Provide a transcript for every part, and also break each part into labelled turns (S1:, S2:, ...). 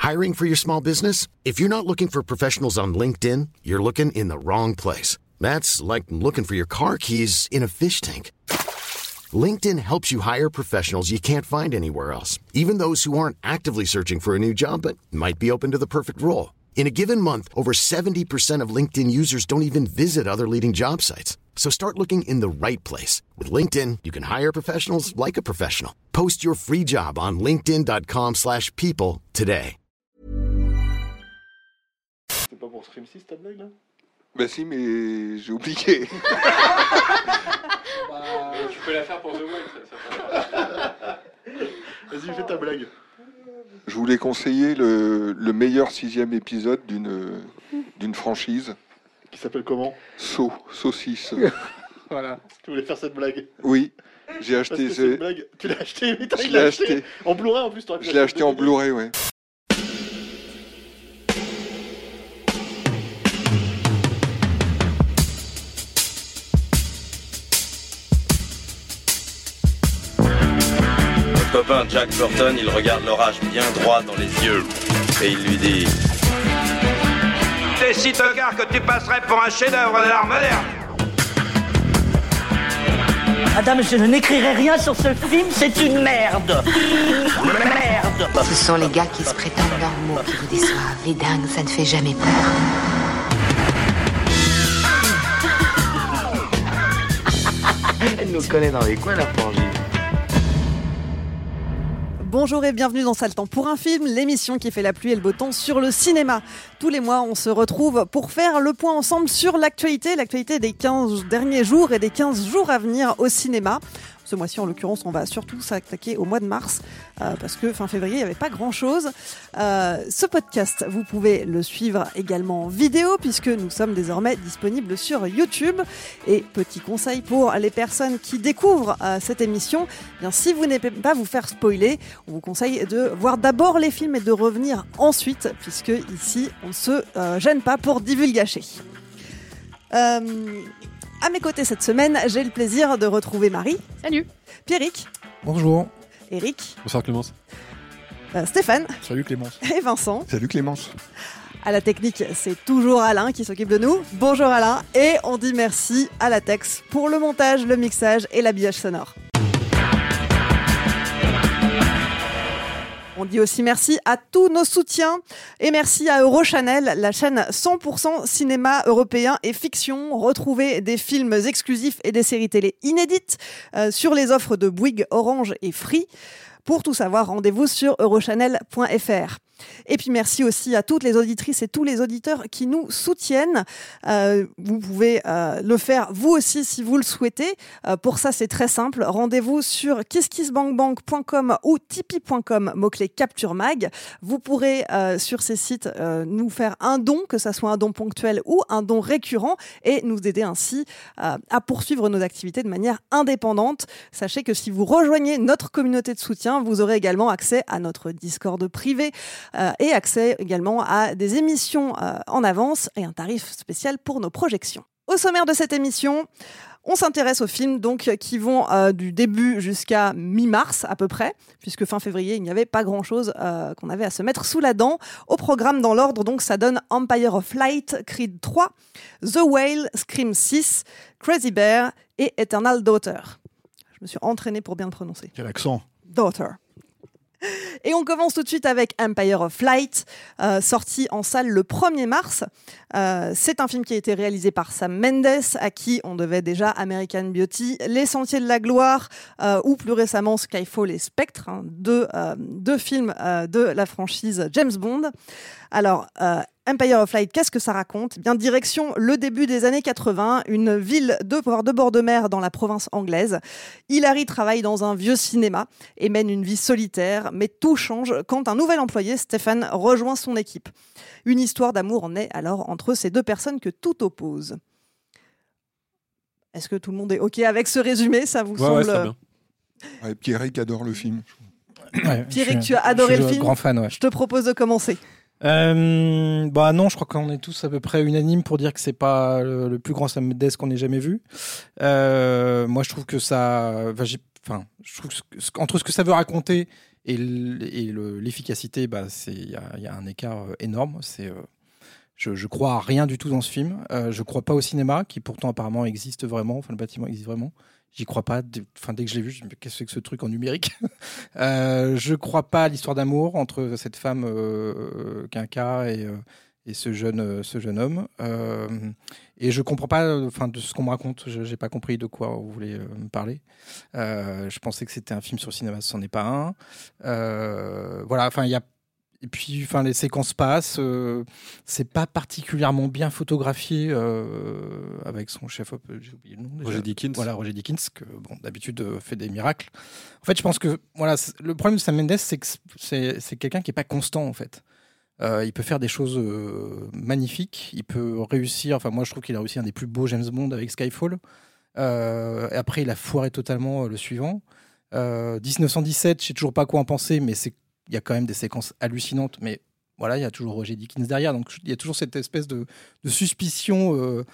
S1: Hiring for your small business? If you're not looking for professionals on LinkedIn, you're looking in the wrong place. That's like looking for your car keys in a fish tank. LinkedIn helps you hire professionals you can't find anywhere else, even those who aren't actively searching for a new job but might be open to the perfect role. In a given month, over 70% of LinkedIn users don't even visit other leading job sites. So start looking in the right place. With LinkedIn, you can hire professionals like a professional. Post your free job on linkedin.com/people today.
S2: C'est pas pour Scream 6 ta blague là?
S3: Bah si, mais j'ai oublié.
S4: Tu peux la faire pour The Wall,
S2: Vas-y, fais ta blague.
S3: Je voulais conseiller le meilleur 6e épisode d'une franchise.
S2: Qui s'appelle comment?
S3: Saucisse.
S2: Voilà. Tu voulais faire cette blague?
S3: Oui, j'ai acheté.
S2: Cette blague, tu l'as acheté? Putain,
S3: je l'ai acheté.
S2: En Blu-ray en plus,
S3: Je l'ai acheté en Blu-ray, ouais.
S5: Copain Jack Burton, il regarde l'orage bien droit dans les yeux et il lui dit:
S6: T'es si tocard que tu passerais pour un chef-d'œuvre de l'art moderne.
S7: Madame, je n'écrirai rien sur ce film, c'est une merde. Merde.
S8: Ce sont les gars qui se prétendent normaux qui vous déçoivent. Les dingues, ça ne fait jamais peur.
S7: Elle nous connaît dans les coins, la frangine.
S9: Bonjour et bienvenue dans Sale Temps pour un film, l'émission qui fait la pluie et le beau temps sur le cinéma. Tous les mois, on se retrouve pour faire le point ensemble sur l'actualité des 15 derniers jours et des 15 jours à venir au cinéma. Ce mois-ci, en l'occurrence, on va surtout s'attaquer au mois de mars parce que fin février, il n'y avait pas grand-chose. Ce podcast, vous pouvez le suivre également en vidéo puisque nous sommes désormais disponibles sur YouTube. Et petit conseil pour les personnes qui découvrent cette émission, bien, si vous n'aimez pas vous faire spoiler, on vous conseille de voir d'abord les films et de revenir ensuite puisque ici, on ne se gêne pas pour divulgacher. À mes côtés cette semaine, j'ai le plaisir de retrouver Marie.
S10: Salut.
S9: Pierrick.
S11: Bonjour.
S9: Eric.
S11: Bonsoir Clémence.
S9: Stéphane.
S11: Salut Clémence.
S9: Et Vincent.
S3: Salut Clémence.
S9: À la technique, c'est toujours Alain qui s'occupe de nous. Bonjour Alain. Et on dit merci à Latex pour le montage, le mixage et l'habillage sonore. On dit aussi merci à tous nos soutiens et merci à Eurochannel, la chaîne 100% cinéma européen et fiction. Retrouvez des films exclusifs et des séries télé inédites sur les offres de Bouygues, Orange et Free. Pour tout savoir, rendez-vous sur eurochannel.fr. Et puis merci aussi à toutes les auditrices et tous les auditeurs qui nous soutiennent. Vous pouvez le faire vous aussi si vous le souhaitez. Pour ça, c'est très simple. Rendez-vous sur kisskissbankbank.com ou tipeee.com, mot-clé Capture Mag. Vous pourrez sur ces sites nous faire un don, que ça soit un don ponctuel ou un don récurrent, et nous aider ainsi à poursuivre nos activités de manière indépendante. Sachez que si vous rejoignez notre communauté de soutien, vous aurez également accès à notre Discord privé, et accès également à des émissions en avance et un tarif spécial pour nos projections. Au sommaire de cette émission, on s'intéresse aux films donc, qui vont du début jusqu'à mi-mars à peu près, puisque fin février, il n'y avait pas grand-chose qu'on avait à se mettre sous la dent. Au programme dans l'ordre, donc, ça donne Empire of Light, Creed 3, The Whale, Scream 6, Crazy Bear et Eternal Daughter. Je me suis entraînée pour bien le prononcer.
S11: Quel accent.
S9: Daughter. Et on commence tout de suite avec Empire of Light, sorti en salle le 1er mars. C'est un film qui a été réalisé par Sam Mendes, à qui on devait déjà American Beauty, Les Sentiers de la Gloire, ou plus récemment Skyfall et Spectre, deux films de la franchise James Bond. Alors, Empire of Light, qu'est-ce que ça raconte ? Bien, direction le début des années 80, une ville de bord de mer dans la province anglaise. Hilary travaille dans un vieux cinéma et mène une vie solitaire, mais tout change quand un nouvel employé, Stephen, rejoint son équipe. Une histoire d'amour naît alors entre ces deux personnes que tout oppose. Est-ce que tout le monde est OK avec ce résumé ? Ça vous semble...
S11: Ouais, très bien.
S3: Ouais, Pierrick adore le film.
S9: Ouais, Pierrick, tu as adoré le film ?
S11: Grand fan, ouais.
S9: Je te propose de commencer.
S11: Non, je crois qu'on est tous à peu près unanimes pour dire que c'est pas le plus grand Sam Mendes qu'on ait jamais vu. Moi, je trouve que ça, je trouve que entre ce que ça veut raconter Et l'efficacité, il y a un écart énorme. Je crois à rien du tout dans ce film. Je crois pas au cinéma, qui pourtant apparemment existe vraiment. Enfin, le bâtiment existe vraiment. J'y crois pas. Dès que je l'ai vu, je me dis, qu'est-ce que c'est que ce truc en numérique? Je crois pas à l'histoire d'amour entre cette femme Quinca et ce jeune homme. Et je comprends pas de ce qu'on me raconte. Je n'ai pas compris de quoi vous voulez me parler. Je pensais que c'était un film sur le cinéma, ce n'en est pas un. Voilà, il y a... Et puis, les séquences passent. C'est pas particulièrement bien photographié avec son chef-op, j'ai oublié le nom déjà.
S4: Roger Deakins.
S11: Voilà, Roger Deakins, que d'habitude fait des miracles. En fait, je pense que le problème de Sam Mendes, c'est que c'est quelqu'un qui est pas constant en fait. Il peut faire des choses magnifiques. Il peut réussir. Enfin, moi, je trouve qu'il a réussi un des plus beaux James Bond avec Skyfall. Et après, il a foiré totalement le suivant. 1917, je sais toujours pas quoi en penser, mais il y a quand même des séquences hallucinantes, mais voilà, il y a toujours Roger Deakins derrière, donc il y a toujours cette espèce de suspicion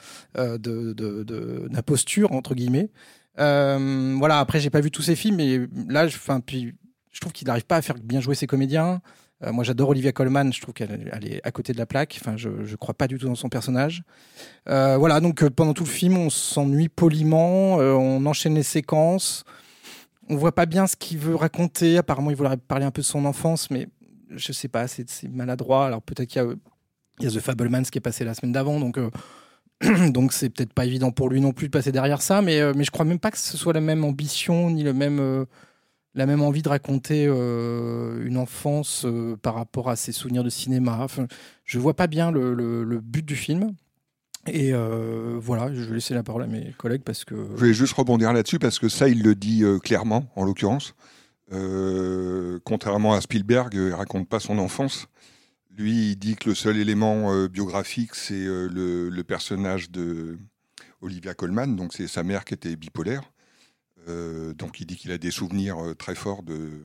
S11: d'imposture, entre guillemets. Voilà, après, j'ai pas vu tous ces films, mais là, je trouve qu'il n'arrive pas à faire bien jouer ses comédiens. Moi, j'adore Olivia Colman, je trouve qu'elle est à côté de la plaque. Enfin, je crois pas du tout dans son personnage. Voilà, donc pendant tout le film, on s'ennuie poliment, on enchaîne les séquences. On voit pas bien ce qu'il veut raconter. Apparemment, il voudrait parler un peu de son enfance, mais je sais pas, c'est maladroit. Alors peut-être qu'il y a The Fabelmans qui est passé la semaine d'avant, donc c'est peut-être pas évident pour lui non plus de passer derrière ça, mais je crois même pas que ce soit la même ambition ni la même envie de raconter une enfance par rapport à ses souvenirs de cinéma. Enfin, je vois pas bien le but du film. Et voilà, je vais laisser la parole à mes collègues parce que...
S3: Je vais juste rebondir là-dessus parce que ça, il le dit clairement, en l'occurrence. Contrairement à Spielberg, il raconte pas son enfance. Lui, il dit que le seul élément biographique, c'est le personnage de Olivia Colman, donc c'est sa mère qui était bipolaire. Donc il dit qu'il a des souvenirs très forts de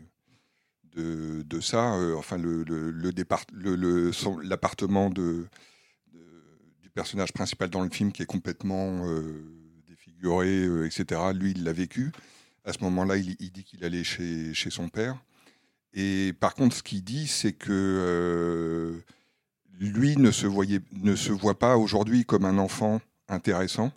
S3: ça. Enfin, l'appartement du personnage principal dans le film qui est complètement défiguré, etc. Lui, il l'a vécu. À ce moment-là, il dit qu'il allait chez son père. Et par contre, ce qu'il dit, c'est que lui ne se voit pas aujourd'hui comme un enfant intéressant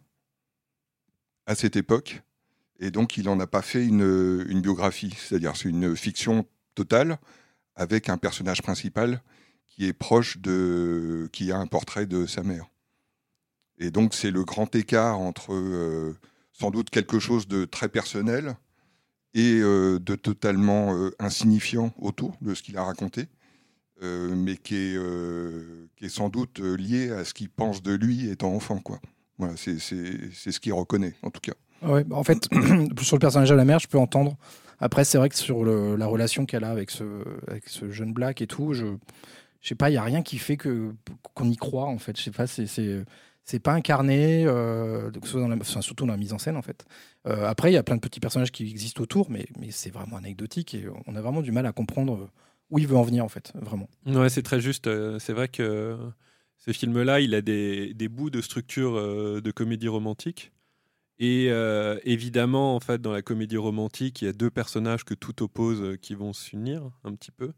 S3: à cette époque. Et donc, il n'en a pas fait une biographie. C'est-à-dire, c'est une fiction totale avec un personnage principal qui est qui a un portrait de sa mère. Et donc, c'est le grand écart entre sans doute quelque chose de très personnel et de totalement insignifiant autour de ce qu'il a raconté, mais qui est sans doute lié à ce qu'il pense de lui étant enfant, quoi. Voilà, c'est ce qu'il reconnaît, en tout cas.
S11: Ouais, en fait, sur le personnage de la mère, je peux entendre. Après, c'est vrai que sur la relation qu'elle a avec ce jeune Black et tout, je sais pas, il y a rien qui fait qu'on y croit, en fait. Je sais pas, c'est pas incarné, surtout dans la mise en scène, en fait. Après, il y a plein de petits personnages qui existent autour, mais c'est vraiment anecdotique et on a vraiment du mal à comprendre où il veut en venir, en fait, vraiment.
S4: Ouais, c'est très juste. C'est vrai que ce film-là, il a des bouts de structure de comédie romantique. Et évidemment, en fait, dans la comédie romantique, il y a deux personnages que tout oppose qui vont s'unir un petit peu.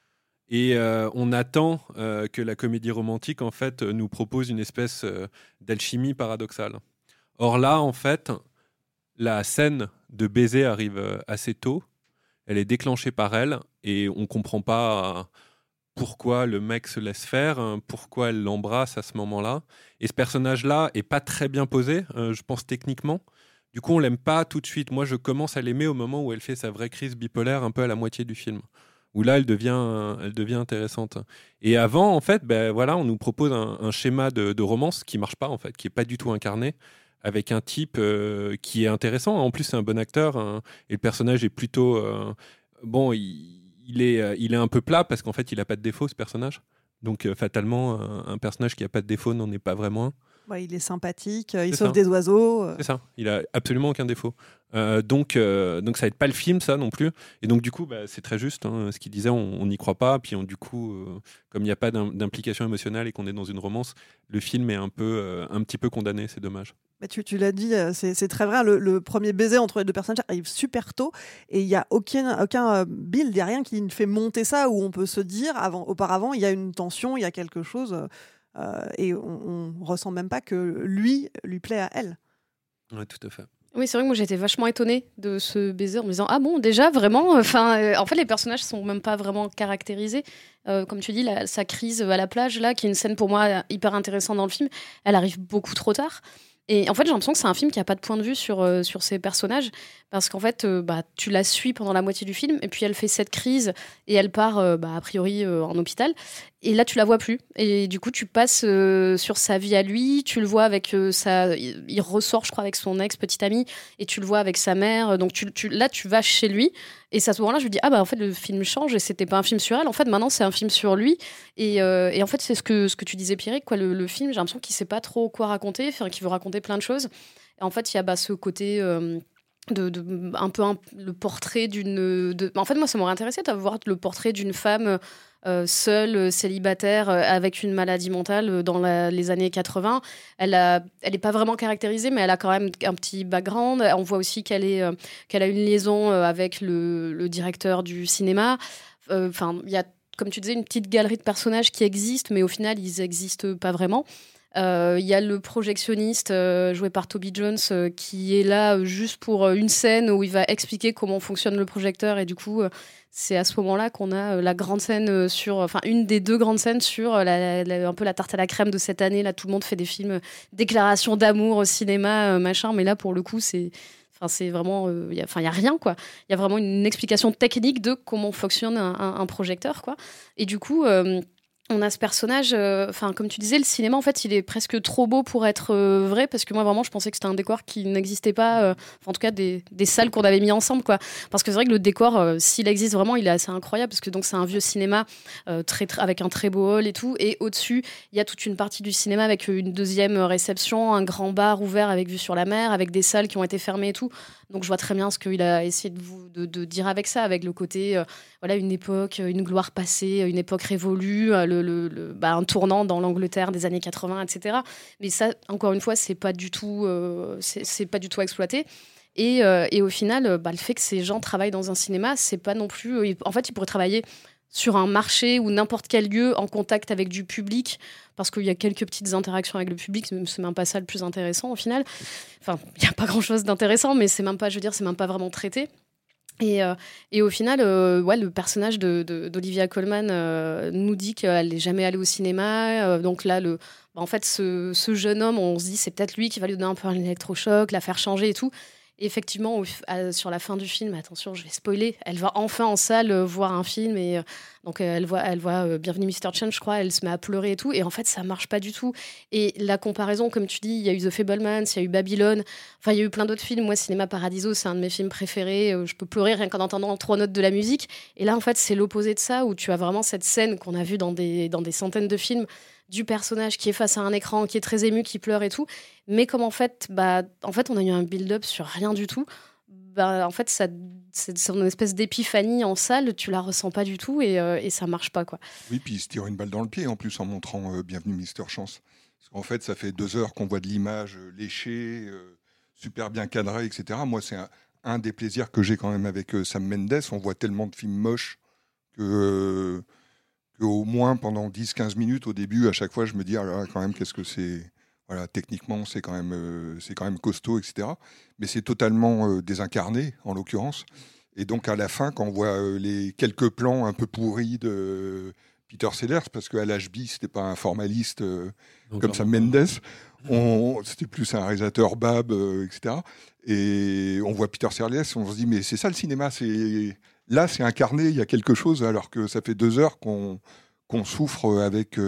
S4: Et on attend que la comédie romantique, en fait, nous propose une espèce d'alchimie paradoxale. Or là, en fait, la scène de baiser arrive assez tôt. Elle est déclenchée par elle et on ne comprend pas pourquoi le mec se laisse faire, pourquoi elle l'embrasse à ce moment-là. Et ce personnage-là n'est pas très bien posé, je pense, techniquement. Du coup, on ne l'aime pas tout de suite. Moi, je commence à l'aimer au moment où elle fait sa vraie crise bipolaire, un peu à la moitié du film, où là, elle devient intéressante. Et avant, en fait, voilà, on nous propose un schéma de romance qui ne marche pas, en fait, qui n'est pas du tout incarné, avec un type qui est intéressant. En plus, c'est un bon acteur, et le personnage est plutôt... bon, il est un peu plat, parce qu'en fait, il n'a pas de défaut, ce personnage. Donc, fatalement, un personnage qui n'a pas de défaut n'en est pas vraiment un.
S9: Ouais, il est sympathique, il sauve des oiseaux.
S4: C'est ça, il a absolument aucun défaut. Donc ça va être pas le film, ça non plus. Et donc du coup, c'est très juste, hein, ce qu'il disait, on n'y croit pas. Puis du coup, comme il n'y a pas d'implication émotionnelle et qu'on est dans une romance, le film est un petit peu condamné. C'est dommage.
S9: Bah, tu l'as dit, c'est très vrai. Le premier baiser entre les deux personnages arrive super tôt et il n'y a aucun build, il n'y a rien qui fait monter ça où on peut se dire auparavant il y a une tension, il y a quelque chose et on ressent même pas que lui plaît à elle.
S4: Ouais, tout à fait.
S10: Oui, c'est vrai que moi j'étais vachement étonnée de ce baiser en me disant ah bon déjà vraiment en fait les personnages sont même pas vraiment caractérisés comme tu dis sa crise à la plage là qui est une scène pour moi hyper intéressante dans le film, elle arrive beaucoup trop tard. Et en fait, j'ai l'impression que c'est un film qui n'a pas de point de vue sur ces personnages, parce qu'en fait, tu la suis pendant la moitié du film, et puis elle fait cette crise, et elle part, a priori, en hôpital. Et là, tu la vois plus. Et du coup, tu passes sur sa vie à lui, tu le vois avec il ressort, je crois, avec son ex-petite amie, et tu le vois avec sa mère. Donc là, tu vas chez lui. Et c'est à ce moment-là, je me dis, en fait, le film change, et c'était pas un film sur elle. En fait, maintenant, c'est un film sur lui. Et en fait, c'est ce que tu disais, Pierrick, quoi. Le film, j'ai l'impression qu'il sait pas trop quoi raconter, qu'il veut raconter plein de choses. Et en fait, il y a ce côté... le portrait d'une... En fait, moi, ça m'aurait intéressé de voir le portrait d'une femme seule, célibataire, avec une maladie mentale dans les années 80. Elle n'est pas vraiment caractérisée, mais elle a quand même un petit background. On voit aussi qu'elle a une liaison avec le directeur du cinéma. Enfin, il y a, comme tu disais, une petite galerie de personnages qui existent, mais au final, ils n'existent pas vraiment. Il y a le projectionniste joué par Toby Jones qui est là juste pour une scène où il va expliquer comment fonctionne le projecteur et du coup c'est à ce moment-là qu'on a la grande scène une des deux grandes scènes sur un peu la tarte à la crème de cette année. Là, tout le monde fait des films déclaration d'amour au cinéma, machin, mais là pour le coup c'est vraiment il y a rien quoi. Il y a vraiment une explication technique de comment fonctionne un projecteur quoi. Et du coup on a ce personnage, comme tu disais, le cinéma, en fait, il est presque trop beau pour être vrai, parce que moi, vraiment, je pensais que c'était un décor qui n'existait pas, en tout cas, des salles qu'on avait mis ensemble, quoi. Parce que c'est vrai que le décor, s'il existe vraiment, il est assez incroyable, parce que donc, c'est un vieux cinéma avec un très beau hall et tout, et au-dessus, il y a toute une partie du cinéma avec une deuxième réception, un grand bar ouvert avec vue sur la mer, avec des salles qui ont été fermées et tout. Donc, je vois très bien ce qu'il a essayé de dire avec ça, avec le côté, une époque, une gloire passée, une époque révolue, un tournant dans l'Angleterre des années 80, etc. Mais ça, encore une fois, c'est pas du tout exploité. Et au final, le fait que ces gens travaillent dans un cinéma, c'est pas non plus... en fait, ils pourraient travailler sur un marché ou n'importe quel lieu en contact avec du public, parce qu'il y a quelques petites interactions avec le public, c'est même pas ça le plus intéressant au final. Enfin, il n'y a pas grand-chose d'intéressant, mais c'est même pas vraiment traité. Et au final, le personnage d'Olivia Colman nous dit qu'elle n'est jamais allée au cinéma. Donc là, en fait, ce jeune homme, on se dit c'est peut-être lui qui va lui donner un peu un électrochoc, la faire changer et tout. Et effectivement, sur la fin du film, attention, je vais spoiler, elle va enfin en salle voir un film et donc elle voit Bienvenue Mr. Chen, je crois, elle se met à pleurer et tout. Et en fait, ça marche pas du tout. Et la comparaison, comme tu dis, il y a eu The Fabelmans, il y a eu Babylone, enfin, il y a eu plein d'autres films. Moi, Cinéma Paradiso, c'est un de mes films préférés. Je peux pleurer rien qu'en entendant 3 notes de la musique. Et là, en fait, c'est l'opposé de ça, où tu as vraiment cette scène qu'on a vue dans des centaines de films, du personnage qui est face à un écran, qui est très ému, qui pleure et tout. Mais comme en fait, on a eu un build-up sur rien du tout, en fait, c'est une espèce d'épiphanie en salle, tu la ressens pas du tout et ça marche pas, quoi.
S3: Oui, puis il se tire une balle dans le pied en plus en montrant Bienvenue Mr. Chance. Parce qu'en fait, ça fait 2 heures qu'on voit de l'image léchée, super bien cadrée, etc. Moi, c'est un des plaisirs que j'ai quand même avec Sam Mendes. On voit tellement de films moches que au moins pendant 10-15 minutes au début, à chaque fois, je me dis, quand même, qu'est-ce que c'est... Voilà, techniquement, c'est quand même costaud, etc. Mais c'est totalement désincarné, en l'occurrence. Et donc, à la fin, quand on voit les quelques plans un peu pourris de Peter Sellers, parce qu'à l'HB, c'était pas un formaliste comme Sam Mendes, c'était plus un réalisateur bab, etc. Et on voit Peter Sellers, on se dit, mais c'est ça le cinéma, là, c'est incarné, il y a quelque chose, alors que ça fait 2 heures qu'on souffre avec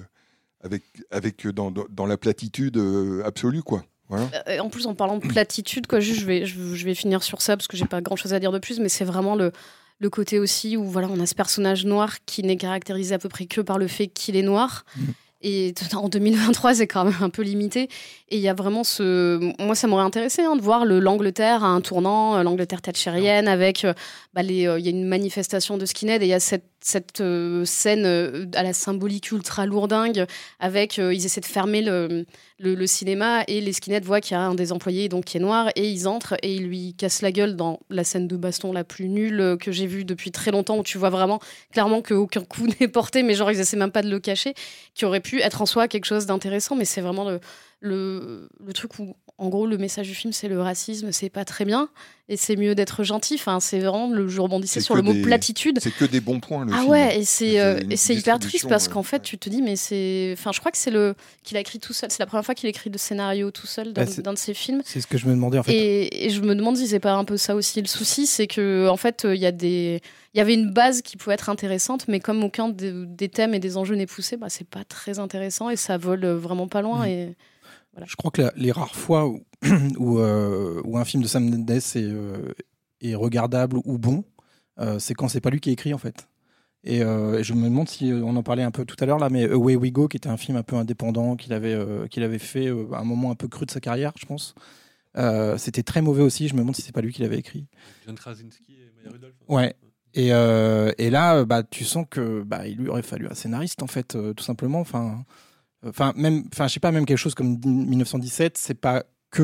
S3: dans la platitude absolue, quoi. Voilà.
S10: En plus, en parlant de platitude, quoi, juste, je vais finir sur ça, parce que j'ai pas grand-chose à dire de plus, mais c'est vraiment le côté aussi où voilà, on a ce personnage noir qui n'est caractérisé à peu près que par le fait qu'il est noir. Et en 2023, c'est quand même un peu limité. Et il y a vraiment moi, ça m'aurait intéressé de voir l'Angleterre à un tournant, l'Angleterre thatchérienne, avec il y a une manifestation de skinhead et il y a cette cette scène à la symbolique ultra lourdingue avec ils essaient de fermer le cinéma et les skinheads voient qu'il y a un des employés donc qui est noir et ils entrent et ils lui cassent la gueule dans la scène de baston la plus nulle que j'ai vue depuis très longtemps, où tu vois vraiment clairement qu'aucun coup n'est porté, mais genre ils essaient même pas de le cacher, qui aurait pu être en soi quelque chose d'intéressant, mais c'est vraiment le truc où en gros le message du film c'est le racisme, c'est pas très bien et c'est mieux d'être gentil, enfin c'est vraiment, je rebondissais sur le mot platitude,
S3: c'est que des bons points le film.
S10: Ouais, et c'est hyper triste parce qu'en fait tu te dis mais c'est, enfin je crois que c'est qu'il a écrit tout seul, c'est la première fois qu'il écrit le scénario tout seul d'un de ses films,
S11: c'est ce que je me demandais en fait,
S10: et je me demande si c'est pas un peu ça aussi le souci, c'est que en fait il y avait une base qui pouvait être intéressante, mais comme aucun des thèmes et des enjeux n'est poussé, bah c'est pas très intéressant et ça vole vraiment pas loin. Et voilà.
S11: Je crois que les rares fois où un film de Sam Mendes est regardable ou bon, c'est quand c'est pas lui qui écrit en fait. Et je me demande si on en parlait un peu tout à l'heure là, mais Away We Go, qui était un film un peu indépendant qu'il avait fait à un moment un peu cru de sa carrière, je pense. C'était très mauvais aussi. Je me demande si c'est pas lui qui l'avait écrit.
S4: John Krasinski et Maya Rudolph.
S11: Ouais. Et là, tu sens que il lui aurait fallu un scénariste en fait, tout simplement. Je sais pas, même quelque chose comme 1917, c'est pas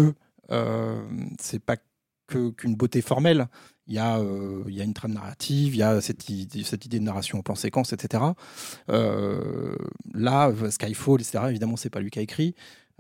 S11: qu'une beauté formelle. Il y a une trame narrative, il y a cette idée de narration en plan séquence, etc. Là, Skyfall, etc. Évidemment, c'est pas lui qui a écrit.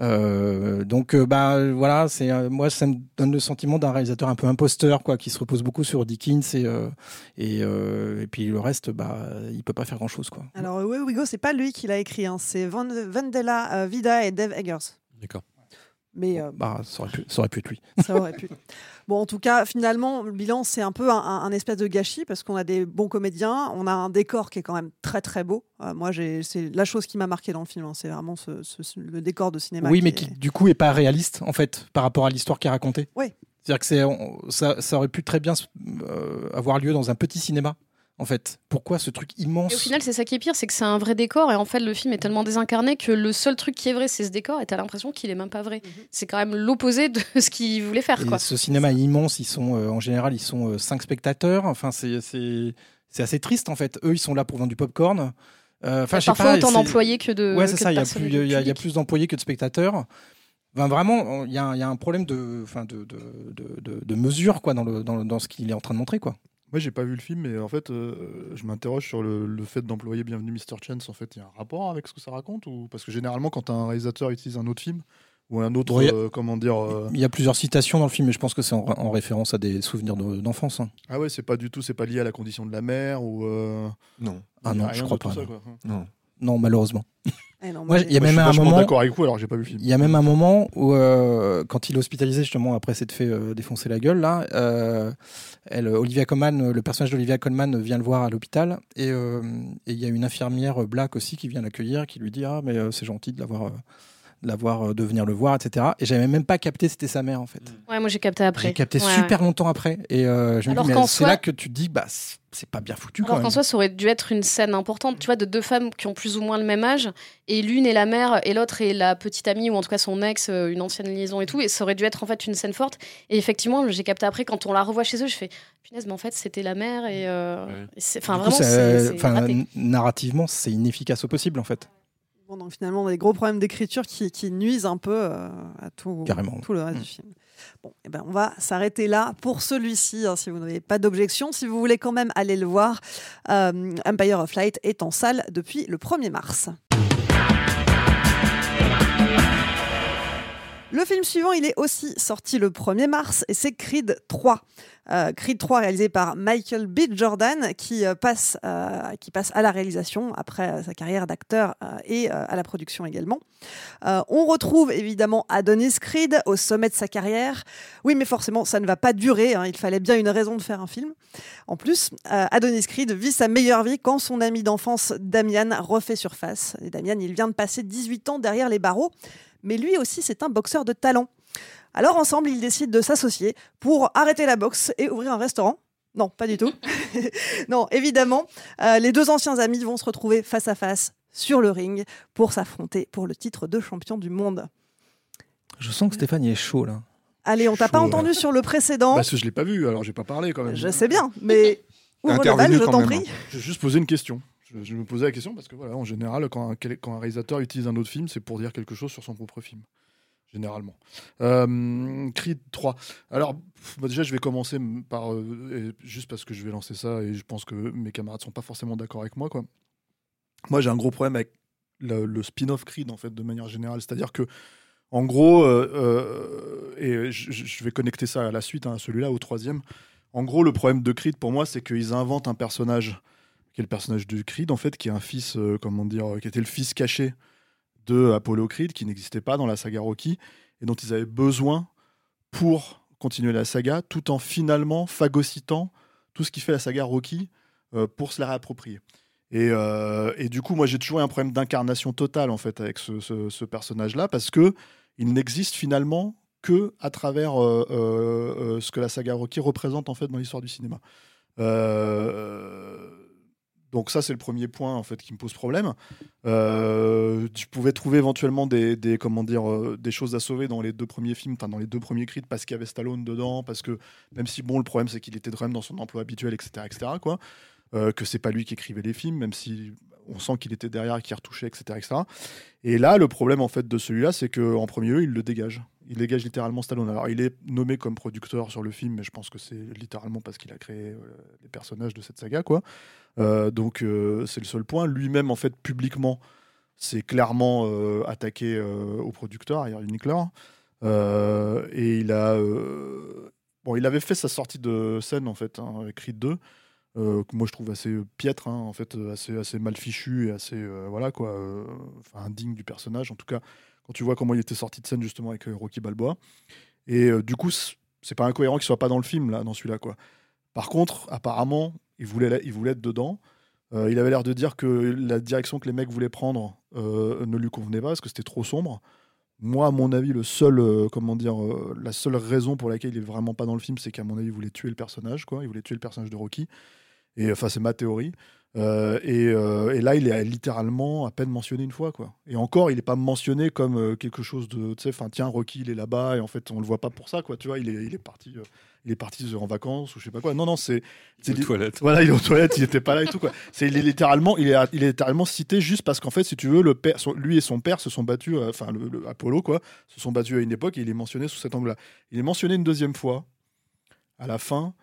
S11: Voilà, moi ça me donne le sentiment d'un réalisateur un peu imposteur, quoi, qui se repose beaucoup sur Dickens et puis le reste, il peut pas faire grand chose, quoi.
S9: Alors Away We Go, c'est pas lui qui l'a écrit, hein. C'est Vandela Vida et Dave Eggers.
S4: D'accord.
S9: Mais
S11: ça aurait pu être lui.
S9: Ça aurait pu. Bon, en tout cas, finalement, le bilan, c'est un peu un espèce de gâchis parce qu'on a des bons comédiens, on a un décor qui est quand même très très beau. Moi, c'est la chose qui m'a marqué dans le film, hein. C'est vraiment le décor de cinéma.
S11: Oui, mais qui du coup est pas réaliste en fait par rapport à l'histoire qui est racontée.
S9: Oui.
S11: C'est-à-dire que ça aurait pu très bien avoir lieu dans un petit cinéma. En fait, pourquoi ce truc immense ?
S10: Et au final, c'est ça qui est pire, c'est que c'est un vrai décor et en fait, le film est tellement désincarné que le seul truc qui est vrai, c'est ce décor et t'as l'impression qu'il est même pas vrai. Mm-hmm. C'est quand même l'opposé de ce qu'il voulait faire, quoi.
S11: Ce cinéma immense, ils sont en général, ils sont 5 spectateurs. Enfin, c'est assez triste en fait. Eux, ils sont là pour vendre du popcorn.
S10: Parfois autant d'employés que de.
S11: Ouais, c'est ça. Il y a plus d'employés que de spectateurs. Vraiment, il y a un problème de mesure, quoi, dans ce qu'il est en train de montrer, quoi.
S2: Moi, j'ai pas vu le film, mais en fait, je m'interroge sur le fait d'employer Bienvenue Mr. Chance. En fait, il y a un rapport avec ce que ça raconte, ou parce que généralement, quand un réalisateur utilise un autre film ou un autre,
S11: il y a plusieurs citations dans le film, mais je pense que c'est en référence à des souvenirs d'enfance. Hein.
S2: Ah ouais, c'est pas lié à la condition de la mer ou.
S3: Non.
S11: Ah non, je crois pas.
S2: Ça, quoi.
S11: Non, malheureusement.
S9: Il
S11: y a même un moment.
S2: D'accord avec vous, alors j'ai pas vu le film.
S11: Il y a même un moment où, quand il est hospitalisé justement après s'être fait défoncer la gueule, là, Olivia Colman, le personnage d'Olivia Colman vient le voir à l'hôpital et il y a une infirmière black aussi qui vient l'accueillir, qui lui dit mais c'est gentil de de venir le voir, etc. Et j'avais même pas capté c'était sa mère en fait.
S10: Ouais, moi j'ai capté après.
S11: J'ai capté super longtemps après et je me dis c'est là que tu te dis c'est pas bien foutu.
S10: Alors qu'en soi ça aurait dû être une scène importante, tu vois, de deux femmes qui ont plus ou moins le même âge et l'une est la mère et l'autre est la petite amie ou en tout cas son ex, une ancienne liaison et tout, et ça aurait dû être en fait une scène forte. Et effectivement j'ai capté après quand on la revoit chez eux, je fais punaise mais en fait c'était la mère et
S11: narrativement c'est inefficace au possible en fait.
S9: Bon, donc finalement, on a des gros problèmes d'écriture qui nuisent un peu à tout le reste du film. Bon, on va s'arrêter là pour celui-ci, hein, si vous n'avez pas d'objection. Si vous voulez quand même aller le voir, Empire of Light est en salle depuis le 1er mars. Le film suivant, il est aussi sorti le 1er mars et c'est Creed 3. Creed 3 réalisé par Michael B. Jordan qui passe à la réalisation après sa carrière d'acteur et à la production également. On retrouve évidemment Adonis Creed au sommet de sa carrière. Oui, mais forcément, ça ne va pas durer, hein. Il fallait bien une raison de faire un film. En plus, Adonis Creed vit sa meilleure vie quand son ami d'enfance Damian refait surface. Et Damian, il vient de passer 18 ans derrière les barreaux, mais lui aussi, c'est un boxeur de talent. Alors ensemble, ils décident de s'associer pour arrêter la boxe et ouvrir un restaurant. Non, pas du tout. Non, évidemment, les deux anciens amis vont se retrouver face à face sur le ring pour s'affronter pour le titre de champion du monde.
S11: Je sens que Stéphane il est chaud là.
S9: Allez, on t'a pas entendu sur le précédent.
S2: Parce que je l'ai pas vu, alors j'ai pas parlé quand même.
S9: Je sais bien, mais Ouvre le bal, je t'en prie.
S2: Je vais juste poser une question. Je me posais la question parce que voilà, en général, quand un réalisateur utilise un autre film, c'est pour dire quelque chose sur son propre film. Généralement. Creed 3. Alors, déjà, je vais commencer par juste parce que je vais lancer ça et je pense que mes camarades sont pas forcément d'accord avec moi, quoi. Moi, j'ai un gros problème avec le spin-off Creed, en fait, de manière générale. C'est-à-dire que, en gros, et je vais connecter ça à la suite, à celui-là, au troisième. En gros, le problème de Creed, pour moi, c'est qu'ils inventent un personnage qui est le personnage de Creed, en fait, qui est un fils, qui était le fils caché de Apollo Creed, qui n'existait pas dans la saga Rocky, et dont ils avaient besoin pour continuer la saga, tout en finalement phagocytant tout ce qui fait la saga Rocky pour se la réapproprier. Et du coup, moi, j'ai toujours eu un problème d'incarnation totale, en fait, avec ce personnage-là, parce que il n'existe finalement que à travers ce que la saga Rocky représente, en fait, dans l'histoire du cinéma. Donc ça, c'est le premier point, en fait, qui me pose problème. Je pouvais trouver éventuellement des choses à sauver dans les deux premiers films, dans les deux premiers Creed, parce qu'il y avait Stallone dedans, parce que même si, bon, le problème, c'est qu'il était quand même dans son emploi habituel, etc., quoi, que c'est pas lui qui écrivait les films, même si on sent qu'il était derrière et qu'il retouchait, etc., etc. Et là, le problème, en fait, de celui-là, c'est qu'en premier lieu, il le dégage. Il dégage littéralement Stallone. Alors, il est nommé comme producteur sur le film, mais je pense que c'est littéralement parce qu'il a créé les personnages de cette saga, quoi. Donc, c'est le seul point. Lui-même, en fait, publiquement, s'est clairement attaqué au producteur, à Irving Winkler. Et il avait fait sa sortie de scène, en fait, avec Creed 2, que moi je trouve assez piètre, en fait, assez mal fichu et assez indigne du personnage. En tout cas, quand tu vois comment il était sorti de scène justement avec Rocky Balboa. Et du coup, c'est pas incohérent qu'il soit pas dans le film là, dans celui-là, quoi. Par contre, apparemment, il voulait être dedans. Il avait l'air de dire que la direction que les mecs voulaient prendre ne lui convenait pas parce que c'était trop sombre. Moi, à mon avis, la seule raison pour laquelle il est vraiment pas dans le film, c'est qu'à mon avis, il voulait tuer le personnage, quoi. Il voulait tuer le personnage de Rocky. Et enfin, c'est ma théorie. Et là, il est littéralement à peine mentionné une fois, quoi. Et encore, il n'est pas mentionné comme quelque chose de, tu sais, tiens, Rocky, il est là-bas, et en fait, on le voit pas pour ça, quoi. Tu vois, il est parti en vacances ou je sais pas quoi. Non, c'est
S4: aux toilettes.
S2: Voilà, il est aux toilettes, il était pas là et tout, quoi. Il est littéralement cité juste parce qu'en fait, si tu veux, lui et son père se sont battus, le Apollo, quoi, se sont battus à une époque, et il est mentionné sous cet angle-là. Il est mentionné une deuxième fois à la fin.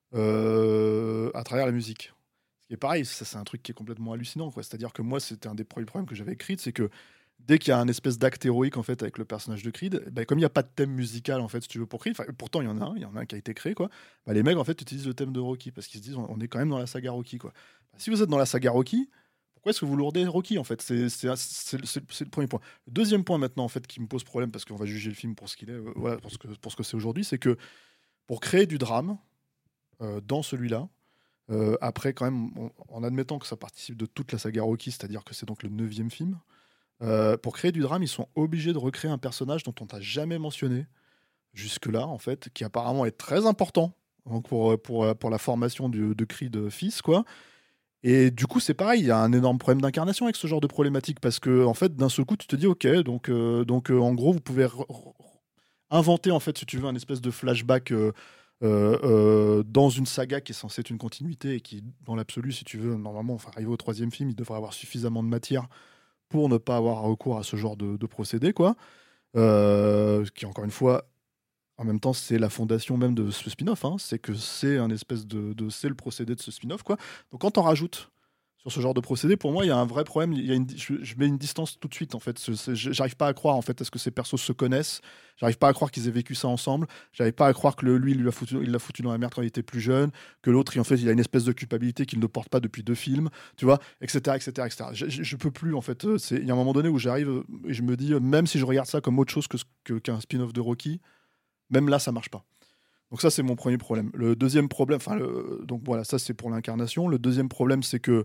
S2: À travers la musique. Ce qui est pareil, ça c'est un truc qui est complètement hallucinant, quoi. C'est-à-dire que moi, c'était un des premiers problèmes que j'avais avec Creed, c'est que dès qu'il y a un espèce d'acte héroïque, en fait, avec le personnage de Creed, comme il n'y a pas de thème musical, en fait, si tu veux, pour Creed, pourtant il y en a un qui a été créé, quoi. Les mecs, en fait, utilisent le thème de Rocky parce qu'ils se disent on est quand même dans la saga Rocky, quoi. Si vous êtes dans la saga Rocky, pourquoi est-ce que vous lourdez Rocky, en fait? C'est le premier point. Le deuxième point maintenant, en fait, qui me pose problème, parce qu'on va juger le film pour ce qu'il est, pour ce que c'est aujourd'hui, c'est que pour créer du drame dans celui-là, après quand même, en admettant que ça participe de toute la saga Rocky, c'est-à-dire que c'est donc le 9e film, pour créer du drame, ils sont obligés de recréer un personnage dont on t'a jamais mentionné jusque-là, en fait, qui apparemment est très important, donc pour la formation de Creed fils, quoi. Et du coup, c'est pareil, il y a un énorme problème d'incarnation avec ce genre de problématique, parce que en fait, d'un seul coup, tu te dis, ok, donc en gros, vous pouvez inventer, en fait, si tu veux, un espèce de flashback dans une saga qui est censée être une continuité et qui, dans l'absolu, si tu veux, normalement, arriver au 3e film, il devrait avoir suffisamment de matière pour ne pas avoir recours à ce genre de procédé, quoi. Qui, encore une fois, en même temps, c'est la fondation même de ce spin-off, c'est que c'est un espèce c'est le procédé de ce spin-off, quoi. Donc quand on rajoute sur ce genre de procédé, pour moi, il y a un vrai problème. Je mets une distance tout de suite, en fait. J'arrive pas à croire, en fait, à ce que ces persos se connaissent. J'arrive pas à croire qu'ils aient vécu ça ensemble. J'arrive pas à croire que lui, il l'a foutu dans la merde quand il était plus jeune, que l'autre, en fait, il a une espèce de culpabilité qu'il ne porte pas depuis 2 films, tu vois, etc., etc., etc. Je peux plus, en fait. Il y a un moment donné où j'arrive et je me dis, même si je regarde ça comme autre chose qu'un spin-off de Rocky, même là, ça marche pas. Donc ça, c'est mon premier problème. Le deuxième problème, donc voilà, ça c'est pour l'incarnation. Le deuxième problème, c'est que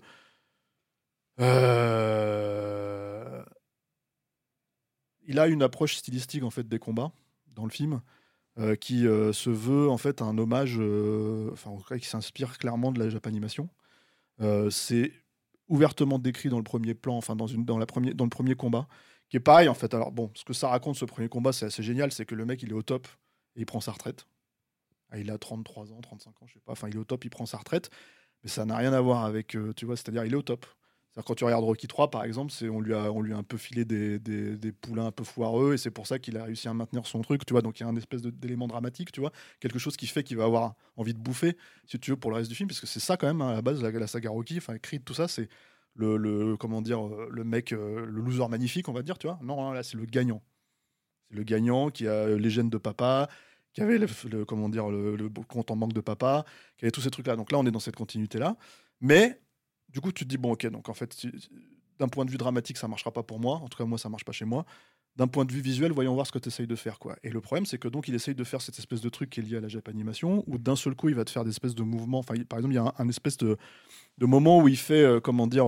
S2: il a une approche stylistique, en fait, des combats dans le film qui se veut, en fait, un hommage, en tout cas, qui s'inspire clairement de la Japanimation. C'est ouvertement décrit dans le premier plan, dans le premier combat, qui est pareil, en fait. Alors bon, ce que ça raconte, ce premier combat, c'est assez génial, c'est que le mec, il est au top et il prend sa retraite. Il a 33 ans, 35 ans, je sais pas. Il est au top, il prend sa retraite. Mais ça n'a rien à voir avec, tu vois, c'est-à-dire il est au top. C'est-à-dire quand tu regardes Rocky 3 par exemple, on lui a un peu filé des poulains un peu foireux et c'est pour ça qu'il a réussi à maintenir son truc, tu vois. Donc il y a un espèce d'élément dramatique, tu vois, quelque chose qui fait qu'il va avoir envie de bouffer, si tu veux, pour le reste du film, parce que c'est ça quand même à la base la saga Rocky, enfin Creed, tout ça, c'est comment dire, le mec, le loser magnifique, on va dire, tu vois. Non, là c'est le gagnant. C'est le gagnant qui a les gènes de papa, qui avait comment dire, le compte en banque de papa, qui avait tous ces trucs-là. Donc là, on est dans cette continuité-là. Mais, du coup, tu te dis, bon, ok, donc en fait, d'un point de vue dramatique, ça ne marchera pas pour moi. En tout cas, moi, ça ne marche pas chez moi. D'un point de vue visuel, voyons voir ce que tu essayes de faire, quoi. Et le problème, c'est que donc, il essaye de faire cette espèce de truc qui est lié à la Japanimation, où d'un seul coup, il va te faire des espèces de mouvements. Enfin, par exemple, il y a un espèce de moment où il fait, comment dire...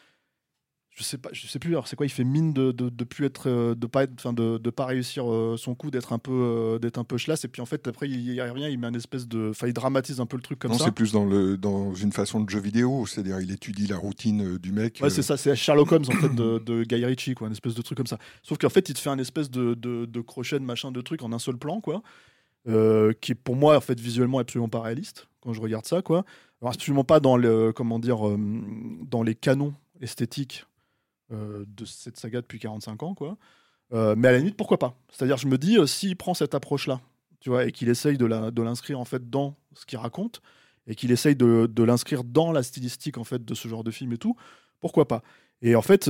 S2: je sais plus, alors c'est quoi, il fait mine de plus être, de pas réussir son coup, d'être un peu chlasse, et puis en fait après il revient, il met un espèce de, il dramatise un peu le truc comme ça.
S3: Non, c'est plus dans une façon de jeu vidéo, c'est-à-dire il étudie la routine du mec.
S2: Ouais, c'est ça, c'est Sherlock Holmes en fait de Guy Ritchie, quoi, une espèce de truc comme ça. Sauf qu'en fait il te fait un espèce de crochet de machin de truc en un seul plan, quoi, qui est pour moi en fait visuellement absolument pas réaliste quand je regarde ça, quoi. Alors absolument pas dans dans les canons esthétiques de cette saga depuis 45 ans, quoi. Mais à la limite, pourquoi pas? C'est-à-dire, je me dis, s'il prend cette approche-là, tu vois, et qu'il essaye de l'inscrire en fait dans ce qu'il raconte, et qu'il essaye de l'inscrire dans la stylistique en fait de ce genre de film et tout, pourquoi pas? Et en fait,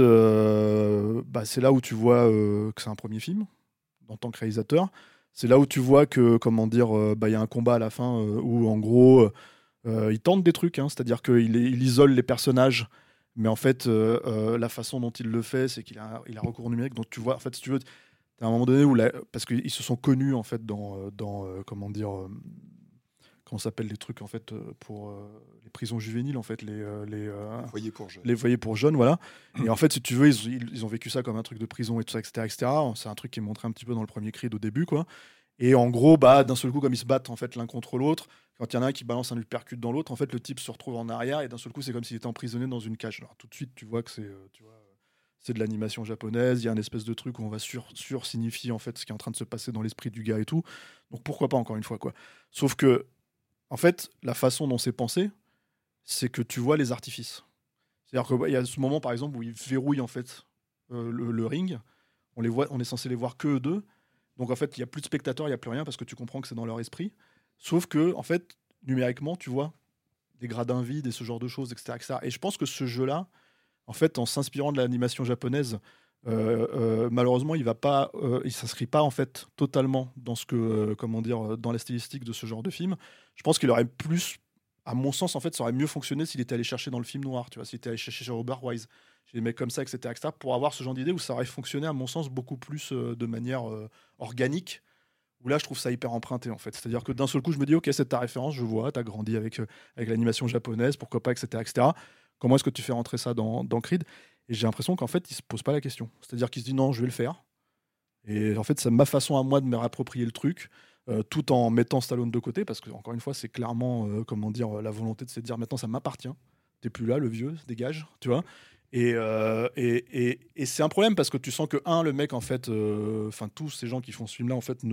S2: c'est là où tu vois que c'est un premier film en tant que réalisateur. C'est là où tu vois que, comment dire, y a un combat à la fin où en gros, il tente des trucs, hein, c'est-à-dire qu'il isole les personnages. Mais en fait, la façon dont il le fait, c'est qu'il a recours au numérique. Donc tu vois, en fait, si tu veux, à un moment donné où parce qu'ils se sont connus en fait dans comment dire, comment s'appellent les trucs en fait pour les prisons juvéniles en fait, les
S3: foyers pour jeunes.
S2: Les foyers pour jeunes, voilà. Et en fait, si tu veux, ils ont vécu ça comme un truc de prison et tout ça, etc. C'est un truc qui est montré un petit peu dans le premier Creed au début, quoi. Et en gros, d'un seul coup, comme ils se battent en fait l'un contre l'autre, quand il y en a un qui balance un uppercut dans l'autre, en fait, le type se retrouve en arrière et d'un seul coup, c'est comme s'il était emprisonné dans une cage. Alors tout de suite, tu vois que c'est de l'animation japonaise. Il y a un espèce de truc où on va signifier en fait ce qui est en train de se passer dans l'esprit du gars et tout. Donc pourquoi pas, encore une fois, quoi. Sauf que, en fait, la façon dont c'est pensé, c'est que tu vois les artifices. C'est-à-dire qu'il y a ce moment, par exemple, où ils verrouillent en fait le ring. On est censé les voir que eux deux. Donc en fait, il n'y a plus de spectateurs, il n'y a plus rien parce que tu comprends que c'est dans leur esprit. Sauf que, en fait, numériquement, tu vois des gradins vides et ce genre de choses, etc. Et je pense que ce jeu-là, en fait, en s'inspirant de l'animation japonaise, malheureusement, il s'inscrit pas en fait totalement dans ce que, dans la stylistique de ce genre de film. Je pense qu'il aurait plus, à mon sens, en fait, ça aurait mieux fonctionné s'il était allé chercher dans le film noir, tu vois, s'il était allé chercher chez Robert Wise, chez des mecs comme ça, etc., pour avoir ce genre d'idée où ça aurait fonctionné, à mon sens, beaucoup plus de manière organique. Où là, je trouve ça hyper emprunté, en fait. C'est-à-dire que d'un seul coup, je me dis, ok, c'est ta référence, je vois, t'as grandi avec l'animation japonaise, pourquoi pas, etc. Comment est-ce que tu fais rentrer ça dans Creed? Et j'ai l'impression qu'en fait, il se pose pas la question. C'est-à-dire qu'il se dit, non, je vais le faire. Et en fait, c'est ma façon à moi de me réapproprier le truc, tout en mettant Stallone de côté, parce que, encore une fois, c'est clairement, la volonté de se dire, maintenant, ça m'appartient. T'es plus là, le vieux, dégage, tu vois. Et c'est un problème parce que tu sens que le mec en fait, tous ces gens qui font ce film-là en fait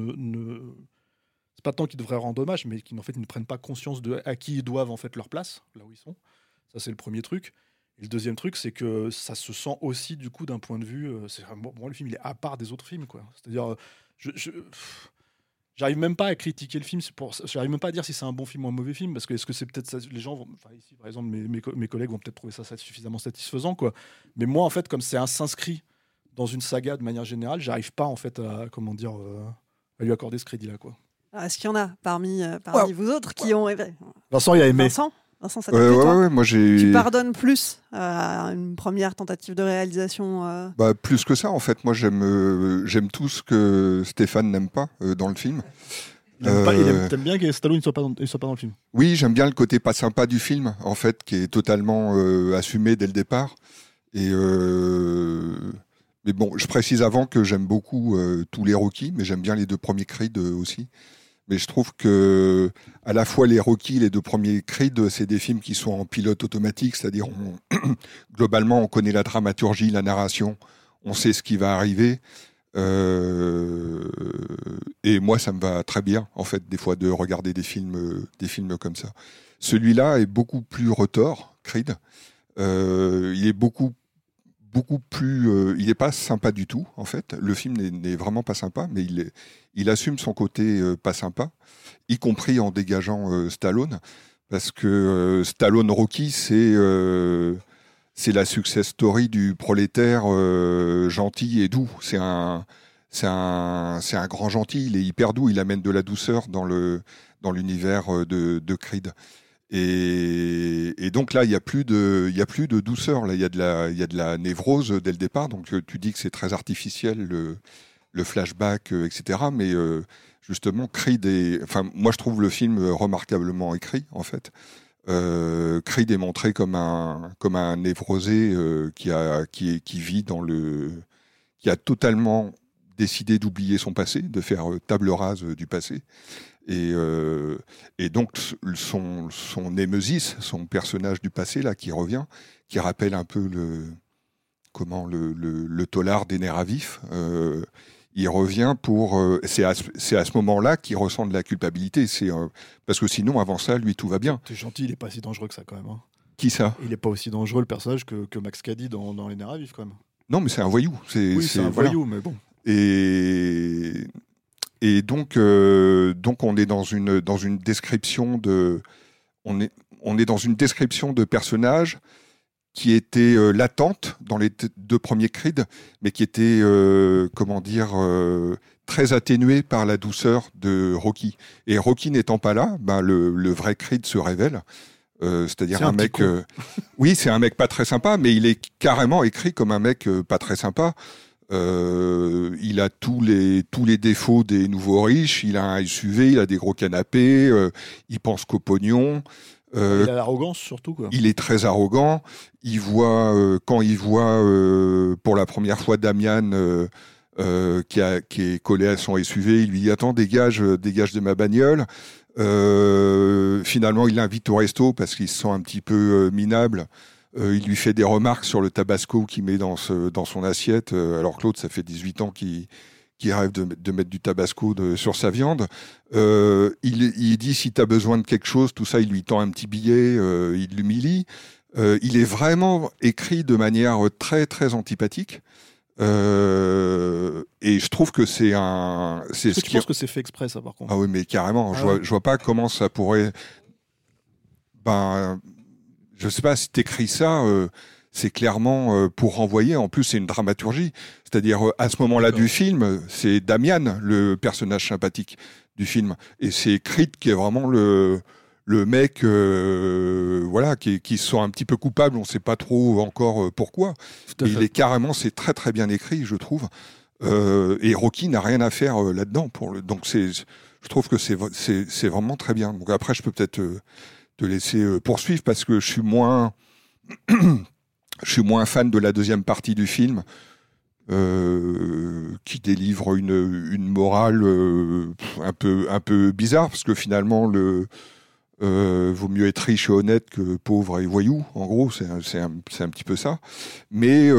S2: c'est pas tant qu'ils devraient rendre hommage, mais qu'ils en fait ils ne prennent pas conscience de à qui ils doivent en fait leur place là où ils sont. Ça c'est le premier truc. Et le deuxième truc c'est que ça se sent aussi du coup d'un point de vue, le film il est à part des autres films, quoi. C'est-à-dire j'arrive même pas à critiquer le film, j'arrive même pas à dire si c'est un bon film ou un mauvais film, parce que est-ce que c'est peut-être ça, les gens ici par exemple mes collègues vont peut-être trouver ça suffisamment satisfaisant, quoi. Mais moi en fait comme c'est un s'inscrit dans une saga de manière générale, j'arrive pas en fait à à lui accorder ce crédit là, quoi.
S9: Alors, est-ce qu'il y en a parmi vous autres qui ont aimé?
S2: Vincent il a aimé.
S9: Vincent, ça te plaît, toi?
S3: Ouais, moi j'ai.
S9: Tu pardonnes plus à une première tentative de réalisation
S3: Plus que ça, en fait. Moi, j'aime tout ce que Stéphane n'aime pas dans le film.
S2: T'aimes bien que Stallone ne soit pas dans le film? Oui,
S3: j'aime bien le côté pas sympa du film, en fait, qui est totalement assumé dès le départ. Mais bon, je précise avant que j'aime beaucoup tous les Rocky, mais j'aime bien les deux premiers Creed aussi. Mais je trouve que à la fois les Rocky, les deux premiers Creed, c'est des films qui sont en pilote automatique, c'est-à-dire globalement on connaît la dramaturgie, la narration, on sait ce qui va arriver. Et moi, ça me va très bien, en fait, des fois, de regarder des films comme ça. Celui-là est beaucoup plus retors, Creed. Il est beaucoup plus... il n'est pas sympa du tout, en fait. Le film n'est vraiment pas sympa, mais il assume son côté pas sympa, y compris en dégageant Stallone, parce que Stallone Rocky, c'est la success story du prolétaire gentil et doux. C'est un grand gentil, il est hyper doux, il amène de la douceur dans l'univers de Creed. Et donc là, il y a plus de douceur. Là, il y a de la névrose dès le départ. Donc tu dis que c'est très artificiel le flashback, etc. Mais justement, Creed moi je trouve le film remarquablement écrit en fait. Creed est montré comme un névrosé qui vit qui a totalement décidé d'oublier son passé, de faire table rase du passé. Et donc son Némésis, son personnage du passé là qui revient, qui rappelle un peu le tolard des nerfs à vif, il revient pour c'est à ce moment-là qu'il ressent de la culpabilité. Parce que sinon avant ça lui tout va bien.
S2: T'es gentil, il est pas si dangereux que ça quand même. Hein.
S3: Qui ça ?
S2: Il est pas aussi dangereux le personnage que Max Cady dans les nerfs à vif quand même.
S3: Non mais c'est un voyou.
S2: Oui, c'est un voyou, mais bon.
S3: Et donc on est dans une description de personnages qui était latente dans les deux premiers Creed, mais qui était très atténuée par la douceur de Rocky. Et Rocky n'étant pas là, le vrai Creed se révèle. C'est-à-dire un mec. Oui, c'est un mec pas très sympa, mais il est carrément écrit comme un mec pas très sympa. Il a tous les défauts des nouveaux riches. Il a un SUV, il a des gros canapés. Il pense qu'au pognon.
S2: Il a l'arrogance surtout quoi.
S3: Il est très arrogant. Il voit quand il voit pour la première fois Damian qui est collé à son SUV, il lui dit attends dégage de ma bagnole. Finalement il l'invite au resto parce qu'il se sent un petit peu minable. Il lui fait des remarques sur le tabasco qu'il met dans son assiette, alors que l'autre ça fait 18 ans qu'il rêve de mettre du tabasco sur sa viande. Il dit si tu as besoin de quelque chose, tout ça, il lui tend un petit billet, il l'humilie. Il est vraiment écrit de manière très très antipathique. Et je trouve que c'est un...
S2: Je pense que c'est fait exprès ça par contre.
S3: Ah oui mais carrément, je vois pas comment ça pourrait... je sais pas si t'écris ça... c'est clairement pour renvoyer. En plus, c'est une dramaturgie. C'est-à-dire, à ce moment-là du film, c'est Damian, le personnage sympathique du film. Et c'est Creed qui est vraiment le mec qui se sent un petit peu coupable. On ne sait pas trop encore pourquoi. Il est carrément, c'est très très bien écrit, je trouve. Et Rocky n'a rien à faire là-dedans. Donc, je trouve que c'est vraiment très bien. Donc après, je peux peut-être te laisser poursuivre parce que je suis moins... Je suis moins fan de la deuxième partie du film, qui délivre une morale un peu bizarre, parce que finalement, vaut mieux être riche et honnête que pauvre et voyou. En gros, c'est un petit peu ça. Mais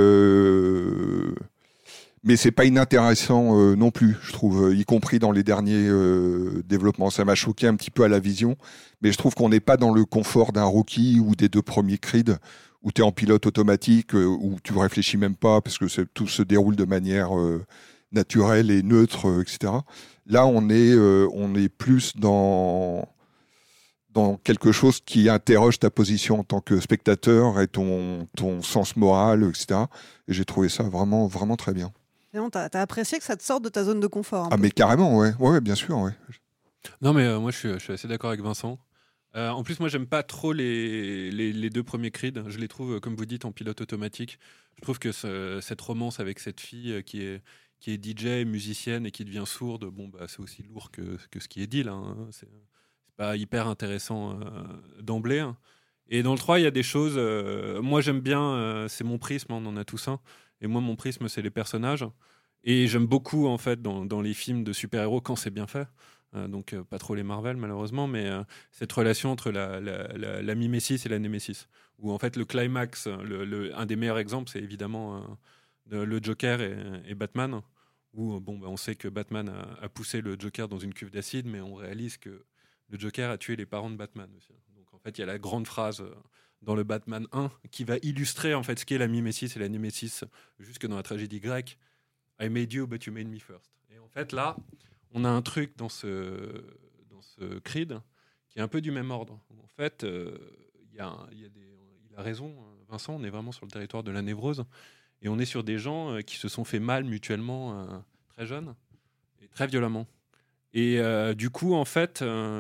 S3: c'est pas inintéressant non plus, je trouve, y compris dans les derniers développements. Ça m'a choqué un petit peu à la vision, mais je trouve qu'on n'est pas dans le confort d'un Rocky ou des deux premiers Creed, où tu es en pilote automatique, où tu réfléchis même pas, parce que tout se déroule de manière naturelle et neutre, etc. Là, on est plus dans quelque chose qui interroge ta position en tant que spectateur et ton sens moral, etc. Et j'ai trouvé ça vraiment, vraiment très bien.
S9: T'as apprécié que ça te sorte de ta zone de confort.
S3: Mais carrément, ouais, bien sûr, ouais.
S4: Non, mais moi, je suis assez d'accord avec Vincent. En plus, moi, j'aime pas trop les deux premiers Creed. Je les trouve, comme vous dites, en pilote automatique. Je trouve que cette romance avec cette fille qui est DJ, musicienne et qui devient sourde, c'est aussi lourd que ce qui est dit là. Hein. C'est pas hyper intéressant d'emblée. Hein. Et dans le 3, il y a des choses... moi, j'aime bien... c'est mon prisme, on en a tous un. Et moi, mon prisme, c'est les personnages. Et j'aime beaucoup, en fait, dans les films de super-héros, quand c'est bien fait. Donc pas trop les Marvel malheureusement, mais cette relation entre la mimésis et la némésis, où en fait le climax, un des meilleurs exemples, c'est évidemment le Joker et Batman, où on sait que Batman a poussé le Joker dans une cuve d'acide, mais on réalise que le Joker a tué les parents de Batman aussi. Donc en fait, il y a la grande phrase dans le Batman 1 qui va illustrer en fait ce qu'est la mimésis et la némésis jusque dans la tragédie grecque. I made you, but you made me first. Et en fait, là, on a un truc dans ce Creed qui est un peu du même ordre. En fait, il a raison, Vincent, on est vraiment sur le territoire de la névrose. Et on est sur des gens qui se sont fait mal mutuellement très jeunes et très violemment. Et du coup, en fait,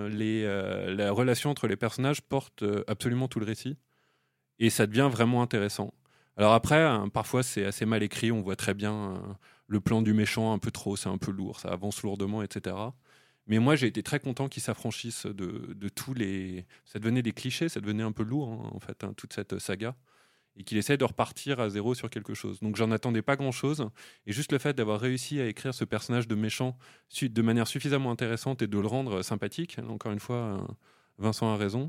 S4: la relation entre les personnages porte absolument tout le récit. Et ça devient vraiment intéressant. Alors après, parfois, c'est assez mal écrit. On voit très bien le plan du méchant un peu trop, c'est un peu lourd, ça avance lourdement, etc. Mais moi, j'ai été très content qu'ils s'affranchissent de tous les... Ça devenait des clichés, ça devenait un peu lourd, en fait, toute cette saga. Et qu'il essaie de repartir à zéro sur quelque chose. Donc j'en attendais pas grand-chose. Et juste le fait d'avoir réussi à écrire ce personnage de méchant de manière suffisamment intéressante et de le rendre sympathique, encore une fois, Vincent a raison,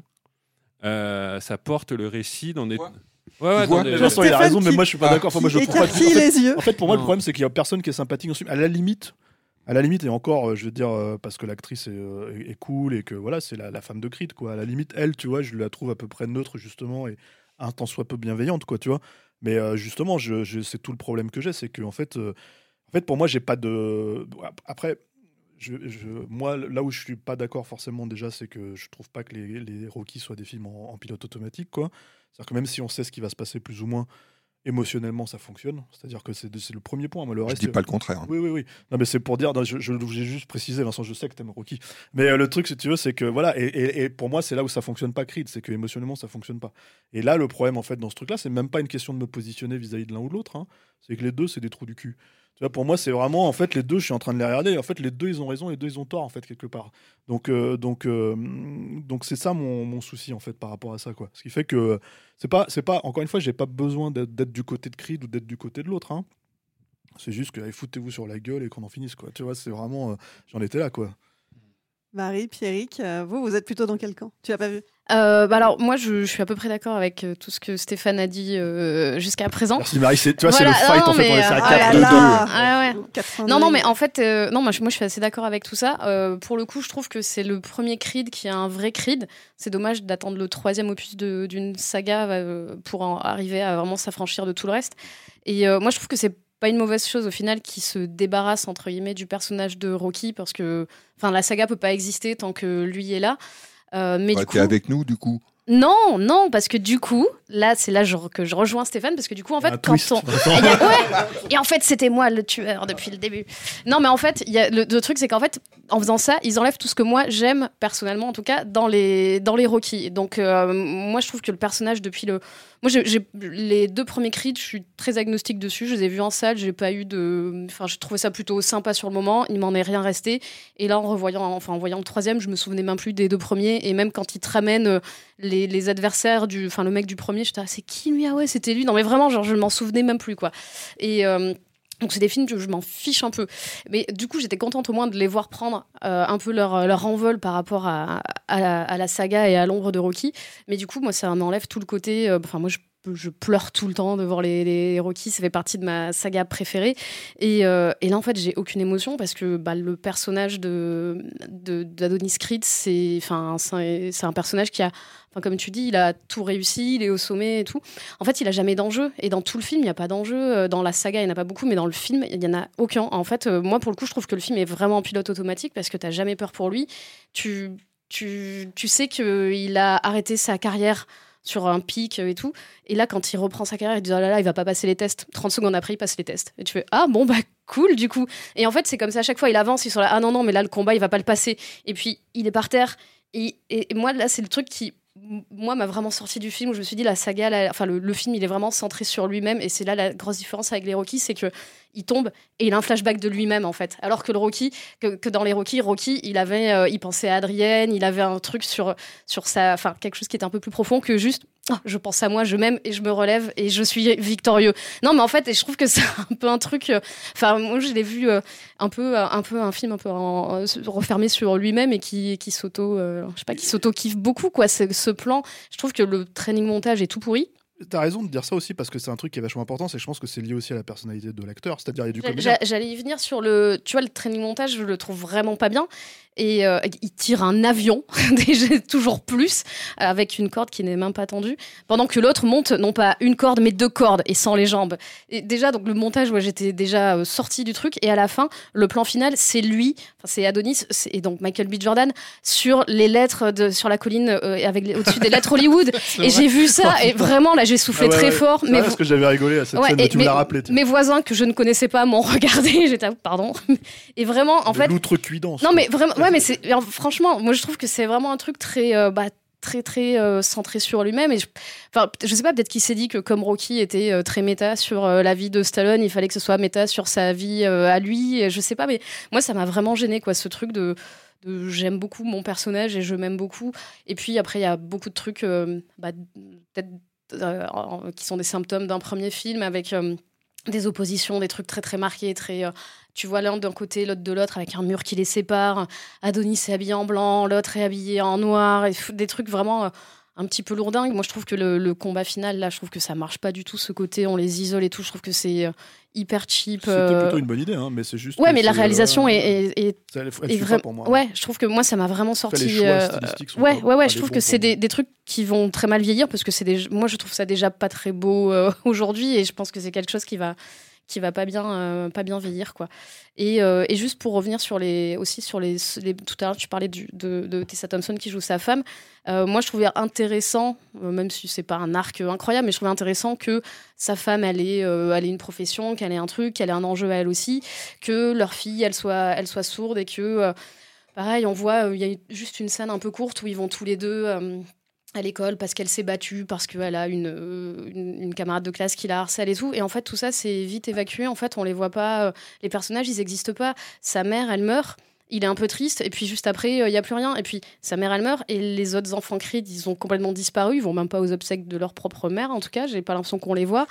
S4: ça porte le récit dans des...
S2: Vincent, il a raison, mais moi je suis pas d'accord. Enfin, moi, je trouve pas
S9: les yeux.
S2: En fait, pour moi, le problème, c'est qu'il y a personne qui est sympathique. À la limite, et encore, je veux dire, parce que l'actrice est cool et que voilà, c'est la femme de Creed, quoi. À la limite, elle, tu vois, je la trouve à peu près neutre, justement, et un tant soit peu bienveillante, quoi, tu vois. Mais justement, c'est tout le problème que j'ai, c'est que en fait, pour moi, j'ai pas de. Après, moi, là où je suis pas d'accord forcément déjà, c'est que je trouve pas que les Rocky soient des films en pilote automatique, quoi. C'est-à-dire que même si on sait ce qui va se passer plus ou moins, émotionnellement, ça fonctionne. C'est-à-dire que c'est le premier point. Moi, le reste,
S3: je dis pas le contraire. Hein.
S2: Oui. Non, mais c'est pour dire. J'ai juste précisé, Vincent. Je sais que t'aimes Rocky. Mais le truc, si tu veux, c'est que voilà. Et pour moi, c'est là où ça fonctionne pas, Creed. C'est que émotionnellement, ça fonctionne pas. Et là, le problème, en fait, dans ce truc-là, c'est même pas une question de me positionner vis-à-vis de l'un ou de l'autre. Hein. C'est que les deux, c'est des trous du cul. Tu vois, pour moi, c'est vraiment, en fait, les deux, je suis en train de les regarder. En fait, les deux, ils ont raison, les deux, ils ont tort, en fait, quelque part. Donc c'est ça mon souci, en fait, par rapport à ça, quoi. Ce qui fait que c'est pas, encore une fois, j'ai pas besoin d'être du côté de Creed ou d'être du côté de l'autre. Hein. C'est juste que allez, foutez-vous sur la gueule et qu'on en finisse, quoi. Tu vois, c'est vraiment, j'en étais là, quoi.
S9: Marie, Pierrick, vous êtes plutôt dans quel camp ? Tu l'as pas vu ?
S10: Alors moi je suis à peu près d'accord avec tout ce que Stéphane a dit jusqu'à présent.
S2: Merci Marie, tu vois, voilà, c'est le fight, en fait, on est à
S10: 4-2-2. Non mais en fait moi je suis assez d'accord avec tout ça. Pour le coup je trouve que c'est le premier Creed qui est un vrai Creed. C'est dommage d'attendre le 3e opus d'une saga pour arriver à vraiment s'affranchir de tout le reste. Et moi je trouve que c'est pas une mauvaise chose au final qui se débarrasse entre guillemets du personnage de Rocky parce que la saga peut pas exister tant que lui est là. Mais du coup,
S3: t'es avec nous du coup.
S10: Non, parce que du coup, là, c'est là que je rejoins Stéphane, parce que du coup, en fait, quand on... Et en fait, c'était moi le tueur depuis le début. Non, mais en fait, le truc, c'est qu'en fait, en faisant ça, ils enlèvent tout ce que moi, j'aime, personnellement, en tout cas, dans les Rocky. Donc, moi, je trouve que le personnage, depuis le... Moi, j'ai les 2 premiers Creed, je suis très agnostique dessus. Je les ai vus en salle, j'ai pas eu de... Enfin, j'ai trouvé ça plutôt sympa sur le moment. Il m'en est rien resté. Et là, en voyant le 3e, je me souvenais même plus des 2 premiers. Et même quand ils te ramènent les adversaires, le mec du premier, j'étais c'est qui lui ? Ah ouais, c'était lui. Non, mais vraiment, genre, je m'en souvenais même plus, quoi. Et... donc c'est des films que je m'en fiche un peu. Mais du coup, j'étais contente au moins de les voir prendre un peu leur envol par rapport à la saga et à l'ombre de Rocky. Mais du coup, moi, ça m'enlève tout le côté... moi, je pleure tout le temps de voir les Rocky. Ça fait partie de ma saga préférée. Et là, en fait, j'ai aucune émotion parce que le personnage d'Adonis Creed, c'est un personnage qui a... comme tu dis, il a tout réussi, il est au sommet et tout. En fait, il a jamais d'enjeu. Et dans tout le film, il n'y a pas d'enjeu. Dans la saga, il n'y en a pas beaucoup, mais dans le film, il n'y en a aucun. En fait, moi, pour le coup, je trouve que le film est vraiment en pilote automatique parce que tu n'as jamais peur pour lui. Tu sais qu'il a arrêté sa carrière sur un pic et tout. Et là, quand il reprend sa carrière, il dit « Oh là là, il va pas passer les tests. » 30 secondes après, il passe les tests. Et tu fais « Ah bon, cool, du coup. » Et en fait, c'est comme ça, à chaque fois, il avance, ils sont là « Ah non, mais là, le combat, il va pas le passer. » Et puis, il est par terre. Et moi, là, c'est le truc qui... Moi, m'a vraiment sorti du film où je me suis dit la saga, le film, il est vraiment centré sur lui-même et c'est là la grosse différence avec les Rocky, c'est que il tombe et il a un flashback de lui-même en fait. Alors que le Rocky, que dans les Rocky, il pensait à Adrienne, il avait un truc sur sa, quelque chose qui était un peu plus profond que juste je pense à moi, je m'aime et je me relève et je suis victorieux. Non, mais en fait, et je trouve que c'est un peu un truc. Moi, je l'ai vu un peu un film un peu refermé sur lui-même et qui s'auto-kiffe beaucoup quoi. Ce plan, je trouve que le training montage est tout pourri.
S2: t'as raison de dire ça aussi parce que c'est un truc qui est vachement important, c'est que je pense que c'est lié aussi à la personnalité de l'acteur, c'est-à-dire il y a du comédien.
S10: J'allais y venir sur tu vois, le training montage, je le trouve vraiment pas bien. Et il tire un avion, déjà toujours plus, avec une corde qui n'est même pas tendue, pendant que l'autre monte non pas une corde, mais 2 cordes, et sans les jambes. Et déjà, donc le montage, j'étais déjà sortie du truc, et à la fin, le plan final, c'est lui, c'est Adonis, et donc Michael B. Jordan, sur les lettres, sur la colline, au-dessus des lettres Hollywood. Et j'ai vu ça, et vraiment, là, j'ai soufflé très fort.
S2: C'est parce que j'avais rigolé à cette scène, tu me l'as rappelé.
S10: Mes voisins que je ne connaissais pas m'ont regardé, j'étais pardon. Et vraiment, en fait...
S2: l'outrecuidance.
S10: Non, mais vraiment... Ouais, mais franchement, moi je trouve que c'est vraiment un truc très très centré sur lui-même. Et je sais pas, peut-être qu'il s'est dit que comme Rocky était très méta sur la vie de Stallone, il fallait que ce soit méta sur sa vie à lui. Et je sais pas, mais moi ça m'a vraiment gêné quoi, ce truc de j'aime beaucoup mon personnage et je m'aime beaucoup. Et puis après il y a beaucoup de trucs peut-être qui sont des symptômes d'un premier film avec des oppositions, des trucs très très marqués, très tu vois l'un d'un côté, l'autre de l'autre, avec un mur qui les sépare. Adonis est habillé en blanc, l'autre est habillé en noir, et des trucs vraiment un petit peu lourdingues. Moi, je trouve que le combat final, là, je trouve que ça marche pas du tout, ce côté, on les isole et tout. Je trouve que c'est hyper cheap.
S2: C'était plutôt une bonne idée, hein, mais c'est juste...
S10: Ouais, mais la réalisation est
S2: vraiment... pour moi.
S10: Ouais, je trouve que moi, ça m'a vraiment sorti...
S2: Les choix stylistiques sont
S10: je trouve que c'est des trucs qui vont très mal vieillir, parce que moi, je trouve ça déjà pas très beau aujourd'hui, et je pense que c'est quelque chose qui va pas bien vieillir quoi. Et juste pour revenir sur les tout à l'heure tu parlais de Tessa Thompson qui joue sa femme, moi je trouvais intéressant, même si c'est pas un arc incroyable, mais je trouvais intéressant que sa femme elle ait une profession, qu'elle ait un truc, qu'elle ait un enjeu à elle aussi, que leur fille elle soit sourde, et que pareil on voit il y a juste une scène un peu courte où ils vont tous les deux à l'école parce qu'elle s'est battue, parce qu'elle a une camarade de classe qui la harcèle et tout. Et en fait, tout ça, c'est vite évacué. En fait, on les voit pas. Les personnages, ils existent pas. Sa mère, elle meurt. Il est un peu triste. Et puis, juste après, il y a plus rien. Et puis, sa mère, elle meurt. Et les autres enfants Creed, ils ont complètement disparu. Ils vont même pas aux obsèques de leur propre mère. En tout cas, j'ai pas l'impression qu'on les voit.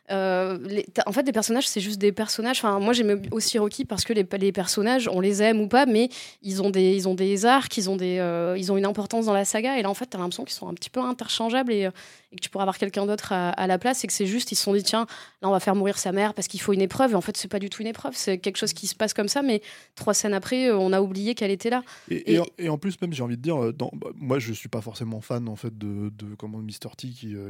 S10: En fait, des personnages, c'est juste des personnages. Enfin, moi, j'aime aussi Rocky parce que les personnages, on les aime ou pas, mais ils ont des arcs, ils ont une importance dans la saga. Et là, en fait, t'as l'impression qu'ils sont un petit peu interchangeables et que tu pourrais avoir quelqu'un d'autre à la place. Et que c'est juste, ils se sont dit, tiens, là, on va faire mourir sa mère parce qu'il faut une épreuve. Et en fait, c'est pas du tout une épreuve. C'est quelque chose qui se passe comme ça, mais 3 scènes après, on a oublié qu'elle était là.
S2: Et en plus, même, j'ai envie de dire, moi, je suis pas forcément fan en fait de Mr. T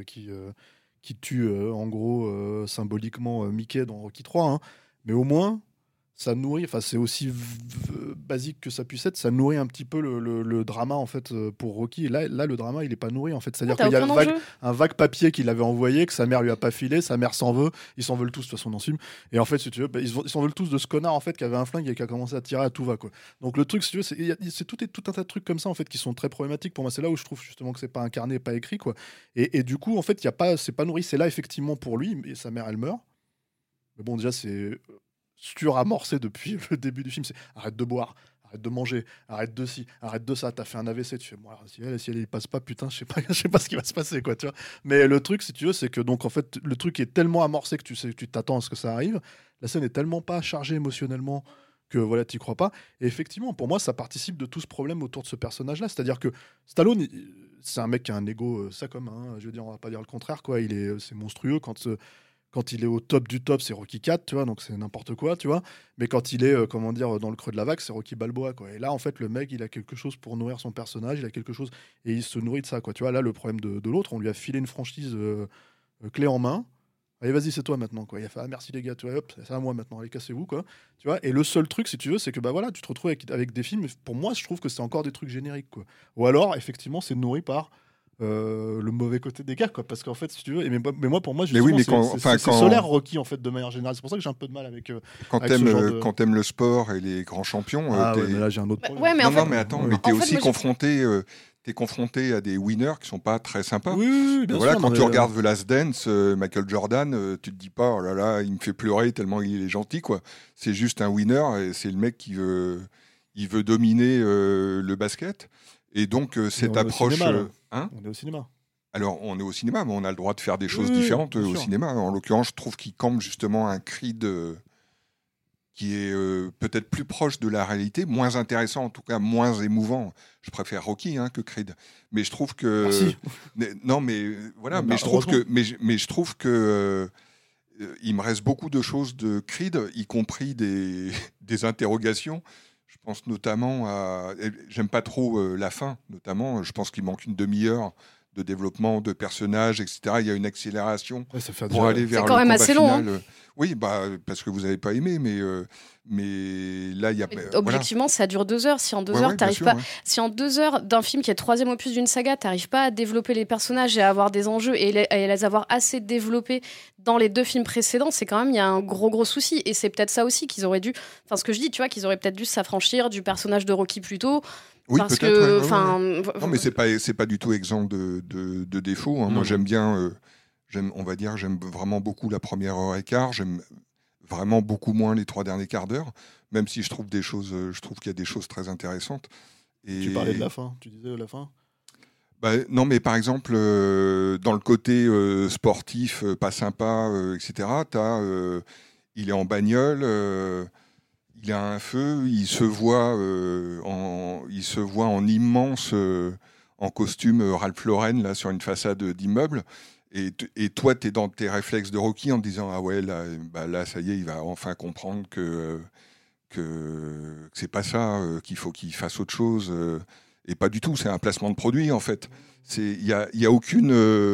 S2: qui tue en gros symboliquement Mickey dans Rocky 3, hein. Mais au moins ça nourrit, enfin c'est aussi basique que ça puisse être, ça nourrit un petit peu le drama en fait pour Rocky. Et là le drama il est pas nourri en fait, c'est-à-dire qu'il y a un vague papier qu'il avait envoyé, que sa mère lui a pas filé, sa mère s'en veut, ils s'en veulent tous de toute façon dans ce film. Et en fait si tu veux, ils s'en veulent tous de ce connard en fait qui avait un flingue et qui a commencé à tirer à tout va quoi. Donc le truc si tu veux, c'est tout un tas de trucs comme ça en fait qui sont très problématiques pour moi. C'est là où je trouve justement que c'est pas incarné, pas écrit quoi. Et du coup en fait c'est pas nourri. C'est là effectivement pour lui, et sa mère elle meurt. Mais bon déjà c'est suramorcé depuis le début du film, c'est arrête de boire, arrête de manger, arrête de ci, arrête de ça, t'as fait un AVC, tu fais bon, si elle y passe pas, putain, je sais pas ce qui va se passer quoi, tu vois. Mais le truc si tu veux, c'est que donc en fait le truc est tellement amorcé que tu t'attends à ce que ça arrive, la scène est tellement pas chargée émotionnellement que voilà, t'y crois pas. Et effectivement, pour moi, ça participe de tout ce problème autour de ce personnage-là. C'est-à-dire que Stallone, c'est un mec qui a un ego ça comme, hein, je veux dire, on va pas dire le contraire, quoi. C'est monstrueux quand il est au top du top, c'est Rocky 4, tu vois, donc c'est n'importe quoi, tu vois. Mais quand il est, dans le creux de la vague, c'est Rocky Balboa, quoi. Et là, en fait, le mec, il a quelque chose pour nourrir son personnage, il a quelque chose, et il se nourrit de ça, quoi. Tu vois, là, le problème de l'autre, on lui a filé une franchise clé en main. Allez, vas-y, c'est toi maintenant, quoi. Il a fait, ah, merci les gars, tu vois, hop, c'est à moi maintenant, allez, cassez-vous, quoi. Tu vois, et le seul truc, si tu veux, c'est que, bah voilà, tu te retrouves avec des films, pour moi, je trouve que c'est encore des trucs génériques, quoi. Ou alors, effectivement, c'est nourri par le mauvais côté des gars, quoi, parce qu'en fait si tu veux, mais moi pour moi justement, c'est solaire Rocky en fait de manière générale, c'est pour ça que j'ai un peu de mal avec
S3: quand t'aimes le sport et les grands champions.
S2: Mais là j'ai un autre problème.
S3: Ouais, mais attends, mais t'es aussi confronté à des winners qui sont pas très sympas.
S2: Oui, bien
S3: voilà,
S2: sûr,
S3: quand tu regardes The Last Dance, Michael Jordan, tu te dis pas oh là là, il me fait pleurer tellement il est gentil, quoi. C'est juste un winner et c'est le mec qui veut dominer le basket. Et donc cette approche,
S2: on est au cinéma.
S3: Alors on est au cinéma, mais on a le droit de faire des choses différentes au cinéma. En l'occurrence, je trouve qu'il campe justement un cri de qui est peut-être plus proche de la réalité, moins intéressant, en tout cas moins émouvant. Je préfère Rocky que Creed. Mais je trouve que...
S2: Merci.
S3: Non, mais voilà, mais je trouve que il me reste beaucoup de choses de Creed, y compris des interrogations. Je pense notamment à... J'aime pas trop la fin, notamment. Je pense qu'il manque une demi-heure de développement de personnages, etc. Il y a une accélération pour aller vers le combat final. C'est
S10: quand même assez long.
S3: Oui, parce que vous n'avez pas aimé, mais là, il y a...
S10: Objectivement, ça dure 2 heures. Si en 2 heures, t'arrives pas... Si en 2 heures d'un film qui est le 3e opus d'une saga, t'arrives pas à développer les personnages et à avoir des enjeux et les avoir assez développés dans les 2 films précédents, c'est quand même, il y a un gros souci. Et c'est peut-être ça aussi qu'ils auraient dû... Enfin, ce que je dis, tu vois, qu'ils auraient peut-être dû s'affranchir du personnage de Rocky plus tôt.
S3: Oui,
S10: parce
S3: peut-être.
S10: Que,
S3: Non, mais c'est pas du tout exempt de défauts. Moi, j'aime bien... j'aime vraiment beaucoup la première heure et quart. J'aime vraiment beaucoup moins les 3 derniers quarts d'heure, même si je trouve qu'il y a des choses très intéressantes. Et...
S2: Tu parlais de la fin, tu disais la fin.
S3: Non, mais par exemple, dans le côté sportif, pas sympa, etc., il est en bagnole, il a un feu, il se voit en immense, en costume Ralph Lauren, là, sur une façade d'immeuble. Et toi, tu es dans tes réflexes de Rocky en te disant ah ouais, là ça y est, il va enfin comprendre que c'est pas ça, qu'il faut qu'il fasse autre chose. Et pas du tout, c'est un placement de produit en fait. Il y a aucune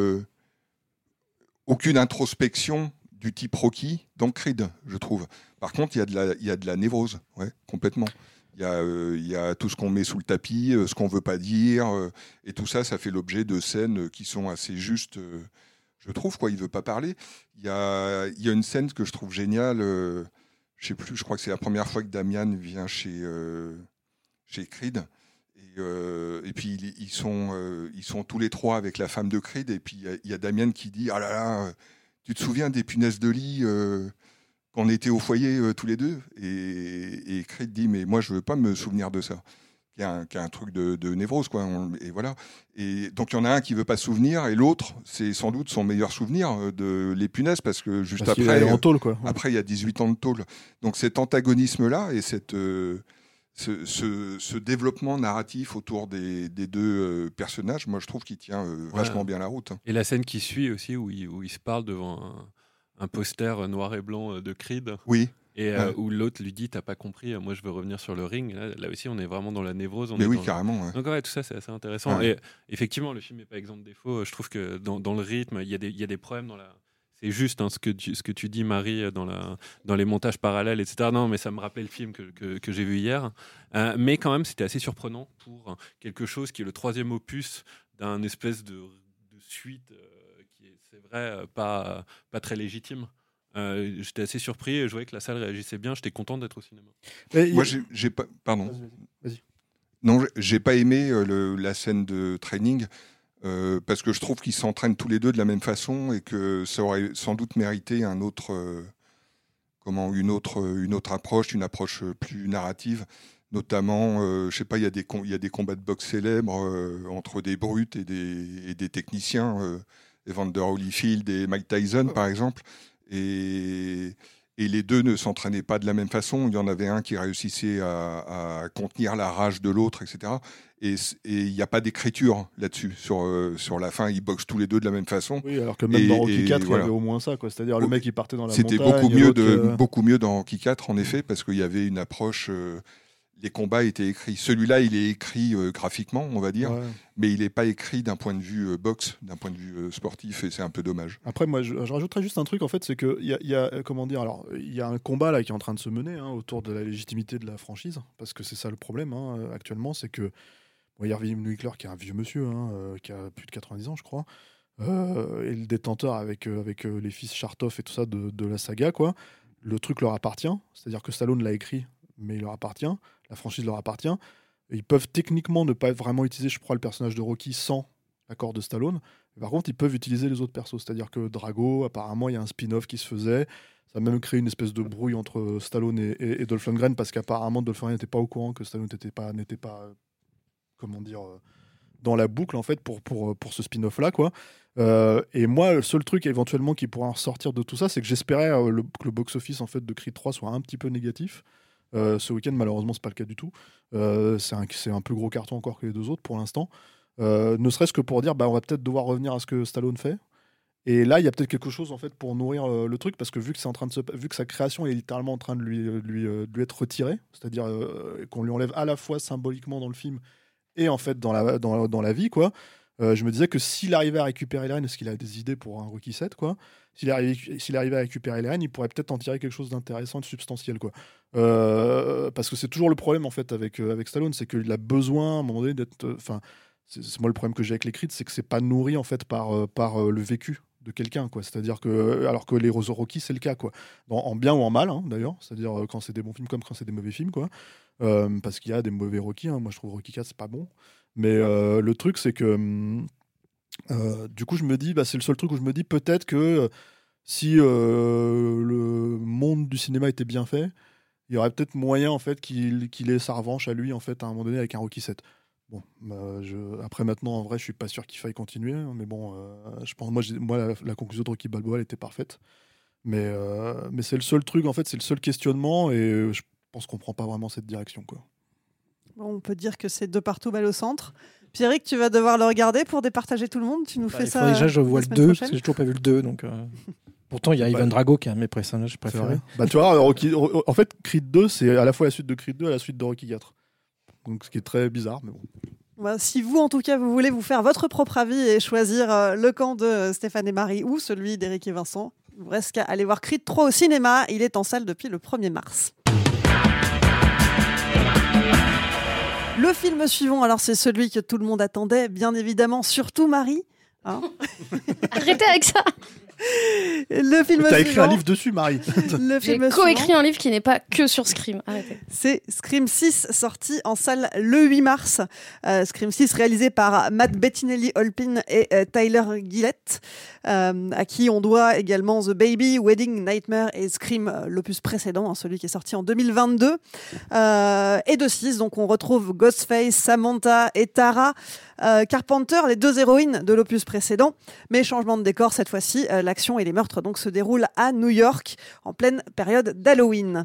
S3: introspection du type Rocky dans Creed, je trouve. Par contre, il y a de la névrose, ouais, complètement. Il y a tout ce qu'on met sous le tapis, ce qu'on veut pas dire, et tout ça, ça fait l'objet de scènes qui sont assez justes. Je trouve, quoi, il veut pas parler. Il y a une scène que je trouve géniale. Je sais plus, je crois que c'est la première fois que Damian vient chez Creed. Et puis ils sont tous les 3 avec la femme de Creed. Et puis il y a Damian qui dit ah là là, tu te souviens des punaises de lit quand on était au foyer tous les deux? Et Creed dit mais moi je veux pas me souvenir de ça. Qui a un truc de névrose, quoi. Et voilà. Et donc il y en a un qui veut pas se souvenir et l'autre, c'est sans doute son meilleur souvenir de les punaises parce que juste après,
S2: en tôle, quoi.
S3: Après il y a 18 ans de tôle. Donc cet antagonisme-là et ce développement narratif autour des 2 personnages, moi je trouve qu'il tient vachement bien la route.
S4: Et la scène qui suit aussi où il se parle devant un poster noir et blanc de Creed.
S3: Oui.
S4: Et où l'autre lui dit t'as pas compris, moi je veux revenir sur le ring. Là aussi on est vraiment dans la névrose.
S3: Mais oui, carrément. Ouais.
S4: Donc ouais, tout ça c'est assez intéressant.
S3: Ouais.
S4: Et effectivement le film n'est pas exempt de défauts. Je trouve que dans le rythme il y a des problèmes dans la... C'est juste ce que tu dis Marie dans les montages parallèles, etc. Non mais ça me rappelait le film que j'ai vu hier. Mais quand même c'était assez surprenant pour quelque chose qui est le 3e opus d'un espèce de suite qui est, c'est vrai, pas très légitime. J'étais assez surpris, je voyais que la salle réagissait bien, j'étais content d'être au cinéma.
S3: Moi, j'ai pas... Pardon.
S2: Vas-y.
S3: Non, j'ai pas aimé la scène de training parce que je trouve qu'ils s'entraînent tous les 2 de la même façon et que ça aurait sans doute mérité une autre approche, une approche plus narrative. Notamment, je sais pas, il y a des combats de boxe célèbres entre des brutes et des techniciens, Evander Holyfield et Mike Tyson, par exemple. Et les 2 ne s'entraînaient pas de la même façon. Il y en avait un qui réussissait à contenir la rage de l'autre, etc. Et il n'y a pas d'écriture là-dessus. Sur la fin, ils boxent tous les 2 de la même façon.
S2: Oui, alors que même dans Rocky 4, il y avait au moins ça, quoi. C'est-à-dire le mec, il partait dans la montagne.
S3: C'était beaucoup mieux dans Rocky 4, en effet, parce qu'il y avait une approche... les combats étaient écrits. Celui-là, il est écrit graphiquement, on va dire, mais il n'est pas écrit d'un point de vue boxe, d'un point de vue sportif, et c'est un peu dommage.
S2: Après, moi, je rajouterais juste un truc, en fait, c'est qu'il y a, comment dire, alors, il y a un combat là qui est en train de se mener autour de la légitimité de la franchise, parce que c'est ça le problème actuellement, c'est que Harvey Winkler, qui est un vieux monsieur, qui a plus de 90 ans, je crois, et le détenteur avec les fils Chartoff et tout ça de la saga, quoi. Le truc leur appartient, c'est-à-dire que Stallone l'a écrit, mais il leur appartient, la franchise leur appartient. Et ils peuvent techniquement ne pas vraiment utiliser, je crois, le personnage de Rocky sans l'accord de Stallone. Par contre, ils peuvent utiliser les autres persos. C'est-à-dire que Drago, apparemment, il y a un spin-off qui se faisait. Ça a même créé une espèce de brouille entre Stallone et Dolph Lundgren, parce qu'apparemment, Dolph Lundgren n'était pas au courant que Stallone n'était pas comment dire, dans la boucle en fait pour ce spin-off là quoi. Et moi, le seul truc éventuellement qui pourrait en ressortir de tout ça, c'est que j'espérais que le box-office en fait de Creed 3 soit un petit peu négatif. Ce week-end, malheureusement, c'est pas le cas du tout. C'est un plus gros carton encore que les deux autres pour l'instant. Ne serait-ce que pour dire, on va peut-être devoir revenir à ce que Stallone fait. Et là, il y a peut-être quelque chose en fait pour nourrir le truc, parce que vu que sa création est littéralement en train de lui être retirée, c'est-à-dire qu'on lui enlève à la fois symboliquement dans le film et en fait dans la vie, quoi. Je me disais que s'il arrivait à récupérer les rênes, parce qu'il a des idées pour un Rocky 7, quoi. S'il arrivait à récupérer les rênes, il pourrait peut-être en tirer quelque chose d'intéressant, de substantiel, quoi. Parce que c'est toujours le problème en fait avec Stallone, c'est qu'il a besoin à un moment donné d'être. Enfin, c'est moi le problème que j'ai avec les Creed, c'est que c'est pas nourri en fait par le vécu de quelqu'un, quoi. C'est-à-dire que, alors que les Rocky, c'est le cas, quoi. En bien ou en mal, hein, d'ailleurs. C'est-à-dire quand c'est des bons films comme quand c'est des mauvais films, quoi. Parce qu'il y a des mauvais Rocky. Hein. Moi, je trouve Rocky 4, c'est pas bon. Mais le truc, c'est que du coup, je me dis, c'est le seul truc où je me dis peut-être que si le monde du cinéma était bien fait, il y aurait peut-être moyen en fait qu'il ait sa revanche à lui en fait à un moment donné avec un Rocky 7. Bon, après maintenant, en vrai, je suis pas sûr qu'il faille continuer, hein, mais bon, je pense, la conclusion de Rocky Balboa, elle était parfaite. Mais c'est le seul truc, en fait, c'est le seul questionnement, et je pense qu'on prend pas vraiment cette direction, quoi.
S9: Bon, on peut dire que c'est de partout balle au centre. Pierrick, tu vas devoir le regarder pour départager tout le monde. Tu nous fais ça.
S11: Déjà, je vois le 2, parce que j'ai toujours pas vu le 2, donc. Pourtant, il y a Ivan Drago qui est un de mes personnages préférés.
S2: Tu vois, en fait, Creed 2, c'est à la fois la suite de Creed 2 et la suite de Rocky 4. Donc, ce qui est très bizarre, mais bon.
S9: Si vous, en tout cas, vous voulez vous faire votre propre avis et choisir le camp de Stéphane et Marie ou celui d'Éric et Vincent, il vous reste qu'à aller voir Creed 3 au cinéma. Il est en salle depuis le 1er mars. Le film suivant, alors c'est celui que tout le monde attendait, bien évidemment, surtout Marie. Hein.
S10: Arrêtez avec ça.
S9: Le film
S2: T'as écrit un livre dessus, Marie.
S10: J'ai coécrit un livre qui n'est pas que sur Scream. Arrêtez.
S9: C'est Scream 6, sorti en salle le 8 mars. Scream 6 réalisé par Matt Bettinelli-Olpin et Tyler Gillett, à qui on doit également The Baby, Wedding Nightmare et Scream, l'opus précédent, celui qui est sorti en 2022. Et de 6, donc on retrouve Ghostface, Samantha et Tara Carpenter, les deux héroïnes de l'opus précédent. Mais changement de décor cette fois-ci, l'action et les meurtres donc se déroulent à New York en pleine période d'Halloween.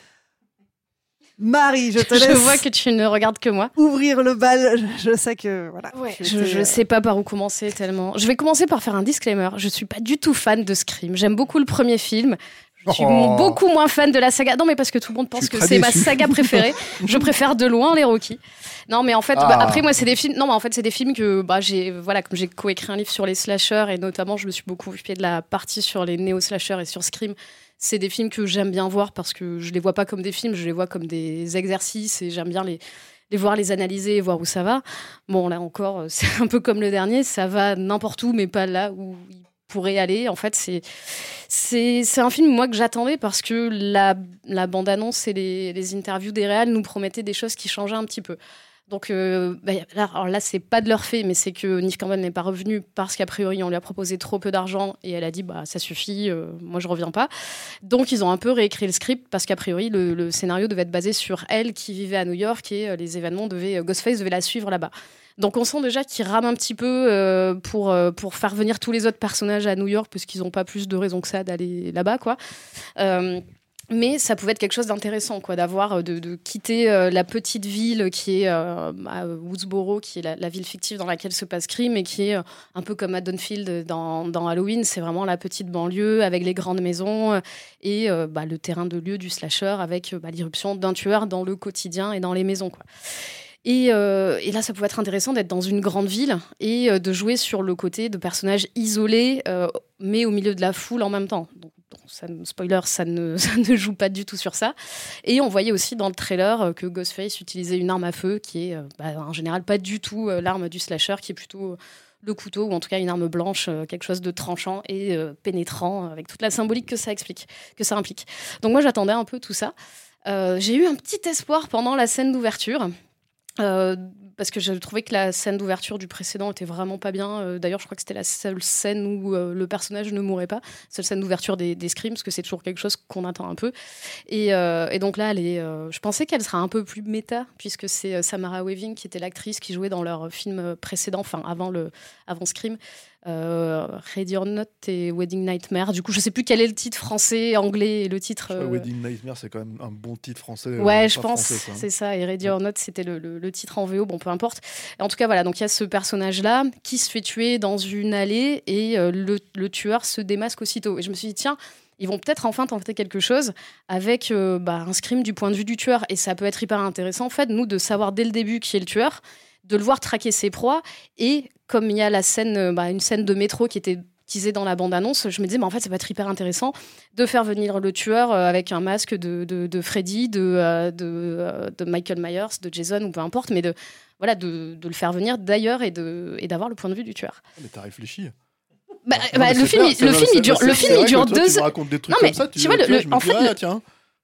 S9: Marie, je te laisse.
S10: Je vois que tu ne regardes que moi.
S9: Ouvrir le bal, je sais que voilà.
S10: Ouais, je sais pas par où commencer tellement. Je vais commencer par faire un disclaimer. Je suis pas du tout fan de Scream. J'aime beaucoup le premier film. Je suis beaucoup moins fan de la saga. Non, mais parce que tout le monde pense que c'est ma saga préférée. Je préfère de loin les Rocky. Non, mais en fait, après moi, c'est des films. Non, mais en fait, c'est des films que comme j'ai coécrit un livre sur les slashers et notamment, je me suis beaucoup occupée de la partie sur les néo-slashers et sur Scream. C'est des films que j'aime bien voir parce que je les vois pas comme des films, je les vois comme des exercices et j'aime bien les voir, les analyser et voir où ça va. Bon, là encore, c'est un peu comme le dernier, ça va n'importe où, mais pas là où il pourrait aller. En fait, c'est un film, moi, que j'attendais parce que la bande-annonce et les interviews des réals nous promettaient des choses qui changeaient un petit peu. Donc là, c'est pas de leur fait, mais c'est que Neve Campbell n'est pas revenue parce qu'a priori, on lui a proposé trop peu d'argent et elle a dit ça suffit, moi je reviens pas. Donc ils ont un peu réécrit le script parce qu'a priori, le scénario devait être basé sur elle qui vivait à New York et les événements Ghostface devait la suivre là-bas. Donc on sent déjà qu'ils rament un petit peu pour faire venir tous les autres personnages à New York parce qu'ils n'ont pas plus de raison que ça d'aller là-bas, quoi. Mais ça pouvait être quelque chose d'intéressant, quoi, d'avoir de quitter la petite ville qui est à Woodsboro, qui est la ville fictive dans laquelle se passe Scream et qui est un peu comme Haddonfield dans Halloween. C'est vraiment la petite banlieue avec les grandes maisons et le terrain de lieu du slasher avec l'irruption d'un tueur dans le quotidien et dans les maisons, quoi. Et là, ça pouvait être intéressant d'être dans une grande ville et de jouer sur le côté de personnages isolés, mais au milieu de la foule en même temps. Donc, spoiler, ça ne joue pas du tout sur ça. Et on voyait aussi dans le trailer que Ghostface utilisait une arme à feu qui est en général pas du tout l'arme du slasher, qui est plutôt le couteau, ou en tout cas une arme blanche, quelque chose de tranchant et pénétrant, avec toute la symbolique que ça implique. Donc moi, j'attendais un peu tout ça. J'ai eu un petit espoir pendant la scène d'ouverture. Parce que je trouvais que la scène d'ouverture du précédent était vraiment pas bien. D'ailleurs, je crois que c'était la seule scène où le personnage ne mourait pas. Seule scène d'ouverture des Scream, parce que c'est toujours quelque chose qu'on attend un peu. Et donc là, je pensais qu'elle sera un peu plus méta, puisque c'est Samara Weaving qui était l'actrice qui jouait dans leur film précédent, enfin avant Scream. Ready or Not et Wedding Nightmare. Du coup, je sais plus quel est le titre français, anglais et le titre.
S2: Wedding Nightmare, c'est quand même un bon titre français.
S10: Ouais, je pense, c'est ça. Et Ready or Not, c'était le titre en VO. Bon, peu importe. En tout cas, voilà. Donc il y a ce personnage-là qui se fait tuer dans une allée et le tueur se démasque aussitôt. Et je me suis dit, tiens. Ils vont peut-être enfin tenter quelque chose avec un Scream du point de vue du tueur. Et ça peut être hyper intéressant, en fait, nous, de savoir dès le début qui est le tueur, de le voir traquer ses proies. Et comme il y a la scène, une scène de métro qui était teasée dans la bande-annonce, je me disais, en fait, ça va être hyper intéressant de faire venir le tueur avec un masque de Freddy, de Michael Myers, de Jason, ou peu importe, mais de le faire venir d'ailleurs et d'avoir le point de vue du tueur.
S2: Mais t'as réfléchi.
S10: Le film il dure 2 heures.
S2: Tu racontes des trucs comme ça, tu vois, tiens.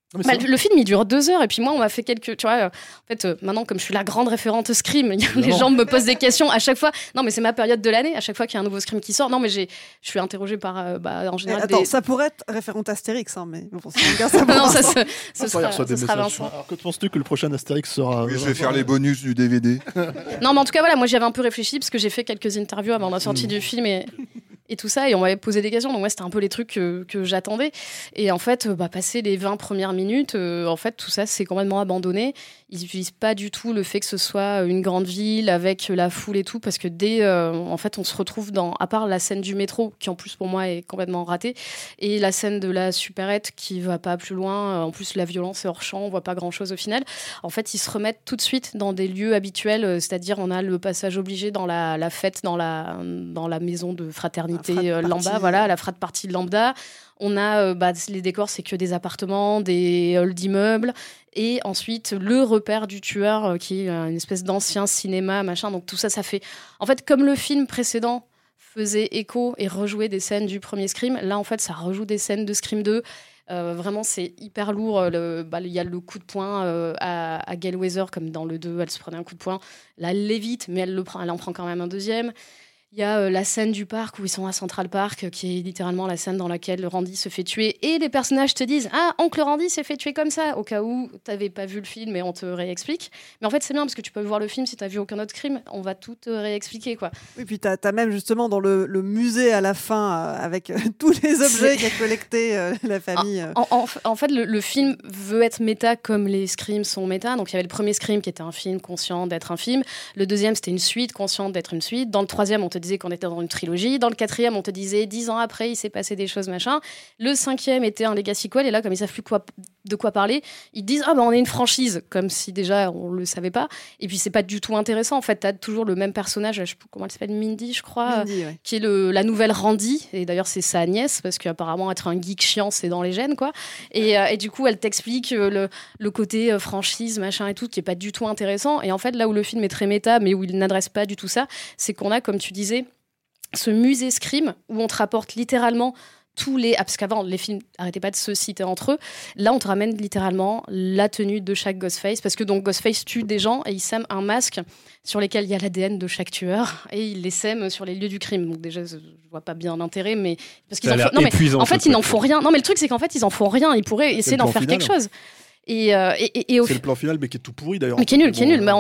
S10: Le film il dure 2 heures et puis moi on m'a fait quelques, tu vois, en fait maintenant comme je suis la grande référente Scream, les gens me posent des questions à chaque fois. Non mais c'est ma période de l'année, à chaque fois qu'il y a un nouveau Scream qui sort. Non mais je suis interrogée par en général.
S9: Attends, ça pourrait être référente Astérix, hein, mais bon, ça
S10: non,
S9: ce
S10: sera Vincent.
S2: Alors que penses-tu que le prochain Astérix sera
S3: je vais faire les bonus du DVD.
S10: Non mais en tout cas voilà, moi j'avais un peu réfléchi parce que j'ai fait quelques interviews avant la sortie du film et tout ça, et on m'avait posé des questions, donc moi c'était un peu les trucs que j'attendais, et en fait passer les 20 premières minutes, en fait tout ça c'est complètement abandonné. Ils n'utilisent pas du tout le fait que ce soit une grande ville avec la foule et tout, parce que en fait on se retrouve à part la scène du métro qui en plus pour moi est complètement ratée, et la scène de la supérette qui va pas plus loin, en plus la violence est hors champ, on voit pas grand chose au final. En fait ils se remettent tout de suite dans des lieux habituels, c'est-à-dire on a le passage obligé dans la fête dans la maison de fraternité lambda, voilà, la frat party lambda. On a les décors, c'est que des appartements, des halls d'immeubles, et ensuite le repère du tueur qui est une espèce d'ancien cinéma, machin. Donc tout ça, ça fait. En fait, comme le film précédent faisait écho et rejouait des scènes du premier Scream, là en fait, ça rejoue des scènes de Scream 2. Vraiment, c'est hyper lourd. Il y a le coup de poing à Gail Weathers, comme dans le 2, elle se prenait un coup de poing. Là, elle l'évite, mais elle en prend quand même un deuxième. Il y a la scène du parc où ils sont à Central Park, qui est littéralement la scène dans laquelle Randy se fait tuer. Et les personnages te disent « Ah, Oncle Randy s'est fait tuer comme ça !» Au cas où tu n'avais pas vu le film et on te réexplique. Mais en fait, c'est bien parce que tu peux voir le film si tu n'as vu aucun autre Scream. On va tout te réexpliquer, quoi.
S9: Oui, puis tu as même justement dans le musée à la fin, avec tous les objets qu'a collecté la famille.
S10: En fait, le film veut être méta comme les Screams sont méta. Donc il y avait le premier Scream qui était un film conscient d'être un film. Le deuxième, c'était une suite consciente d'être une suite. Dans le troisième, on te disait qu'on était dans une trilogie. Dans le quatrième, on te disait 10 ans après, il s'est passé des choses, machin. Le cinquième était un legacy sequel, et là, comme ils savent plus de quoi parler, ils disent on est une franchise, comme si déjà on le savait pas. Et puis c'est pas du tout intéressant. En fait, t'as toujours le même personnage, je sais plus comment elle s'appelle, Mindy, je crois,
S9: ouais.
S10: Qui est la nouvelle Randy. Et d'ailleurs, c'est sa nièce, parce qu'apparemment être un geek chiant, c'est dans les gènes, quoi. Et du coup, elle t'explique le côté franchise, machin et tout, qui est pas du tout intéressant. Et en fait, là où le film est très méta, mais où il n'adresse pas du tout ça, c'est qu'on a, comme tu disais, ce musée Scream où on te rapporte littéralement tous les... parce qu'avant, les films n'arrêtaient pas de se citer entre eux. Là, on te ramène littéralement la tenue de chaque Ghostface, parce que donc Ghostface tue des gens et il sème un masque sur lequel il y a l'ADN de chaque tueur, et il les sème sur les lieux du crime. Donc déjà, je vois pas bien l'intérêt, mais... parce qu'ils en fait, ils n'en font rien. Non, mais le truc, c'est qu'en fait, ils en font rien. Ils pourraient essayer d'en faire quelque chose. C'est
S2: le plan final, mais qui est tout pourri d'ailleurs.
S10: Mais qui est nul,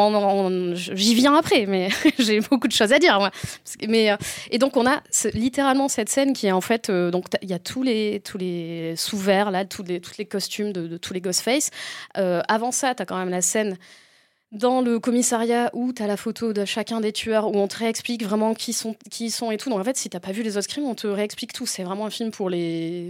S10: Mais j'y viens après, mais j'ai beaucoup de choses à dire, moi. Et donc on a littéralement cette scène qui est en fait, donc il y a tous les sous-verts là, tous les costumes de tous les Ghostface. Avant ça, t'as quand même la scène dans le commissariat où t'as la photo de chacun des tueurs, où on te réexplique vraiment qui ils sont et tout. Donc en fait, si t'as pas vu les autres crimes, on te réexplique tout. C'est vraiment un film pour les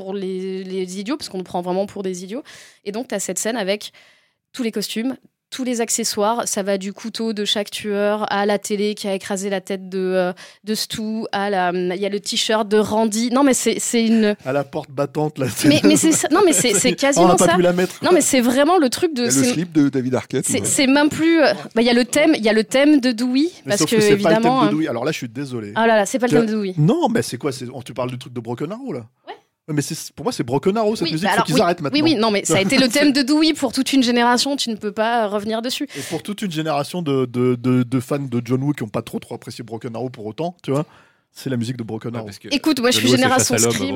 S10: idiots, parce qu'on nous prend vraiment pour des idiots. Et donc, tu as cette scène avec tous les costumes, tous les accessoires. Ça va du couteau de chaque tueur à la télé qui a écrasé la tête de Stu, il y a le t-shirt de Randy. Non, mais c'est une...
S2: À la porte battante, là.
S10: Mais c'est ça. Non, mais c'est quasiment ça.
S2: On n'a pas pu la mettre.
S10: Non, mais c'est vraiment le truc de...
S3: Le slip de David Arquette.
S10: C'est même plus... Il y a le thème de Dewey, parce que
S2: c'est
S10: évidemment...
S2: pas le thème de Dewey. Alors là, je suis désolé.
S10: Ah là là, c'est pas le thème de Dewey.
S2: Non, mais c'est quoi? Tu parles du truc de Broken Arrow, là?
S10: Ouais.
S2: Ouais, mais pour moi, c'est Broken Arrow, cette musique, il faut qu'ils arrêtent maintenant.
S10: Oui, non, mais ça a été le thème de Dewey pour toute une génération, tu ne peux pas revenir dessus.
S2: Et pour toute une génération de fans de John Woo qui n'ont pas trop apprécié Broken Arrow pour autant, tu vois, c'est la musique de Broken Arrow.
S10: Écoute, moi je suis génération Scream.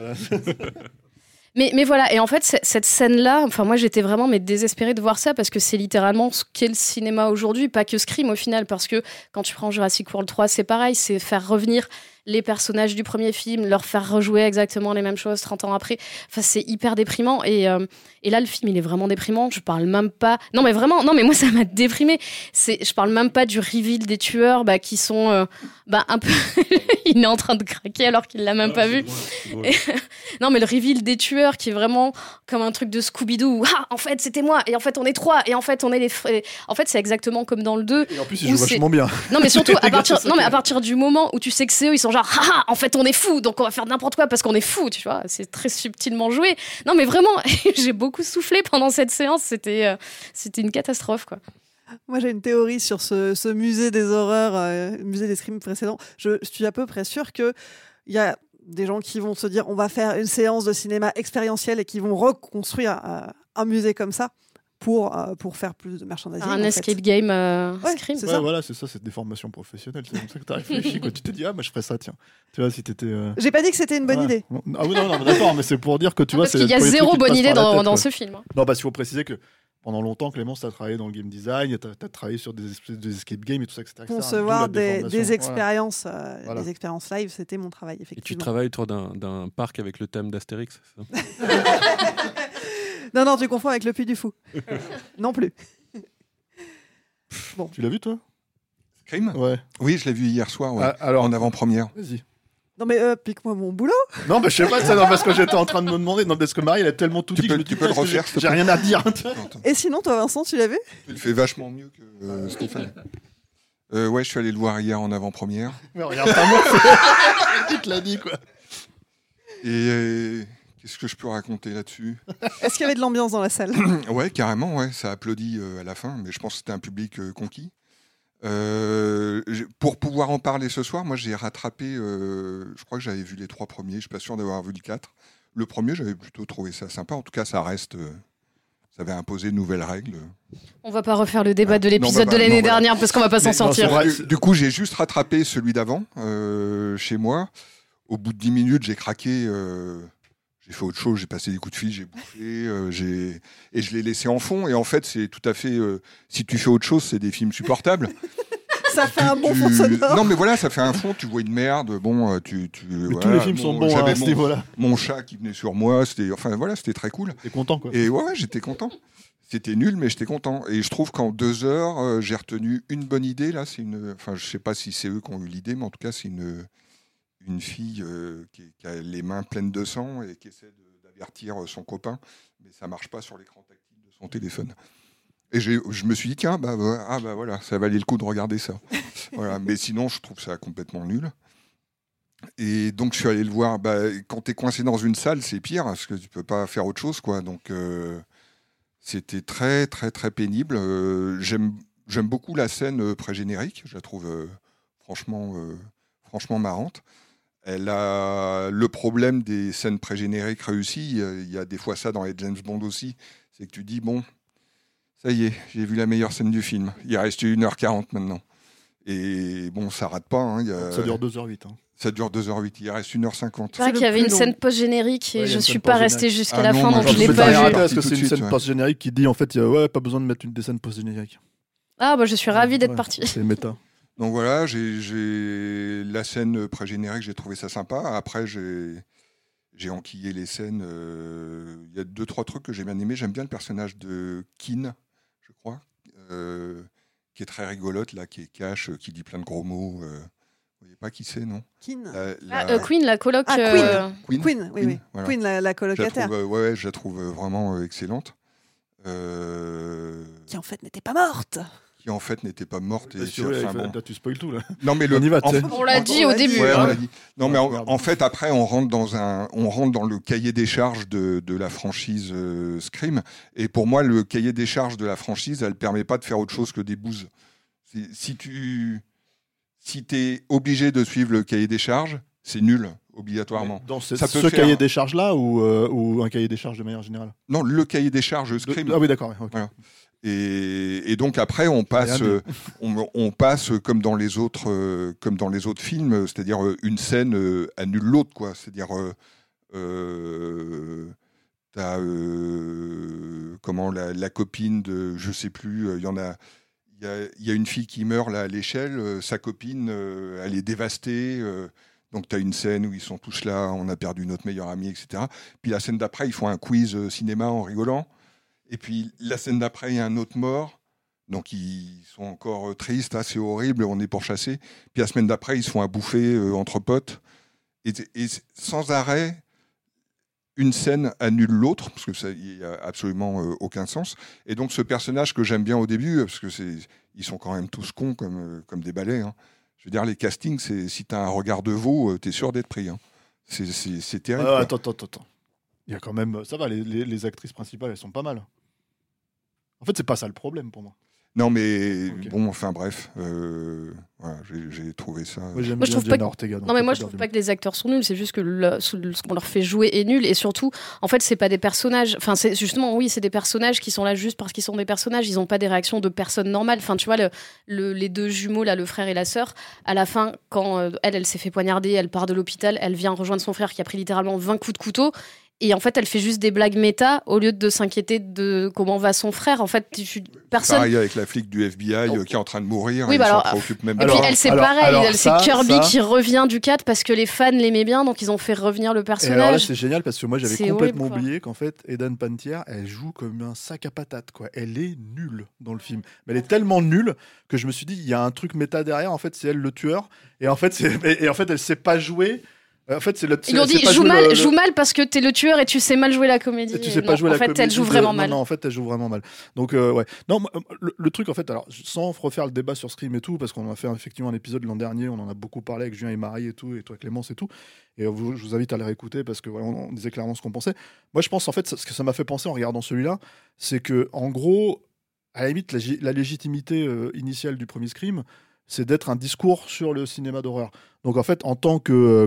S10: Mais voilà, et en fait, cette scène-là, enfin, moi j'étais vraiment désespérée de voir ça parce que c'est littéralement ce qu'est le cinéma aujourd'hui, pas que Scream au final, parce que quand tu prends Jurassic World 3, c'est pareil, c'est faire revenir les personnages du premier film, leur faire rejouer exactement les mêmes choses 30 ans après. Enfin, c'est hyper déprimant. Et là, le film, il est vraiment déprimant. Je parle même pas... Non, mais vraiment, non, mais moi, ça m'a déprimé. Je parle même pas du reveal des tueurs qui sont un peu... il est en train de craquer alors qu'il l'a même pas vu. Non, mais le reveal des tueurs qui est vraiment comme un truc de Scooby-Doo. Ah, en fait, c'était moi. Et en fait, on est 3. Et en fait, on est les frères. En fait, c'est exactement comme dans le 2.
S2: Et en plus, il joue vachement bien.
S10: Non, mais surtout, à partir du moment où tu sais que c'est eux, ils sont genre, haha, en fait, on est fous, donc on va faire n'importe quoi parce qu'on est fous, tu vois. C'est très subtilement joué. Non, mais vraiment, j'ai beaucoup soufflé pendant cette séance. C'était une catastrophe, quoi.
S9: Moi, j'ai une théorie sur ce musée des horreurs, musée des Scream précédents. Je suis à peu près sûre qu'il y a des gens qui vont se dire on va faire une séance de cinéma expérientielle et qui vont reconstruire un musée comme ça pour faire plus de merchandising.
S10: Un escape game Scream.
S2: C'est ça. Voilà, c'est ça, c'est des formations professionnelles. C'est comme ça que tu as réfléchi quand tu t'es dit moi je ferais ça, tiens. Tu vois, si t'étais.
S9: J'ai pas dit que c'était une bonne idée.
S2: Ah oui, non, d'accord, mais c'est pour dire que tu vois.
S10: Parce qu'il y a zéro bonne idée dans ce film.
S2: Non, parce qu'il faut préciser que pendant longtemps, Clémence, tu as travaillé dans le game design, tu as travaillé sur des espèces de escape games et tout ça, etc.
S9: Concevoir des expériences, des expériences live, c'était mon travail, effectivement.
S4: Et tu travailles autour d'un parc avec le thème d'Astérix, c'est ça?
S9: Non, tu confonds avec le Puy du Fou. Non plus.
S2: Bon. Tu l'as vu, toi?
S3: Scream?
S2: Ouais.
S3: Oui, je l'ai vu hier soir, en avant-première.
S2: Vas-y.
S9: Non mais pique-moi mon boulot.
S2: Non, je sais pas ça, parce que j'étais en train de me demander, parce que Marie elle a tellement tout dit que
S3: tu peux le refaire.
S2: J'ai rien à dire.
S9: Et sinon, toi Vincent, tu l'as vu?
S3: Tu le fais vachement mieux que Stéphane. Ouais, je suis allé le voir hier en avant-première.
S2: Mais regarde pas moi, tu te l'as dit quoi.
S3: Et qu'est-ce que je peux raconter là-dessus?
S9: Est-ce qu'il y avait de l'ambiance dans la salle?
S3: Ouais, carrément, ouais, ça applaudit à la fin, mais je pense que c'était un public conquis. Pour pouvoir en parler ce soir, moi j'ai rattrapé, je crois que j'avais vu les 3 premiers, je suis pas sûr d'avoir vu le 4. Le premier, j'avais plutôt trouvé ça sympa, en tout cas ça reste, ça avait imposé de nouvelles règles.
S10: On va pas refaire le débat de l'épisode de l'année dernière parce qu'on va pas s'en sortir.
S3: Du coup j'ai juste rattrapé celui d'avant chez moi, au bout de 10 minutes j'ai craqué, j'ai fait autre chose, j'ai passé des coups de fil, j'ai bouffé, et je l'ai laissé en fond. Et en fait, c'est tout à fait. Si tu fais autre chose, c'est des films supportables.
S9: Ça fait un bon fond sonore.
S3: Non, mais voilà, ça fait un fond. Tu vois une merde. Bon,
S2: mais tous les films sont bons à ce niveau-là.
S3: Mon chat qui venait sur moi, c'était très cool.
S2: T'es content, quoi.
S3: Et ouais, j'étais content. C'était nul, mais j'étais content. Et je trouve qu'en 2 heures, j'ai retenu une bonne idée. Là, je sais pas si c'est eux qui ont eu l'idée, mais en tout cas, c'est une fille qui a les mains pleines de sang et qui essaie d'avertir son copain, mais ça marche pas sur l'écran tactile de son téléphone. Et je me suis dit, tiens, voilà, ça valait le coup de regarder ça. Voilà. Mais sinon, je trouve ça complètement nul. Et donc, je suis allé le voir. Quand tu es coincé dans une salle, c'est pire, parce que tu peux pas faire autre chose, quoi. Donc, c'était très, très, très pénible. J'aime beaucoup la scène pré-générique. Je la trouve franchement marrante. Elle a le problème des scènes pré-génériques réussies. Il y a des fois ça dans les James Bond aussi. C'est que tu dis, bon, ça y est, j'ai vu la meilleure scène du film. Il reste 1h40 maintenant. Et bon, ça rate pas.
S2: Ça dure 2h08.
S3: Ça dure 2h08. Il reste 1h50.
S10: C'est vrai qu'il y avait une scène post-générique et je ne suis pas restée jusqu'à la fin, donc je ne l'ai pas vue.
S2: Parce que c'est une scène post-générique qui dit, en fait, pas besoin de mettre des scènes post-génériques.
S10: Ah, je suis ravie d'être partie.
S2: C'est méta.
S3: Donc voilà, j'ai la scène pré-générique, j'ai trouvé ça sympa. Après, j'ai enquillé les scènes. Il y a 2-3 trucs que j'ai bien aimé. J'aime bien le personnage de Keane, je crois, qui est très rigolote, là, qui est cash, qui dit plein de gros mots. Vous voyez pas qui c'est, non?
S9: Keane.
S10: Queen, la coloc.
S9: Queen, oui. Voilà. Queen, la colocataire.
S3: Je la trouve vraiment excellente.
S9: Qui en fait n'était pas morte.
S2: Là, tu spoil tout là.
S3: Non mais
S10: on l'a dit au début.
S3: Ouais, on l'a dit. Non mais en fait après on rentre dans le cahier des charges de la franchise Scream, et pour moi le cahier des charges de la franchise, elle permet pas de faire autre chose que des bouses. Si t'es obligé de suivre le cahier des charges, c'est nul. obligatoirement.
S2: Dans
S3: Ça peut
S2: ce
S3: faire-
S2: cahier des charges-là ou un cahier des charges de manière générale?
S3: Non, le cahier des charges Scream.
S2: Ah oui, d'accord. Ok.
S3: Voilà. Et donc après, on passe, on passe comme dans les autres films, c'est-à-dire une scène annule l'autre, quoi. C'est-à-dire, t'as comment la copine de, je sais plus, il y a une fille qui meurt là à l'échelle, sa copine, elle est dévastée. Donc tu as une scène où ils sont tous là, on a perdu notre meilleur ami, etc. Puis la scène d'après, ils font un quiz cinéma en rigolant. Et puis la scène d'après, il y a un autre mort. Donc ils sont encore tristes, c'est horrible, on est pourchassés. Puis la semaine d'après, ils se font à bouffer entre potes. Et sans arrêt, une scène annule l'autre, parce que il n'y a absolument aucun sens. Et donc ce personnage que j'aime bien au début, parce que ils sont quand même tous cons comme des balais. Hein. Je veux dire, les castings, si tu as un regard de veau, tu es sûr d'être pris. Hein. C'est terrible.
S2: Attends. Il y a quand même... Ça va, les actrices principales, elles sont pas mal. En fait, c'est pas ça le problème pour moi.
S3: Non, mais bon, enfin bref, voilà, j'ai trouvé ça.
S2: Moi, j'aime bien Jenna Ortega.
S10: Non, mais moi, je trouve pas que les acteurs sont nuls, c'est juste que ce qu'on leur fait jouer est nul. Et surtout, en fait, c'est pas des personnages. Enfin, c'est justement, oui, c'est des personnages qui sont là juste parce qu'ils sont des personnages. Ils ont pas des réactions de personnes normales. Enfin, tu vois, les deux jumeaux, là, le frère et la sœur, à la fin, quand elle s'est fait poignarder, elle part de l'hôpital, elle vient rejoindre son frère qui a pris littéralement 20 coups de couteau. Et en fait, elle fait juste des blagues méta au lieu de s'inquiéter de comment va son frère. En fait, personne.
S3: Pareil avec la flic du FBI qui est en train de mourir.
S10: Oui,
S3: et
S10: bah
S3: s'en
S10: alors,
S3: préoccupe même
S10: et
S3: pas.
S10: puis elle, c'est pareil. C'est Kirby qui revient du 4 parce que les fans l'aimaient bien, donc ils ont fait revenir le personnage.
S2: Et alors là, c'est génial parce que moi, j'avais complètement
S10: horrible,
S2: oublié qu'en fait, Eden Panettiere, elle joue comme un sac à patates, quoi. Elle est nulle dans le film. Mais elle est tellement nulle que je me suis dit, il y a un truc méta derrière. En fait, c'est elle le tueur. Et en fait, elle sait pas jouer. En fait,
S10: ils ont dit joue mal parce que t'es le tueur et tu sais mal jouer la comédie.
S2: Et tu sais pas jouer la comédie.
S10: En fait, elle joue vraiment mal.
S2: Non, en fait, elle joue vraiment mal. Donc, ouais. Non, le truc, en fait, alors, sans refaire le débat sur Scream et tout, parce qu'on a fait effectivement un épisode l'an dernier, on en a beaucoup parlé avec Julien et Marie et tout, et toi, Clémence et tout. Et je vous invite à les réécouter parce que voilà, on disait clairement ce qu'on pensait. Moi, je pense, en fait, ce que ça m'a fait penser en regardant celui-là, c'est que, en gros, à la limite, la légitimité initiale du premier Scream, c'est d'être un discours sur le cinéma d'horreur. Donc, en fait, en tant que,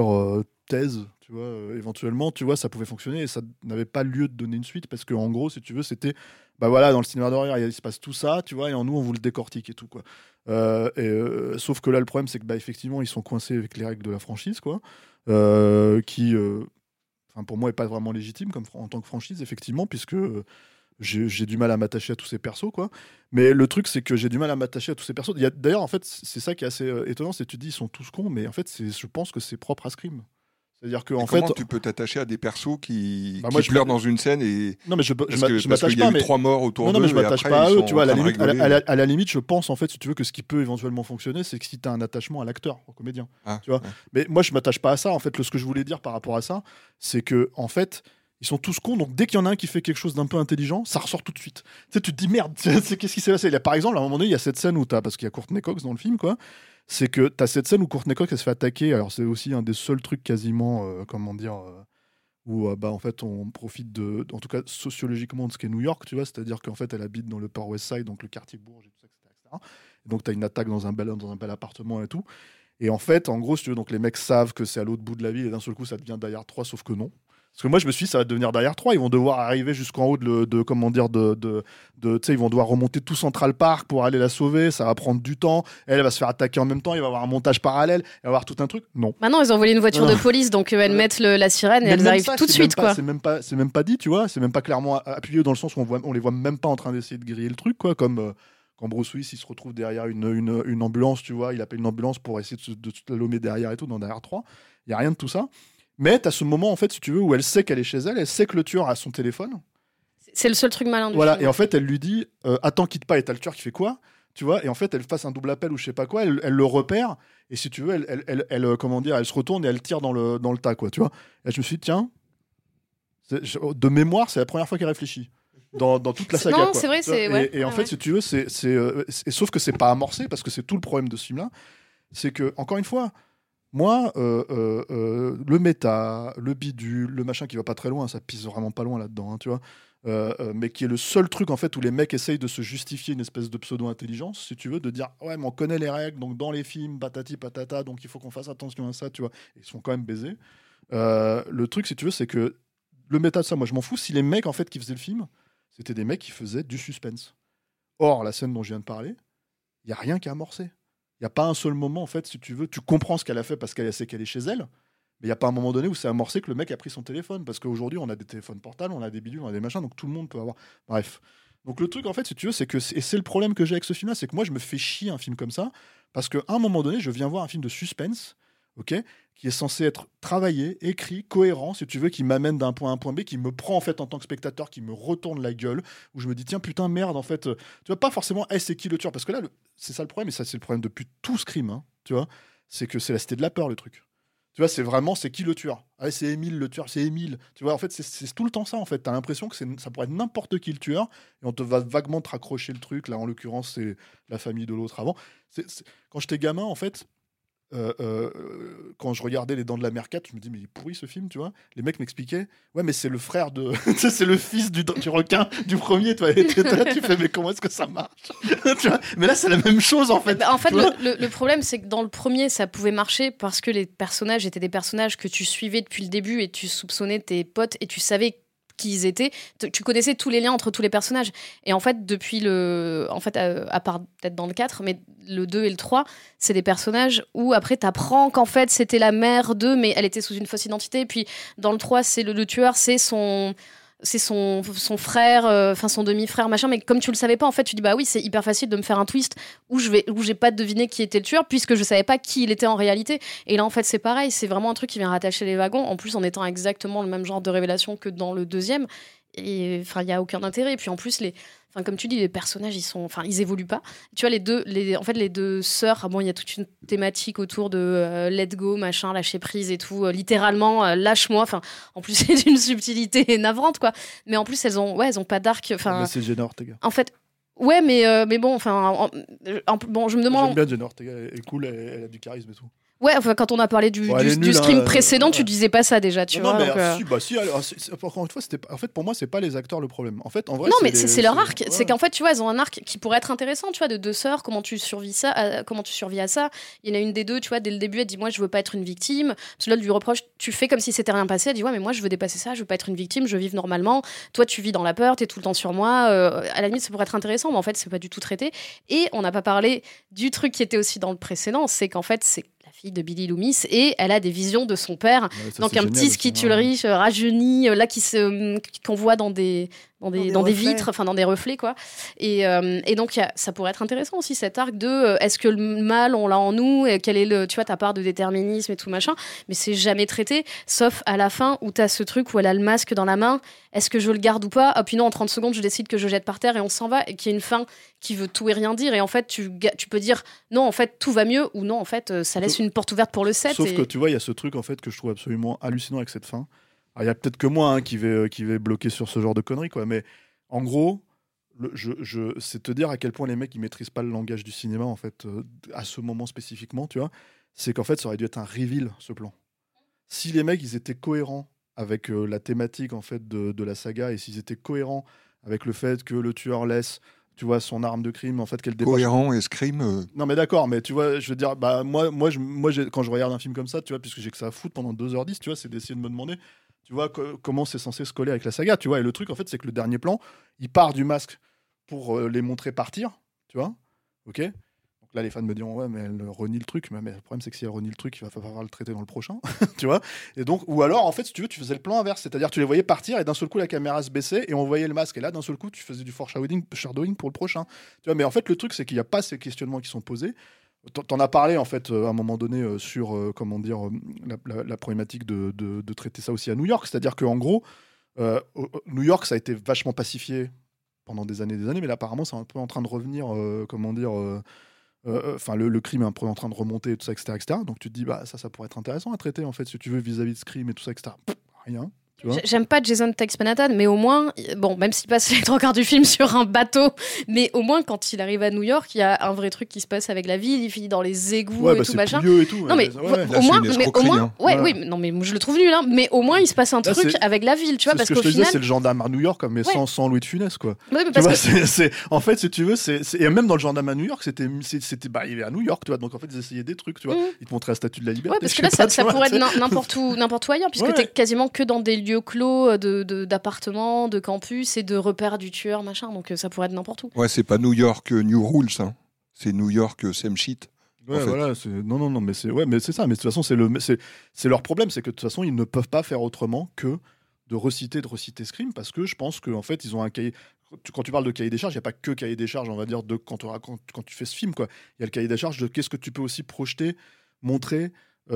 S2: thèse, tu vois, éventuellement, tu vois, ça pouvait fonctionner et ça n'avait pas lieu de donner une suite parce que en gros, si tu veux, c'était, bah voilà, dans le cinéma d'horreur, il se passe tout ça, tu vois, et en nous, on vous le décortique et tout, quoi. Sauf que là, le problème, c'est que, bah, effectivement, ils sont coincés avec les règles de la franchise, quoi, qui, pour moi, est pas vraiment légitime en tant que franchise, effectivement, puisque j'ai du mal à m'attacher à tous ces persos, quoi. Mais le truc, c'est que j'ai du mal à m'attacher à tous ces persos. D'ailleurs, en fait, c'est ça qui est assez étonnant, c'est que tu te dis, ils sont tous cons, mais en fait, je pense que c'est propre à Scream. C'est-à-dire que,
S3: comment tu peux t'attacher à des persos qui pleurent dans une scène et
S2: non mais je
S3: m'attache
S2: m'attache
S3: pas,
S2: pas, mais
S3: 3 morts autour d'eux.
S2: Non mais je m'attache pas à eux, tu vois. À la
S3: limite,
S2: limite, je pense en fait, si tu veux, que ce qui peut éventuellement fonctionner, c'est que si tu as un attachement à l'acteur, au comédien, tu vois. Ouais. Mais moi, je m'attache pas à ça. En fait, ce que je voulais dire par rapport à ça, c'est que en fait, ils sont tous cons. Donc dès qu'il y en a un qui fait quelque chose d'un peu intelligent, ça ressort tout de suite. Tu sais, tu te dis merde, qu'est-ce qui s'est passé? Par exemple, à un moment donné, il y a cette scène où parce qu'il y a Courtney Cox dans le film, quoi. C'est que tu as cette scène où Courtney Cox elle se fait attaquer. Alors c'est aussi un des seuls trucs quasiment, où en fait on profite en tout cas sociologiquement de ce qu'est New York, tu vois, c'est-à-dire qu'en fait elle habite dans le Upper West Side, donc le quartier Bourges, et tout ça, etc. Et donc tu as une attaque dans un bel appartement et tout. Et en fait, en gros, si tu veux, donc les mecs savent que c'est à l'autre bout de la ville et d'un seul coup ça devient Die Hard 3, sauf que non. Parce que moi, je me suis dit, ça va devenir Die Hard 3. Ils vont devoir arriver jusqu'en haut tu sais, ils vont devoir remonter tout Central Park pour aller la sauver. Ça va prendre du temps. Elle va se faire attaquer en même temps. Il va y avoir un montage parallèle. Il va y avoir tout un truc. Non.
S10: Maintenant, ils ont volé une voiture de police, donc elles mettent la sirène et elles arrivent tout de suite, quoi.
S2: C'est même pas dit, tu vois. C'est même pas clairement appuyé dans le sens où on les voit même pas en train d'essayer de griller le truc, quoi. Comme quand Bruce Willis, il se retrouve derrière une ambulance, tu vois. Il appelle une ambulance pour essayer de se lommer derrière et tout dans Die Hard 3. Il y a rien de tout ça. Mais tu as ce moment, en fait, si tu veux, où elle sait qu'elle est chez elle, elle sait que le tueur a son téléphone.
S10: C'est le seul truc malin du
S2: film.
S10: Voilà,
S2: et en fait, elle lui dit attends, quitte pas, et t'as le tueur qui fait quoi? Tu vois, et en fait, elle passe un double appel ou je sais pas quoi, elle le repère, et si tu veux, elle se retourne et elle tire dans le tas, quoi, tu vois. Et je me suis dit, tiens, de mémoire, c'est la première fois qu'elle réfléchit. Dans toute la saga.
S10: Non,
S2: quoi.
S10: C'est vrai, c'est. Ouais,
S2: et en fait, si tu veux, sauf que c'est pas amorcé, parce que c'est tout le problème de ce film-là, c'est que, encore une fois, moi, le méta, le bidule, le machin qui va pas très loin, ça pisse vraiment pas loin là-dedans, hein, tu vois. mais qui est le seul truc en fait où les mecs essayent de se justifier une espèce de pseudo-intelligence, si tu veux, de dire ouais mais on connaît les règles, donc dans les films patati patata, donc il faut qu'on fasse attention à ça, tu vois. Ils se font quand même baiser. Le truc, si tu veux, c'est que le méta de ça, moi je m'en fous. Si les mecs en fait qui faisaient le film, c'était des mecs qui faisaient du suspense. Or la scène dont je viens de parler, il y a rien qui a amorcé. Il y a pas un seul moment en fait, si tu veux, tu comprends ce qu'elle a fait parce qu'elle sait qu'elle est chez elle. Mais il n'y a pas un moment donné où c'est amorcé que le mec a pris son téléphone. Parce qu'aujourd'hui, on a des téléphones portables, on a des bidules, on a des machins, donc tout le monde peut avoir. Bref. Donc le truc, en fait, si tu veux, c'est que. Et c'est le problème que j'ai avec ce film-là, c'est que moi, je me fais chier un film comme ça. Parce qu'à un moment donné, je viens voir un film de suspense, ok, qui est censé être travaillé, écrit, cohérent, si tu veux, qui m'amène d'un point A à un point B, qui me prend, en fait, en tant que spectateur, qui me retourne la gueule, où je me dis, tiens, putain, merde, en fait. Tu vois, pas forcément, c'est qui le tueur. Parce que là, c'est ça le problème, et ça, c'est le problème depuis tout Scream, hein, tu vois. C'est que c'est la cité de la peur, le truc. Tu vois, c'est vraiment, c'est qui le tueur? Ah, c'est Émile le tueur, c'est Émile. Tu vois, en fait, c'est tout le temps ça, en fait. T'as l'impression que ça pourrait être n'importe qui le tueur, et on te va vaguement te raccrocher le truc. Là, en l'occurrence, c'est la famille de l'autre avant. Quand j'étais gamin, en fait, quand je regardais Les Dents de la Mer 4, je me dis, mais il est pourri ce film, tu vois. Les mecs m'expliquaient, ouais, mais c'est le frère de. C'est le fils du requin du premier, toi. Et là, tu fais, mais comment est-ce que ça marche? Tu vois, mais là, c'est la même chose, en fait.
S10: Bah, en fait, le problème, c'est que dans le premier, ça pouvait marcher parce que les personnages étaient des personnages que tu suivais depuis le début et tu soupçonnais tes potes et tu savais qui ils étaient, tu connaissais tous les liens entre tous les personnages. Et en fait, depuis à part peut-être dans le 4, mais le 2 et le 3, c'est des personnages où après t'apprends qu'en fait c'était la mère d'eux, mais elle était sous une fausse identité. Et puis dans le 3, c'est le tueur, c'est son frère, enfin son demi-frère, machin, mais comme tu le savais pas, en fait, tu dis bah oui, c'est hyper facile de me faire un twist où j'ai pas deviné qui était le tueur puisque je savais pas qui il était en réalité. Et là, en fait, c'est pareil, c'est vraiment un truc qui vient rattacher les wagons, en plus en étant exactement le même genre de révélation que dans le deuxième. Et enfin, il y a aucun intérêt. Et puis en plus, comme tu dis, les personnages, ils évoluent pas. Tu vois, les deux sœurs, bon, il y a toute une thématique autour de let go, machin, lâcher prise et tout, littéralement, lâche-moi. Enfin, en plus, c'est d'une subtilité navrante, quoi. Mais en plus, elles ont pas d'arc. Enfin,
S2: c'est Jenna Ortega.
S10: En fait, ouais, mais bon, enfin, bon, je me demande.
S2: J'aime bien Jenna Ortega, elle est cool, elle a du charisme et tout.
S10: Ouais, enfin, quand on a parlé du Scream précédent, tu disais pas ça déjà, tu vois.
S2: Non, mais
S10: donc,
S2: encore une fois, en fait, pour moi, c'est pas les acteurs le problème. En fait, en vrai,
S10: non, mais c'est leur arc. Ouais. C'est qu'en fait, tu vois, elles ont un arc qui pourrait être intéressant, tu vois, de deux sœurs. Comment tu survis à ça? Il y en a une des deux, tu vois, dès le début, elle dit moi, je veux pas être une victime. Parce que là, elle lui reproche, tu fais comme si c'était rien passé. Elle dit ouais, mais moi, je veux dépasser ça. Je veux pas être une victime. Je veux vivre normalement. Toi, tu vis dans la peur. T'es tout le temps sur moi. À la limite, ça pourrait être intéressant, mais en fait, c'est pas du tout traité. Et on n'a pas parlé du truc qui était aussi dans le précédent, c'est qu'en fait, c'est la fille de Billy Loomis et elle a des visions de son père. Ouais, ça, donc un petit skitulry rajeuni là qu'on voit dans des vitres, enfin dans des reflets quoi. Et donc ça pourrait être intéressant aussi cet arc de est-ce que le mal on l'a en nous et quel est ta part de déterminisme et tout machin, mais c'est jamais traité sauf à la fin où t'as ce truc où elle a le masque dans la main, est-ce que je le garde ou pas? Ah puis non, en 30 secondes je décide que je jette par terre et on s'en va, et qu'il y a une fin qui veut tout et rien dire, et en fait tu peux dire non en fait tout va mieux, ou non en fait ça laisse une porte ouverte pour le 7.
S2: Sauf que tu vois, il y a ce truc en fait que je trouve absolument hallucinant avec cette fin. Il y a peut-être que moi qui vais bloquer sur ce genre de conneries, quoi. Mais en gros, c'est te dire à quel point les mecs ils maîtrisent pas le langage du cinéma en fait à ce moment spécifiquement, tu vois. C'est qu'en fait ça aurait dû être un reveal ce plan. Si les mecs ils étaient cohérents avec la thématique en fait de la saga, et s'ils étaient cohérents avec le fait que le tueur laisse, tu vois, son arme de crime, en fait, qu'elle débauche.
S3: Cohérent et Scream.
S2: Non, mais d'accord, mais tu vois, je veux dire, bah, moi quand je regarde un film comme ça, tu vois, puisque j'ai que ça à foutre pendant 2h10, tu vois, c'est d'essayer de me demander, tu vois, comment c'est censé se coller avec la saga, tu vois. Et le truc, en fait, c'est que le dernier plan, il part du masque pour les montrer partir, tu vois, ok. Donc là, les fans me diront, ouais, mais elle renie le truc. Mais le problème, c'est que si elle renie le truc, il va falloir le traiter dans le prochain, tu vois. Et donc, ou alors, en fait, si tu veux, tu faisais le plan inverse, c'est-à-dire tu les voyais partir et d'un seul coup, la caméra se baissait et on voyait le masque. Et là, d'un seul coup, tu faisais du foreshadowing pour le prochain. Tu vois, mais en fait, le truc, c'est qu'il n'y a pas ces questionnements qui sont posés. T'en as parlé, en fait, à un moment donné, sur, comment dire, la problématique de traiter ça aussi à New York. C'est-à-dire qu'en gros, New York, ça a été vachement pacifié pendant des années, mais là, apparemment, c'est un peu en train de revenir, comment dire. Enfin, le crime est un peu en train de remonter, tout ça, etc. Donc tu te dis, bah ça pourrait être intéressant à traiter, en fait, si tu veux, vis-à-vis de Scream et tout ça, etc. Rien,
S10: J'aime pas Jason Takes Manhattan, mais au moins, bon, même s'il passe les 3 quarts du film sur un bateau, mais au moins quand il arrive à New York, il y a un vrai truc qui se passe avec la ville, il finit dans les égouts et tout machin.
S2: Et tout,
S10: non mais au moins, oui, non mais je le trouve nul, hein, mais au moins il se passe un truc avec la ville, tu vois, parce qu'au final,
S2: c'est le gendarme à New York, mais sans Louis de Funès, quoi.
S10: Ouais, mais parce
S2: que en fait, si tu veux, et même dans le gendarme à New York, c'était il est à New York, tu vois, donc en fait ils essayaient des trucs, tu vois, ils te montraient la Statue de la Liberté.
S10: Ouais, parce que là, ça pourrait être n'importe où ailleurs, puisque t'es quasiment que dans des lieux clos d'appartements, de campus et de repères du tueur, machin. Donc ça pourrait être n'importe où.
S3: Ouais, c'est pas New York New Rules, hein. C'est New York same shit.
S2: Ouais, voilà. Non, mais c'est ça. Mais de toute façon, c'est leur problème, c'est que de toute façon, ils ne peuvent pas faire autrement que de reciter Scream, parce que je pense qu'en fait, ils ont un cahier. Quand tu parles de cahier des charges, il n'y a pas que cahier des charges, on va dire, quand tu fais ce film, quoi. Il y a le cahier des charges de qu'est-ce que tu peux aussi projeter, montrer.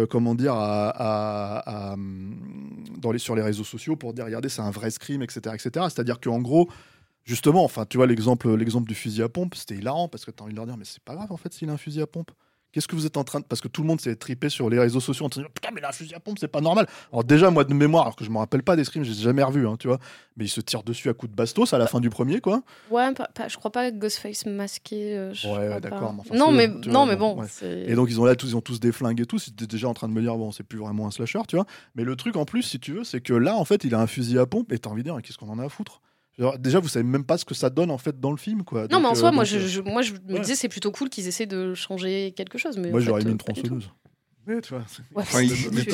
S2: Sur les réseaux sociaux pour dire regardez, c'est un vrai Scream, etc. C'est-à-dire qu'en gros, justement, enfin, tu vois, l'exemple du fusil à pompe, c'était hilarant parce que tu as envie de leur dire mais c'est pas grave en fait s'il a un fusil à pompe. Qu'est-ce que vous êtes en train de... Parce que tout le monde s'est tripé sur les réseaux sociaux en disant putain, mais il a un fusil à pompe, c'est pas normal. Alors, déjà, moi de mémoire, alors que je me rappelle pas des Screams, j'ai jamais revu, hein, tu vois, mais il se tire dessus à coups de bastos à la fin du premier, quoi.
S10: Ouais, je crois pas Ghostface masqué.
S2: Ouais, d'accord.
S10: Mais enfin, mais bon. Ouais.
S2: Et donc, ils ont tous des flingues et tout. C'était déjà en train de me dire, bon, c'est plus vraiment un slasher, tu vois. Mais le truc en plus, si tu veux, c'est que là, en fait, il a un fusil à pompe et t'as envie de dire, qu'est-ce qu'on en a à foutre? Genre, déjà, vous savez même pas ce que ça donne en fait dans le film, quoi.
S10: Non,
S2: donc,
S10: mais en soi, moi, je me disais c'est plutôt cool qu'ils essaient de changer quelque chose. Mais
S2: moi, j'aurais mis une tronçonneuse.
S9: Oui, tu vois.
S3: Enfin,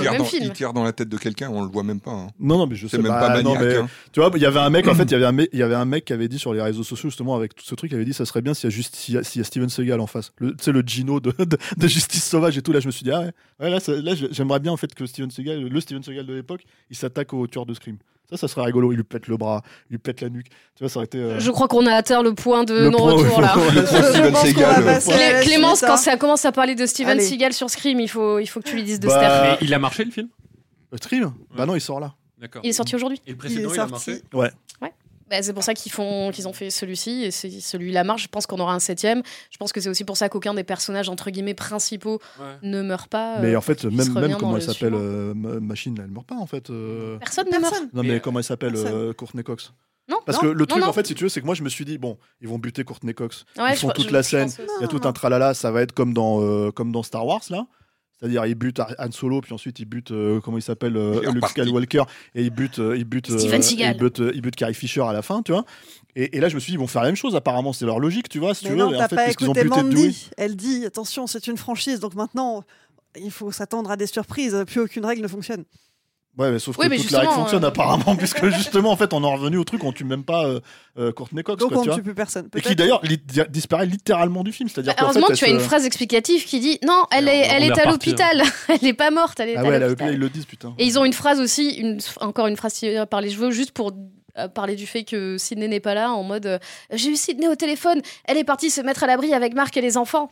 S3: il tire dans la tête de quelqu'un, on le voit même pas. Hein.
S2: Non, mais je sais
S3: même pas maniaque. Hein.
S2: Tu vois, il y avait un mec, en fait, il y avait un mec qui avait dit sur les réseaux sociaux, justement, avec tout ce truc, il avait dit ça serait bien s'il y a Steven Seagal en face. Tu sais, le Gino de Justice Sauvage et tout. Là, je me suis dit, là, j'aimerais bien, en fait, que le Steven Seagal de l'époque, il s'attaque au tueur de Scream. Ça serait rigolo. Il lui pète le bras, il lui pète la nuque. Tu vois, ça aurait été.
S10: Je crois qu'on a atteint le point de non-retour là.
S3: Steven Seagal.
S10: Clémence, quand ça commence à parler de Steven Seagal sur Scream, il faut que tu lui dises de se taire.
S4: Mais il a marché le film
S2: Scream Bah non, il sort là.
S4: D'accord.
S10: Il est sorti aujourd'hui.
S4: Et le précédent, il a marché.
S2: Ouais.
S10: Bah, c'est pour ça qu'ils ont fait celui-ci et celui-là marche. Je pense qu'on aura un 7e. Je pense que c'est aussi pour ça qu'aucun des personnages entre guillemets principaux ne meurt pas.
S2: Mais en fait, même comment elle s'appelle, Machine, là, elle meurt pas en fait.
S10: Personne ne meurt.
S2: Non mais comment elle s'appelle, Courtney Cox.
S10: Non.
S2: Parce que le truc, en fait, si tu veux, c'est que moi je me suis dit bon, ils vont buter Courtney Cox.
S10: Ouais,
S2: ils font toute la scène. Il y a tout un tralala. Ça va être comme dans Star Wars là. C'est-à-dire, il bute Han Solo, puis ensuite il bute, comment il s'appelle, Luke Skywalker, et il bute
S10: Steven Seagal.
S2: Il bute Carrie Fisher à la fin, tu vois. Et là, je me suis dit, ils vont faire la même chose, apparemment, c'est leur logique, tu vois. Si
S9: mais
S2: tu
S9: non,
S2: veux.
S9: t'as
S2: en fait,
S9: pas
S2: parce qu'ils ont
S9: écouté
S2: buté
S9: Mandy.
S2: Dewey.
S9: Elle dit, attention, c'est une franchise, donc maintenant, il faut s'attendre à des surprises, plus aucune règle ne fonctionne.
S2: Ouais, mais sauf que toute la règle fonctionne apparemment, puisque justement, en fait, on est revenu au truc, on tue même pas Courtney Cox.
S9: Donc
S2: quoi,
S9: on ne tue plus personne.
S2: Et qui d'ailleurs disparaît littéralement du film. C'est-à-dire
S10: heureusement,
S2: fait,
S10: tu as une phrase explicative qui dit non, elle est à l'hôpital, elle n'est pas morte, elle est à l'hôpital.
S2: Ils le disent, putain.
S10: Et ils ont une phrase aussi, encore une phrase tirée par les cheveux, juste pour parler du fait que Sydney n'est pas là, en mode j'ai eu Sydney au téléphone, elle est partie se mettre à l'abri avec Marc et les enfants.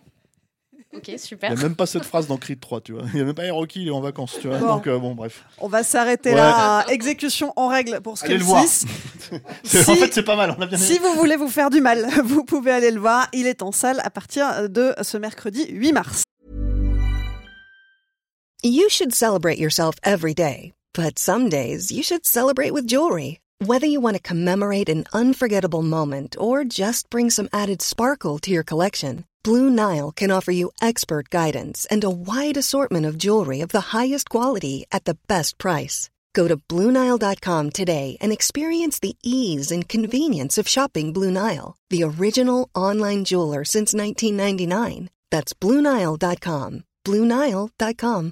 S10: Ok, super.
S2: Il n'y a même pas cette phrase dans Creed 3, tu vois. Il n'y a même pas Hiroki, il est en vacances, tu vois. Bon. Donc, bon, bref.
S9: On va s'arrêter là à exécution en règle pour Scream 6.
S2: En fait, c'est pas mal. On a bien
S9: si vous voulez vous faire du mal, vous pouvez aller le voir. Il est en salle à partir de ce mercredi 8 mars.
S12: You should celebrate yourself every day. But some days, you should celebrate with jewelry. Whether you want to commemorate an unforgettable moment or just bring some added sparkle to your collection, Blue Nile can offer you expert guidance and a wide assortment of jewelry of the highest quality at the best price. Go to BlueNile.com today and experience the ease and convenience of shopping Blue Nile, the original online jeweler since 1999. That's BlueNile.com. BlueNile.com.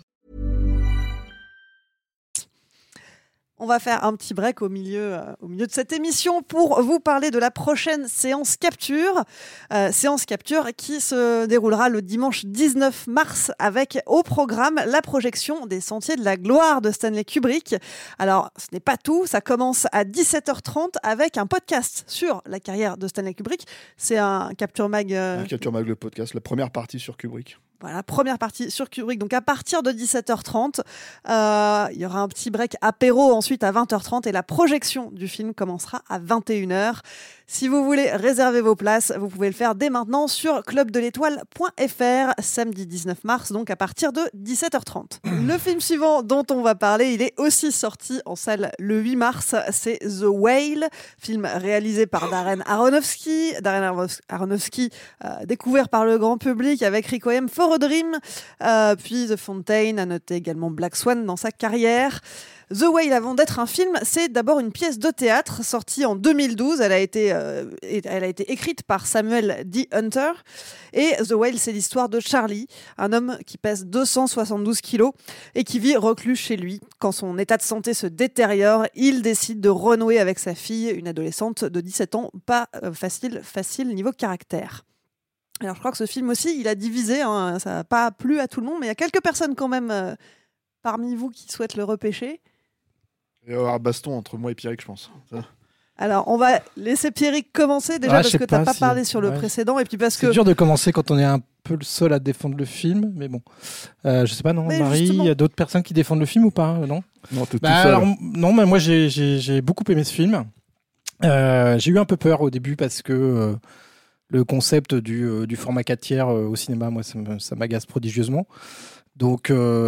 S9: On va faire un petit break au milieu de cette émission pour vous parler de la prochaine séance capture. Séance capture qui se déroulera le dimanche 19 mars avec au programme la projection des Sentiers de la Gloire de Stanley Kubrick. Alors, ce n'est pas tout, ça commence à 17h30 avec un podcast sur la carrière de Stanley Kubrick. C'est un Capture Mag...
S2: Un Capture Mag, le podcast, la première partie sur Kubrick.
S9: Voilà, première partie sur Kubrick. Donc à partir de 17h30, il y aura un petit break apéro ensuite à 20h30 et la projection du film commencera à 21h. Si vous voulez réserver vos places, vous pouvez le faire dès maintenant sur clubdeletoile.fr, samedi 19 mars, donc à partir de 17h30. Le film suivant dont on va parler, il est aussi sorti en salle le 8 mars, c'est The Whale, film réalisé par Darren Aronofsky. Darren Aronofsky, découvert par le grand public avec Requiem for a Dream, puis The Fountain, a noté également Black Swan dans sa carrière. The Whale, avant d'être un film, c'est d'abord une pièce de théâtre sortie en 2012. Elle a été écrite par Samuel D. Hunter. Et The Whale, c'est l'histoire de Charlie, un homme qui pèse 272 kilos et qui vit reclus chez lui. Quand son état de santé se détériore, il décide de renouer avec sa fille, une adolescente de 17 ans, pas facile niveau caractère. Alors je crois que ce film aussi, il a divisé, hein, ça n'a pas plu à tout le monde, mais il y a quelques personnes quand même parmi vous qui souhaitent le repêcher.
S2: Il va y avoir un baston entre moi et Pierrick, je pense.
S9: Alors, on va laisser Pierrick commencer, déjà parce que tu n'as pas parlé sur le précédent. Et puis parce
S11: c'est dur de commencer quand on est un peu le seul à défendre le film, mais bon. Je sais pas, non, mais Marie, il y a d'autres personnes qui défendent le film ou pas, non?
S2: Non, t'es tout seul. Alors,
S11: non, mais moi, j'ai beaucoup aimé ce film. J'ai eu un peu peur au début parce que le concept du format 4/3 au cinéma, moi, ça m'agace prodigieusement. Donc,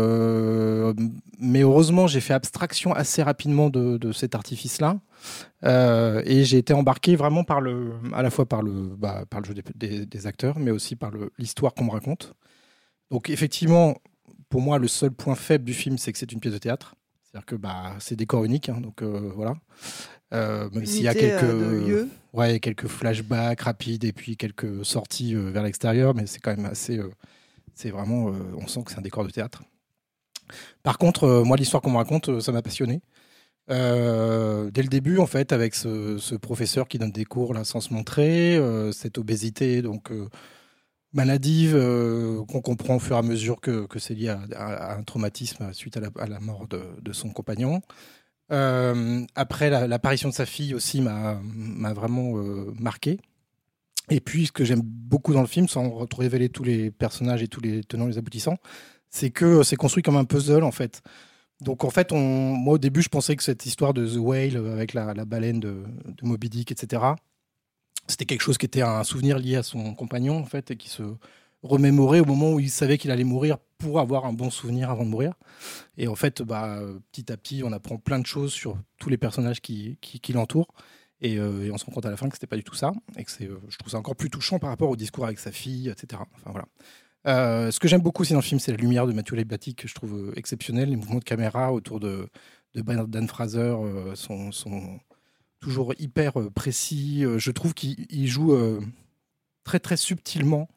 S11: mais heureusement, j'ai fait abstraction assez rapidement de cet artifice-là, et j'ai été embarqué vraiment à la fois par le jeu des acteurs, mais aussi par l'histoire qu'on me raconte. Donc, effectivement, pour moi, le seul point faible du film, c'est que c'est une pièce de théâtre. C'est-à-dire que c'est décor unique, hein, donc voilà. Même s'il y a quelques flashbacks rapides et puis quelques sorties vers l'extérieur, mais c'est quand même assez. C'est vraiment, on sent que c'est un décor de théâtre. Par contre, moi, l'histoire qu'on me raconte, ça m'a passionné. Dès le début, en fait, avec ce professeur qui donne des cours là, sans se montrer, cette obésité donc maladive qu'on comprend au fur et à mesure que c'est lié à un traumatisme suite à la mort de son compagnon. Après, l'apparition de sa fille aussi m'a vraiment marqué. Et puis, ce que j'aime beaucoup dans le film, sans révéler tous les personnages et tous les tenants et les aboutissants, c'est que c'est construit comme un puzzle, en fait. Donc, en fait, moi, au début, je pensais que cette histoire de The Whale, avec la baleine de Moby Dick, etc., c'était quelque chose qui était un souvenir lié à son compagnon, en fait, et qui se remémorait au moment où il savait qu'il allait mourir pour avoir un bon souvenir avant de mourir. Et en fait, petit à petit, on apprend plein de choses sur tous les personnages qui l'entourent. Et on se rend compte à la fin que c'était pas du tout ça, et que je trouve ça encore plus touchant par rapport au discours avec sa fille, etc. Enfin voilà. Ce que j'aime beaucoup aussi dans le film, c'est la lumière de Matthew Libaty que je trouve exceptionnelle. Les mouvements de caméra autour de Brendan Fraser sont toujours hyper précis. Je trouve qu'il joue très très subtilement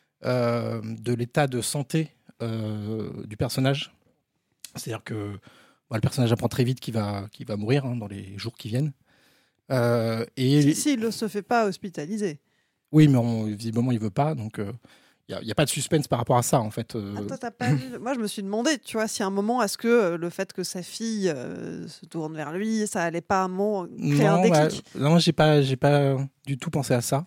S11: de l'état de santé du personnage. C'est-à-dire que le personnage apprend très vite qu'il va mourir dans les jours qui viennent.
S9: Si, il ne se fait pas hospitaliser.
S11: Oui, mais visiblement, il ne veut pas. Donc, il n'y a pas de suspense par rapport à ça, en fait.
S9: Attends, t'as pas vu... Moi, je me suis demandé, tu vois, si à un moment, est-ce que le fait que sa fille se tourne vers lui, ça n'allait pas créer un déclic?
S11: Non, j'ai pas du tout pensé à ça.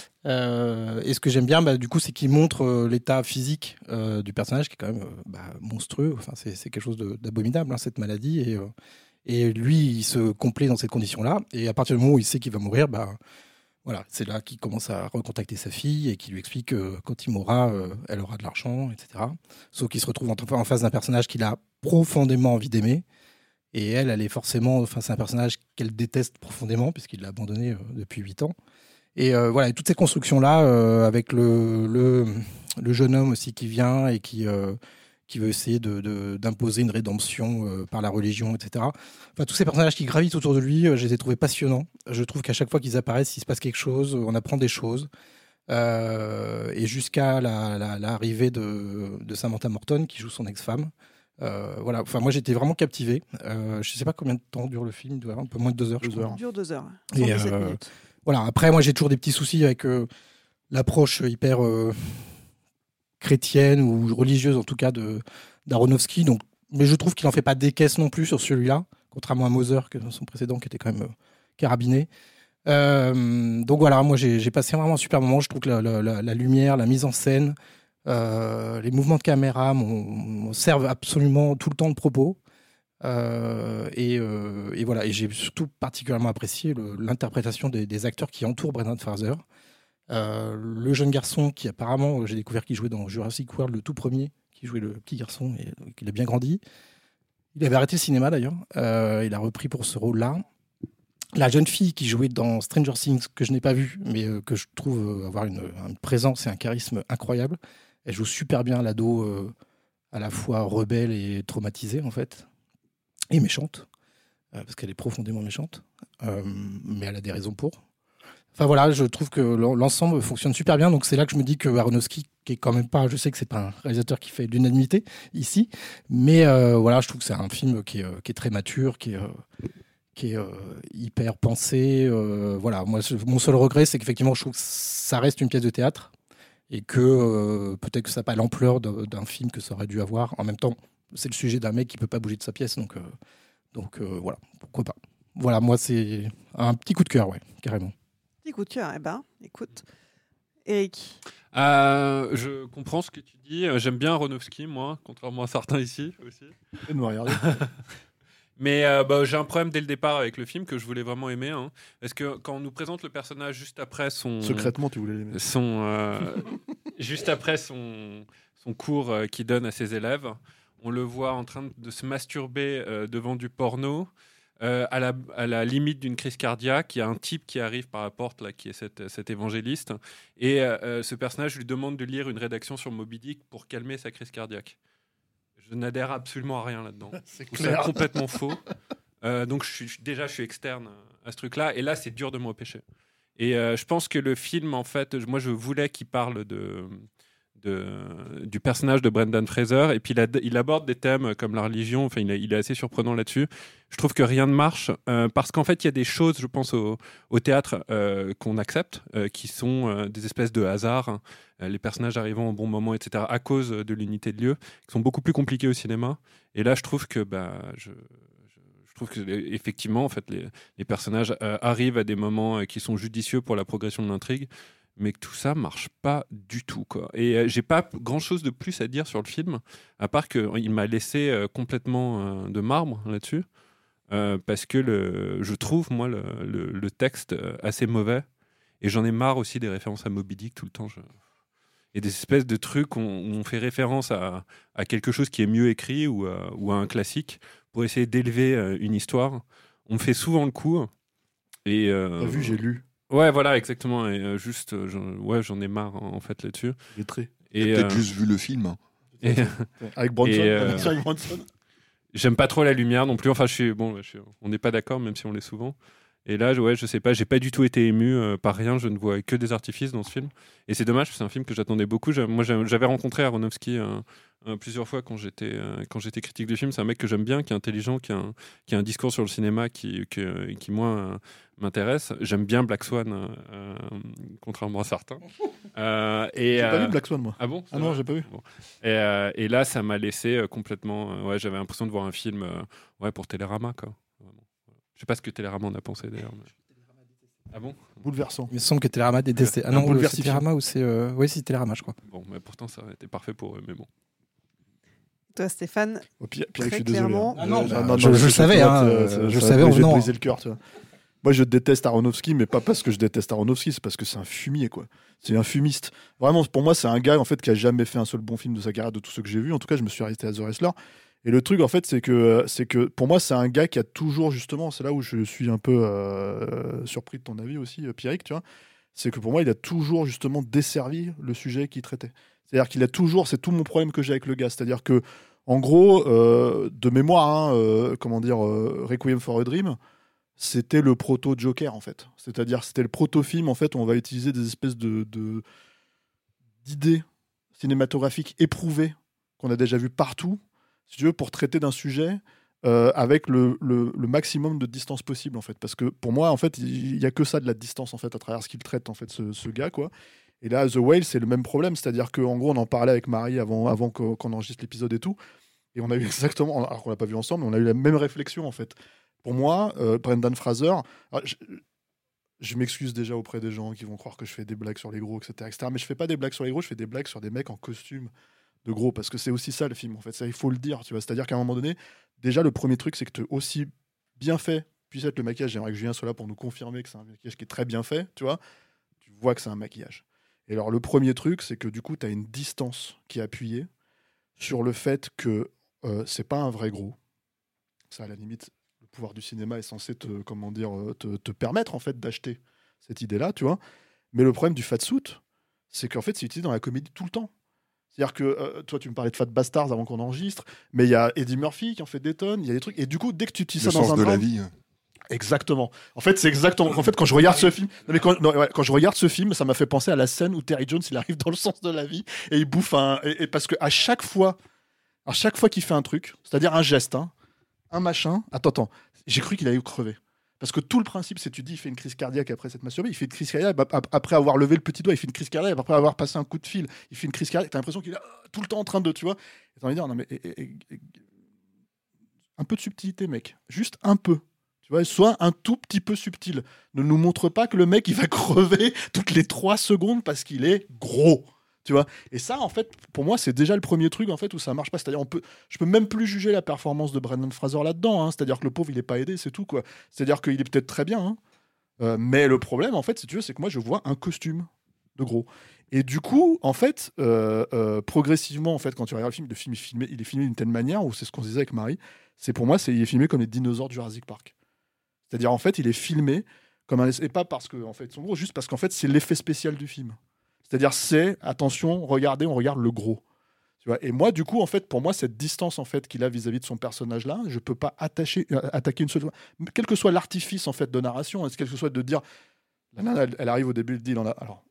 S11: Et ce que j'aime bien, du coup, c'est qu'il montre l'état physique du personnage, qui est quand même monstrueux. Enfin, c'est quelque chose d'abominable, hein, cette maladie. Et lui, il se complaît dans cette condition-là. Et à partir du moment où il sait qu'il va mourir, voilà, c'est là qu'il commence à recontacter sa fille et qu'il lui explique que quand il mourra, elle aura de l'argent, etc. Sauf qu'il se retrouve en face d'un personnage qu'il a profondément envie d'aimer. Et elle est forcément... Enfin, c'est un personnage qu'elle déteste profondément, puisqu'il l'a abandonné depuis 8 ans. Et voilà, et toute cette construction-là, avec le jeune homme aussi qui vient et qui veut essayer d'imposer une rédemption par la religion, etc. Enfin, tous ces personnages qui gravitent autour de lui, je les ai trouvés passionnants. Je trouve qu'à chaque fois qu'ils apparaissent, il se passe quelque chose, on apprend des choses. Et jusqu'à l'arrivée de Samantha Morton, qui joue son ex-femme. Voilà. Enfin, moi, j'étais vraiment captivé. Je ne sais pas combien de temps dure le film, il doit y avoir un peu moins de 2 heures.
S9: Il dure 2 heures.
S11: Et, voilà. Après, moi, j'ai toujours des petits soucis avec l'approche hyper... chrétienne ou religieuse en tout cas d'Aronofsky, mais je trouve qu'il n'en fait pas des caisses non plus sur celui-là, contrairement à Moser, que dans son précédent, qui était quand même carabiné. Donc voilà, moi j'ai passé vraiment un super moment. Je trouve que la lumière, la mise en scène, les mouvements de caméra servent absolument tout le temps de propos. Et voilà. Et j'ai surtout particulièrement apprécié l'interprétation des acteurs qui entourent Brendan Fraser. Le jeune garçon qui apparemment, j'ai découvert qu'il jouait dans Jurassic World, le tout premier, qui jouait le petit garçon et qu'il a bien grandi. Il avait arrêté le cinéma d'ailleurs. Il a repris pour ce rôle-là. La jeune fille qui jouait dans Stranger Things, que je n'ai pas vue, mais que je trouve avoir une présence et un charisme incroyable. Elle joue super bien l'ado, à la fois rebelle et traumatisée en fait, et méchante, parce qu'elle est profondément méchante, mais elle a des raisons pour. Enfin voilà, je trouve que l'ensemble fonctionne super bien, donc c'est là que je me dis que Aronofsky, qui est quand même pas, je sais que c'est pas un réalisateur qui fait l'unanimité ici, mais voilà, je trouve que c'est un film qui est très mature, qui est hyper pensé. Voilà, moi, mon seul regret, c'est qu'effectivement, je trouve que ça reste une pièce de théâtre et que peut-être que ça n'a pas l'ampleur d'un film que ça aurait dû avoir. En même temps, c'est le sujet d'un mec qui peut pas bouger de sa pièce, donc voilà, pourquoi pas. Voilà, moi, c'est un petit coup de cœur, ouais, carrément.
S9: Petit coup de cœur, écoute. Eric.
S4: Je comprends ce que tu dis. J'aime bien Aronofsky, moi, contrairement à certains ici aussi.
S2: Et nous regarder.
S4: Mais j'ai un problème dès le départ avec le film que je voulais vraiment aimer. Parce que quand on nous présente le personnage juste après son...
S2: Secrètement, tu voulais l'aimer.
S4: Juste après son cours qu'il donne à ses élèves, on le voit en train de se masturber devant du porno. À la limite d'une crise cardiaque, il y a un type qui arrive par la porte, là, qui est cet évangéliste. Et ce personnage lui demande de lire une rédaction sur Moby Dick pour calmer sa crise cardiaque. Je n'adhère absolument à rien là-dedans.
S2: C'est
S4: clair. C'est complètement faux. Donc je suis externe à ce truc-là. Et là, c'est dur de me repêcher. Et je pense que le film, en fait, moi, je voulais qu'il parle du personnage de Brendan Fraser. Et puis, il aborde des thèmes comme la religion. Enfin, il est assez surprenant là-dessus. Je trouve que rien ne marche parce qu'en fait, il y a des choses, je pense, au théâtre qu'on accepte, qui sont des espèces de hasards. Les personnages arrivant au bon moment, etc., à cause de l'unité de lieu, qui sont beaucoup plus compliqués au cinéma. Et là, je trouve que je trouve que effectivement, en fait, les personnages arrivent à des moments qui sont judicieux pour la progression de l'intrigue, mais que tout ça marche pas du tout, quoi. Et j'ai pas grand-chose de plus à dire sur le film, à part qu'il m'a laissé complètement de marbre là-dessus, parce que je trouve, moi, le texte assez mauvais, et j'en ai marre aussi des références à Moby Dick tout le temps. Et des espèces de trucs où on fait référence à quelque chose qui est mieux écrit ou à un classique pour essayer d'élever une histoire. On me fait souvent le coup. Et
S2: T'as vu, j'ai lu.
S4: Ouais, voilà, exactement. Et j'en ai marre en fait là-dessus.
S2: Lettré.
S3: Et peut-être juste vu le film.
S2: Avec Bronson.
S4: J'aime pas trop la lumière non plus. Enfin, on n'est pas d'accord, même si on l'est souvent. Et là, je sais pas, j'ai pas du tout été ému par rien. Je ne vois que des artifices dans ce film. Et c'est dommage, c'est un film que j'attendais beaucoup. Moi, j'avais rencontré Aronofsky plusieurs fois quand j'étais critique de film. C'est un mec que j'aime bien, qui est intelligent, qui a un discours sur le cinéma qui moi, m'intéresse. J'aime bien Black Swan, contrairement à certains.
S2: J'ai pas vu Black Swan, moi.
S4: Ah bon?
S2: Ah non, j'ai pas vu.
S4: Bon. Et là, ça m'a laissé complètement... j'avais l'impression de voir un film pour Télérama, quoi. Je sais pas ce que Télérama en a pensé, d'ailleurs. Mais... Ah bon?
S2: Bouleversant.
S11: Il me semble que Télérama détestait. Ah non, c'est Télérama ou c'est... Oui, c'est Télérama, je crois.
S4: Bon, mais pourtant, ça aurait été parfait pour eux, mais bon.
S9: Toi, Stéphane,
S2: Pierre, je suis
S9: clairement...
S2: désolé.
S11: Non, je le savais. Je le savais en venant.
S2: Briser le cœur, tu vois. Moi, je déteste Aronofsky, mais pas parce que je déteste Aronofsky, c'est parce que c'est un fumier, quoi. C'est un fumiste. Vraiment, pour moi, c'est un gars en fait qui a jamais fait un seul bon film de sa carrière de tous ceux que j'ai vus. En tout cas, je me suis arrêté à The Wrestler. Et le truc, en fait, c'est que pour moi, c'est un gars qui a toujours, justement, c'est là où je suis un peu surpris de ton avis aussi, Pierrick, tu vois. C'est que pour moi, il a toujours, justement, desservi le sujet qu'il traitait. C'est-à-dire qu'il a toujours, c'est tout mon problème que j'ai avec le gars. C'est-à-dire que, en gros, de mémoire, Requiem for a Dream, c'était le proto-Joker, en fait. C'est-à-dire, c'était le proto-film, en fait, où on va utiliser des espèces d'idées cinématographiques éprouvées qu'on a déjà vues partout, si tu veux, pour traiter d'un sujet avec le maximum de distance possible, en fait. Parce que pour moi, en fait, il n'y a que ça de la distance, en fait, à travers ce qu'il traite, en fait, ce gars, quoi. Et là, The Whale, c'est le même problème. C'est-à-dire qu'en gros, on en parlait avec Marie avant qu'on enregistre l'épisode et tout. Et on a eu exactement, alors qu'on l'a pas vu ensemble, mais on a eu la même réflexion, en fait. Pour moi, Brendan Fraser... Je m'excuse déjà auprès des gens qui vont croire que je fais des blagues sur les gros, etc. Mais je fais pas des blagues sur les gros, je fais des blagues sur des mecs en costume de gros, parce que c'est aussi ça le film, en fait, ça il faut le dire, tu vois, c'est-à-dire qu'à un moment donné, déjà le premier truc, c'est que aussi bien fait puisse être le maquillage, j'aimerais que Julien soit là pour nous confirmer que c'est un maquillage qui est très bien fait, tu vois, tu vois que c'est un maquillage. Et alors le premier truc, c'est que du coup, tu as une distance qui est appuyée sur le fait que c'est pas un vrai gros. Ça, à la limite, le pouvoir du cinéma est censé te permettre en fait d'acheter cette idée-là, tu vois. Mais le problème du fatsuit, c'est qu'en fait, c'est utilisé dans la comédie tout le temps. C'est-à-dire que, toi, tu me parlais de Fat Bastards avant qu'on enregistre, mais il y a Eddie Murphy qui en fait des tonnes, il y a des trucs, et du coup, dès que tu utilises ça dans un
S3: Le sens de
S2: drame,
S3: la vie.
S2: Exactement. En fait, c'est exactement. En fait, quand je regarde ce film, quand je regarde ce film, ça m'a fait penser à la scène où Terry Jones il arrive dans le sens de la vie et il bouffe et parce que à chaque fois qu'il fait un truc, c'est-à-dire un geste, un machin. Attends, j'ai cru qu'il allait crever. Parce que tout le principe, c'est tu dis, il fait une crise cardiaque après cette masturbée, il fait une crise cardiaque après avoir levé le petit doigt, il fait une crise cardiaque après avoir passé un coup de fil, il fait une crise cardiaque. T'as l'impression qu'il est tout le temps en train de, tu vois. Et t'as envie de dire, non mais un peu de subtilité, mec, juste un peu. Tu vois, soit un tout petit peu subtil. Ne nous montre pas que le mec il va crever toutes les 3 secondes parce qu'il est gros. Tu vois. Et ça, en fait, pour moi, c'est déjà le premier truc en fait où ça marche pas. C'est-à-dire, je peux même plus juger la performance de Brendan Fraser là-dedans. C'est-à-dire que le pauvre, il est pas aidé, c'est tout quoi. C'est-à-dire qu'il est peut-être très bien. Mais le problème, en fait, si tu veux, c'est que moi, je vois un costume de gros. Et du coup, en fait, progressivement, en fait, quand tu regardes le film il est filmé d'une telle manière où c'est ce qu'on se disait avec Marie. C'est pour moi, il est filmé comme les dinosaures du Jurassic Park. C'est-à-dire, en fait, il est filmé comme un... Et pas parce qu'en fait, ils sont gros, juste parce qu'en fait, c'est l'effet spécial du film. C'est-à-dire, attention, regardez, on regarde le gros. Tu vois. Et moi, du coup, en fait, pour moi, cette distance en fait, qu'il a vis-à-vis de son personnage-là, je ne peux pas attaquer une seule fois. Quel que soit l'artifice en fait, de narration, quel que soit de dire... La nana, elle arrive au début, elle dit, il en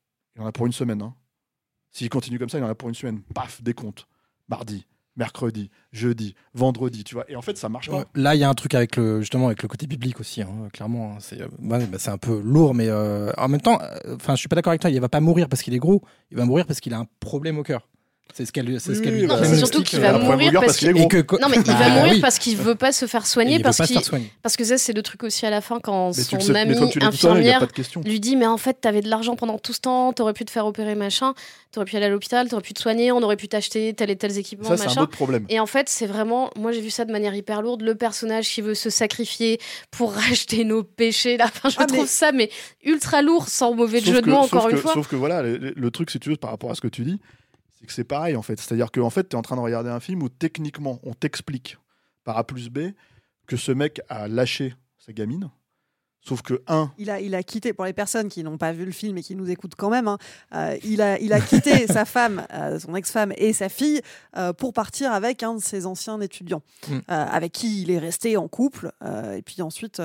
S2: a pour une semaine. S'il continue comme ça, il en a pour une semaine. Paf, décompte. Mardi. Mercredi, jeudi, vendredi, tu vois. Et en fait, ça marche pas.
S11: Là, il y a un truc avec le côté biblique aussi, clairement. C'est un peu lourd, mais en même temps, je suis pas d'accord avec toi. Il va pas mourir parce qu'il est gros. Il va mourir parce qu'il a un problème au cœur. C'est ce qu'elle lui.
S10: Non, c'est surtout qu'il va mourir parce qu'il est
S11: gros.
S10: Non, mais il va mourir parce qu'il veut pas se faire soigner, parce que ça, c'est le truc aussi à la fin quand son amie infirmière lui dit, mais en fait, t'avais de l'argent pendant tout ce temps, t'aurais pu te faire opérer, machin, t'aurais pu aller à l'hôpital, t'aurais pu te soigner, on aurait pu t'acheter tel et tel équipement,
S2: ça,
S10: machin.
S2: C'est un autre problème.
S10: Et en fait, c'est vraiment, moi, j'ai vu ça de manière hyper lourde, le personnage qui veut se sacrifier pour racheter nos péchés. Là, enfin, je trouve ça mais ultra lourd, sans mauvais jeu de mots, encore une fois.
S2: Sauf que voilà, le truc, si tu veux, par rapport à ce que tu dis. C'est que c'est pareil en fait. C'est-à-dire qu'en fait, tu es en train de regarder un film où techniquement, on t'explique par A plus B que ce mec a lâché sa gamine. Sauf que,
S9: il a quitté, pour les personnes qui n'ont pas vu le film et qui nous écoutent quand même, il a quitté sa femme, son ex-femme et sa fille pour partir avec un de ses anciens étudiants, avec qui il est resté en couple. Et puis ensuite,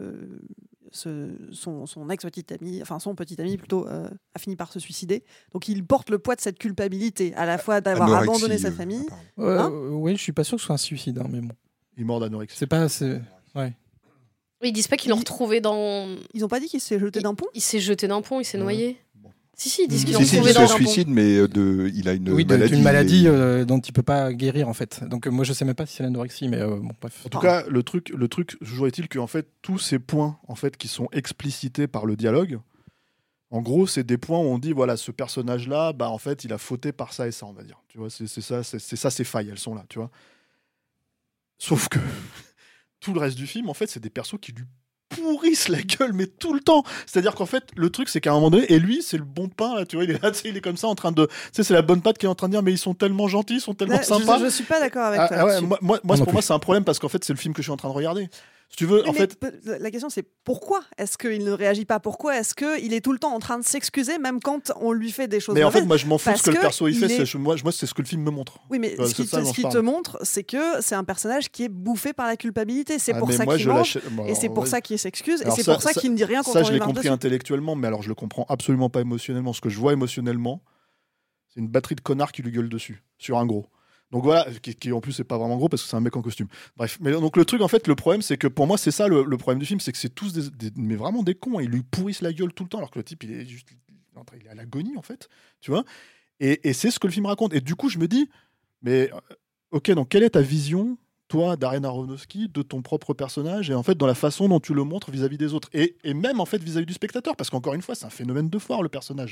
S9: son ex-petit ami, enfin son petit ami plutôt, a fini par se suicider. Donc il porte le poids de cette culpabilité, à la fois d'avoir abandonné sa famille.
S11: Oui, je suis pas sûr que ce soit un suicide, mais bon.
S2: Il est mort d'anorexie.
S11: C'est pas... Ouais.
S10: Ils disent pas qu'ils l'ont retrouvé dans...
S9: Ils ont pas dit qu'il s'est jeté d'un pont ?
S10: Il s'est jeté d'un pont, il s'est noyé. Si, ils disent qu'ils
S3: l'ont
S10: retrouvé dans un pont.
S3: suicide, mais il a une maladie.
S11: Une maladie dont il peut pas guérir, en fait. Donc moi, je sais même pas si c'est l'anorexie, mais bon, bref.
S2: En tout cas, le truc, toujours est-il que en fait, tous ces points en fait, qui sont explicités par le dialogue, en gros, c'est des points où on dit, voilà, ce personnage-là, en fait, il a fauté par ça et ça, on va dire. Tu vois, c'est ça, ses failles, elles sont là, tu vois. Sauf que tout le reste du film, en fait, c'est des persos qui lui pourrissent la gueule, mais tout le temps. C'est-à-dire qu'en fait, le truc, c'est qu'à un moment donné, et lui, c'est le bon pain, là, tu vois, il est là, il est comme ça, en train de... Tu sais, c'est la bonne patte qui est en train de dire, mais ils sont tellement gentils, ils sont tellement sympas.
S9: Je suis pas d'accord avec toi.
S2: Pour moi, c'est un problème, parce qu'en fait, c'est le film que je suis en train de regarder. Si tu veux,
S9: la question c'est pourquoi est-ce qu'il ne réagit pas ? Pourquoi est-ce qu'il est tout le temps en train de s'excuser, même quand on lui fait des choses mauvaises ?
S2: Mais en fait, moi, je m'en fous ce que le perso il fait. Moi, c'est ce que le film me montre.
S9: Oui, mais ce qui te montre, c'est que c'est un personnage qui est bouffé par la culpabilité. C'est pour ça qu'il mange, et c'est pour ça qu'il s'excuse, et c'est pour ça qu'il ne dit rien quand on lui marche dessus.
S2: Ça, je l'ai compris intellectuellement, mais alors je le comprends absolument pas émotionnellement. Ce que je vois émotionnellement, c'est une batterie de connards qui lui gueule dessus, sur un gros. Donc voilà, qui en plus c'est pas vraiment gros parce que c'est un mec en costume. Bref, mais donc le truc en fait, le problème c'est que pour moi c'est ça le problème du film, c'est que c'est tous mais vraiment des cons. Ils lui pourrissent la gueule tout le temps alors que le type il est à l'agonie en fait, tu vois. Et c'est ce que le film raconte. Et du coup je me dis, mais ok, donc quelle est ta vision, toi, Darren Aronofsky, de ton propre personnage et en fait dans la façon dont tu le montres vis-à-vis des autres et même en fait vis-à-vis du spectateur, parce qu'encore une fois c'est un phénomène de foire le personnage.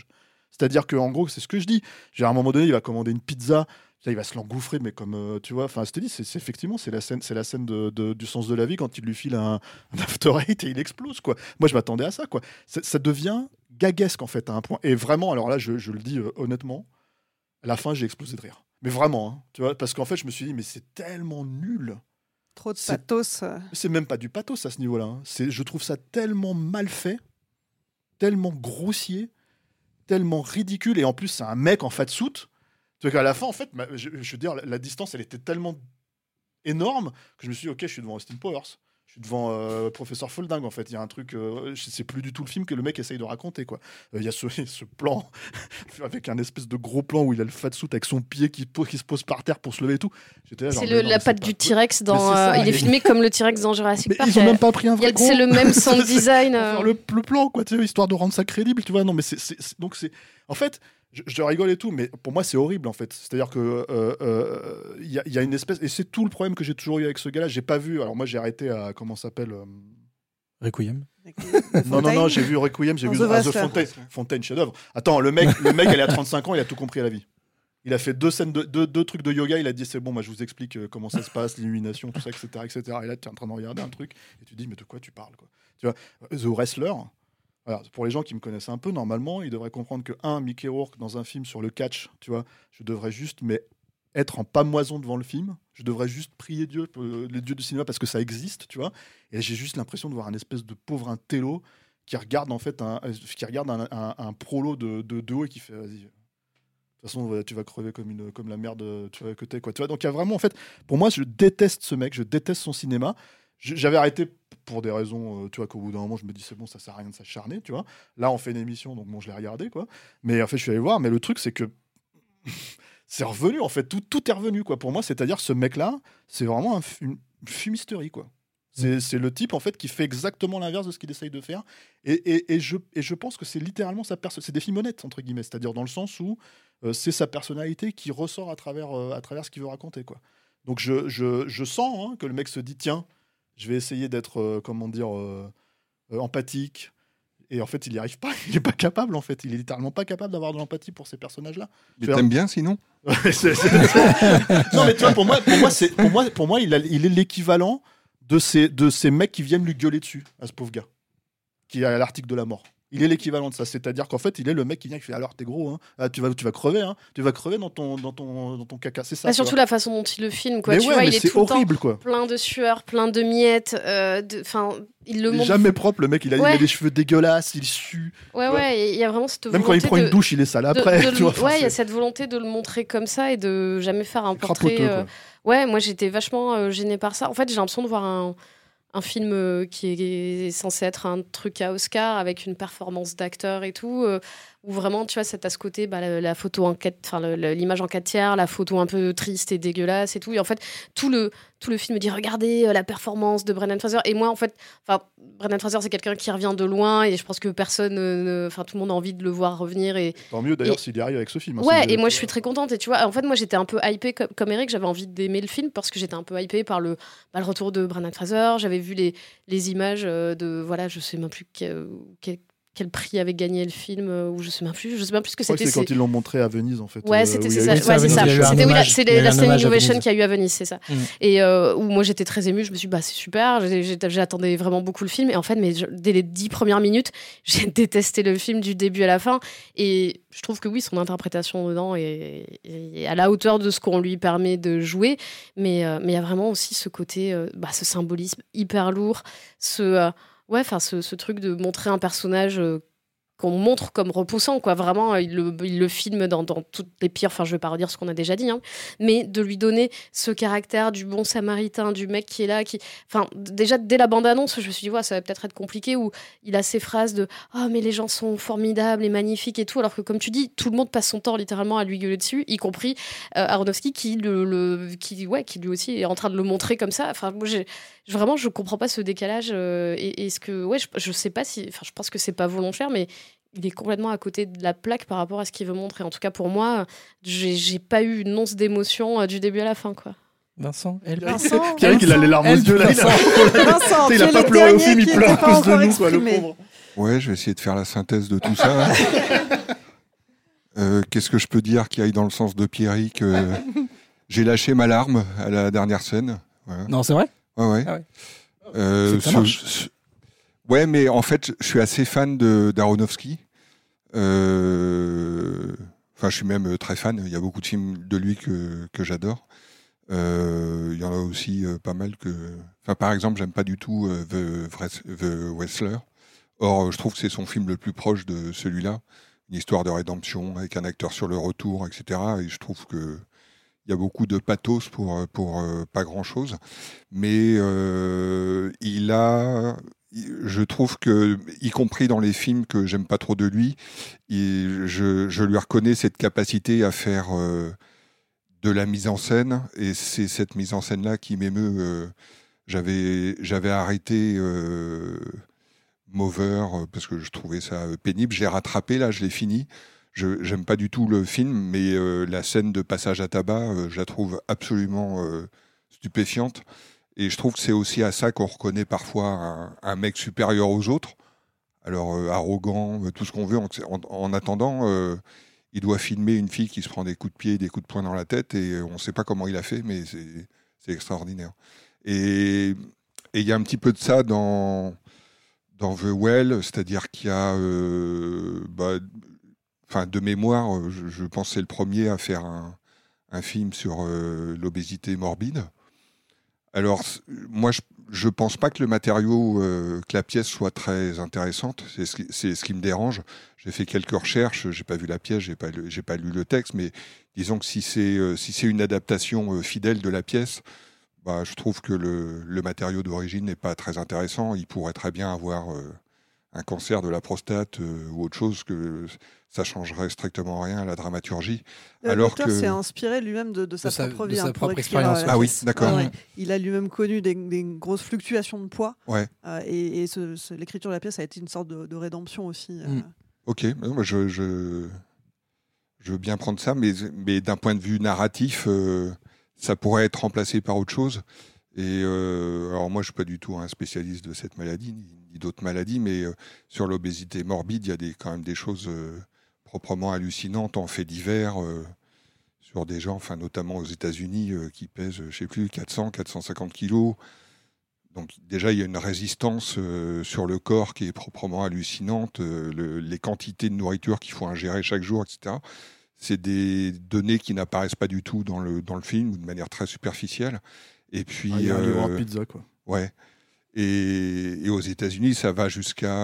S2: C'est-à-dire qu'en gros, c'est ce que je dis. À un moment donné, il va commander une pizza. Là, il va se l'engouffrer, mais comme tu vois, enfin, je te dis, c'est effectivement, c'est la scène du sens de la vie quand il lui file un After Eight et il explose, quoi. Moi, je m'attendais à ça, quoi. Ça devient gaguesque, en fait, à un point. Et vraiment, alors là, je le dis honnêtement, à la fin, j'ai explosé de rire. Mais vraiment, hein, tu vois, parce qu'en fait, je me suis dit, mais c'est tellement nul.
S9: Trop de pathos.
S2: C'est même pas du pathos à ce niveau-là. Hein. Je trouve ça tellement mal fait, tellement grossier, tellement ridicule. Et en plus, c'est un mec en fatsuit. Tu vois qu'à la fin, en fait, je veux dire, la distance, elle était tellement énorme que je me suis dit, ok, je suis devant Austin Powers. Je suis devant Professeur Folding, en fait. Il y a un truc, c'est plus du tout le film que le mec essaye de raconter, quoi. Il y a ce plan avec un espèce de gros plan où il a le fatsuit avec son pied qui se pose par terre pour se lever et tout. Là,
S10: c'est la patte du T-Rex dans. Il est filmé comme le T-Rex dans Jurassic Park.
S2: Ils ont même pas pris un vrai gros.
S10: C'est le même sound design.
S2: Le plan, quoi, tu sais, histoire de rendre ça crédible, tu vois. Non, mais donc c'est. En fait. Je rigole et tout, mais pour moi, c'est horrible, en fait. C'est-à-dire que y a une espèce... Et c'est tout le problème que j'ai toujours eu avec ce gars-là. J'ai pas vu... Alors moi, j'ai arrêté à... Comment ça s'appelle
S11: Requiem.
S2: Non, j'ai vu Requiem, j'ai vu The Fontaine, chef-d'œuvre. Attends, le mec, il a 35 ans, il a tout compris à la vie. Il a fait 2 scènes, deux trucs de yoga, il a dit, c'est bon, moi, je vous explique comment ça se passe, l'illumination, tout ça, etc. Et là, tu es en train de regarder un truc, et tu te dis, mais de quoi tu parles, quoi. Tu vois, The Wrestler... Alors, pour les gens qui me connaissent un peu, normalement, ils devraient comprendre que, Mickey Rourke, dans un film sur le catch, tu vois, je devrais juste être en pamoison devant le film. Je devrais juste prier Dieu, les dieux du cinéma, parce que ça existe, tu vois. Et j'ai juste l'impression de voir un espèce de pauvre intello qui regarde, en fait, un prolo de haut et qui fait, vas-y. De toute façon, tu vas crever comme la merde que t'es, quoi. Tu vois, donc, il y a vraiment, en fait, pour moi, je déteste ce mec, je déteste son cinéma. J'avais arrêté pour des raisons, tu vois, qu'au bout d'un moment, je me dis, c'est bon, ça sert à rien de s'acharner, tu vois. Là, on fait une émission, donc bon, je l'ai regardé, quoi. Mais en fait, je suis allé voir, mais le truc, c'est que c'est revenu, en fait, tout est revenu, quoi. Pour moi, c'est-à-dire, ce mec-là, c'est vraiment une fumisterie, quoi. C'est le type, en fait, qui fait exactement l'inverse de ce qu'il essaye de faire. Et je pense que c'est littéralement c'est des films honnêtes, entre guillemets, c'est-à-dire dans le sens où c'est sa personnalité qui ressort à travers ce qu'il veut raconter, quoi. Donc, je sens que le mec se dit, tiens, je vais essayer d'être, empathique. Et en fait, il n'y arrive pas. Il n'est pas capable, en fait. Il est littéralement pas capable d'avoir de l'empathie pour ces personnages-là.
S3: Mais t'aimes bien, sinon
S2: Non, mais tu vois, pour moi, il est l'équivalent de ces mecs qui viennent lui gueuler dessus, à ce pauvre gars, qui est à l'article de la mort. Il est l'équivalent de ça, c'est-à-dire qu'en fait, il est le mec qui vient qui fait alors t'es gros, tu vas crever, tu vas crever dans ton caca, c'est ça.
S10: Surtout la façon dont il le filme, quoi.
S2: Mais
S10: tu vois, il est tout
S2: horrible,
S10: le temps
S2: quoi.
S10: plein de sueur, plein de miettes, il le montre.
S2: Jamais propre, le mec, il a des cheveux dégueulasses, il sue.
S10: Ouais, il y a vraiment cette volonté.
S2: Même quand il prend une douche, il est sale après.
S10: Il y a cette volonté de le montrer comme ça et de jamais faire un portrait. Ouais, moi j'étais vachement gênée par ça. En fait, j'ai l'impression de voir un film qui est censé être un truc à Oscar avec une performance d'acteur et tout, où vraiment, tu vois, t'as ce côté, la photo en 4, l'image en 4 tiers, la photo un peu triste et dégueulasse et tout. Et en fait, tout le film me dit, regardez la performance de Brendan Fraser. Et moi, en fait, Brendan Fraser, c'est quelqu'un qui revient de loin et je pense que personne, tout le monde a envie de le voir revenir. Et
S2: tant mieux d'ailleurs s'il y arrive avec ce film.
S10: Ouais, et moi je suis très contente. Et tu vois, en fait, moi j'étais un peu hypée comme Eric, j'avais envie d'aimer le film parce que j'étais un peu hypée par le retour de Brendan Fraser. J'avais vu les images de, je sais même plus quel prix avait gagné le film, ou je sais même plus ce que c'était.
S2: C'est quand ils l'ont montré à Venise, en fait.
S10: Ouais, c'est ça. C'est la Standing Ovation qu'il y a eu à Venise, c'est ça. Et où moi j'étais très émue, je me suis dit, c'est super, j'attendais vraiment beaucoup le film. Et en fait, dès les 10 premières minutes, j'ai détesté le film du début à la fin. Et je trouve que oui, son interprétation dedans est à la hauteur de ce qu'on lui permet de jouer. Mais il y a vraiment aussi ce côté, ce symbolisme hyper lourd, ce truc de montrer un personnage qu'on montre comme repoussant, quoi. Vraiment, il le filme dans toutes les pires, je vais pas redire ce qu'on a déjà dit, mais de lui donner ce caractère du bon samaritain, du mec qui est là, déjà, dès la bande-annonce, je me suis dit, ça va peut-être être compliqué, où il a ces phrases de « Ah, mais les gens sont formidables et magnifiques et tout », alors que, comme tu dis, tout le monde passe son temps littéralement à lui gueuler dessus, y compris Aronofsky, qui lui aussi est en train de le montrer comme ça. Moi, vraiment, je comprends pas ce décalage, et ce que, je sais pas si, je pense que c'est pas volontaire, mais il est complètement à côté de la plaque par rapport à ce qu'il veut montrer. En tout cas, pour moi, j'ai pas eu une once d'émotion du début à la fin, quoi.
S11: Vincent,
S2: Pierre, il a les larmes aux yeux, là.
S9: Vincent,
S2: il a pas pleuré au film, il pleure à cause de nous, quoi, le pauvre.
S3: Ouais, je vais essayer de faire la synthèse de tout ça. qu'est-ce que je peux dire qui aille dans le sens de Pierrick J'ai lâché ma larme à la dernière scène. Voilà.
S11: Non, c'est vrai ?
S3: Ouais.
S11: Ah ouais. Ça marche.
S3: Ouais, mais en fait, je suis assez fan d'Aronofsky. Enfin, je suis même très fan. Il y a beaucoup de films de lui que j'adore. Il y en a aussi pas mal que... Enfin, par exemple, j'aime pas du tout The Wrestler. Or, je trouve que c'est son film le plus proche de celui-là. Une histoire de rédemption avec un acteur sur le retour, etc. Et je trouve que il y a beaucoup de pathos pour pas grand-chose. Mais je trouve que, y compris dans les films que j'aime pas trop de lui, je lui reconnais cette capacité à faire de la mise en scène, et c'est cette mise en scène-là qui m'émeut. J'avais arrêté Mover parce que je trouvais ça pénible. Je l'ai rattrapé, là, je l'ai fini. J'aime pas du tout le film, mais la scène de passage à tabac, je la trouve absolument stupéfiante. Et je trouve que c'est aussi à ça qu'on reconnaît parfois un mec supérieur aux autres. Alors, arrogant, tout ce qu'on veut. En attendant, il doit filmer une fille qui se prend des coups de pied, des coups de poing dans la tête, et on ne sait pas comment il a fait, mais c'est extraordinaire. Et il y a un petit peu de ça dans The Well, c'est-à-dire qu'il y a... de mémoire, je pense que c'est le premier à faire un film sur l'obésité morbide. Alors, moi, je pense pas que le matériau, que la pièce soit très intéressante. C'est ce qui me dérange. J'ai fait quelques recherches, j'ai pas vu la pièce, j'ai pas lu le texte, mais disons que si c'est une adaptation fidèle de la pièce, je trouve que le matériau d'origine n'est pas très intéressant. Il pourrait très bien avoir un cancer de la prostate ou autre chose, que ça changerait strictement rien à la dramaturgie.
S9: L'auteur s'est inspiré lui-même de sa propre vie.
S11: De sa propre
S9: expérience.
S3: Ah oui, d'accord.
S9: Ouais. Il a lui-même connu des grosses fluctuations de poids.
S3: Ouais.
S9: Et l'écriture de la pièce a été une sorte de rédemption aussi.
S3: Ok, moi je veux bien prendre ça, mais d'un point de vue narratif, ça pourrait être remplacé par autre chose. Et alors moi, je suis pas du tout un spécialiste de cette maladie ni d'autres maladies, mais sur l'obésité morbide, il y a quand même des choses proprement hallucinantes en fait divers sur des gens, enfin notamment aux États-Unis, qui pèsent, je sais plus, 450 kilos. Donc déjà, il y a une résistance sur le corps qui est proprement hallucinante. Les quantités de nourriture qu'il faut ingérer chaque jour, etc. C'est des données qui n'apparaissent pas du tout dans le film, ou de manière très superficielle. Et puis,
S2: il y a un livre en pizza, quoi.
S3: Ouais. Et aux États-Unis, ça va jusqu'à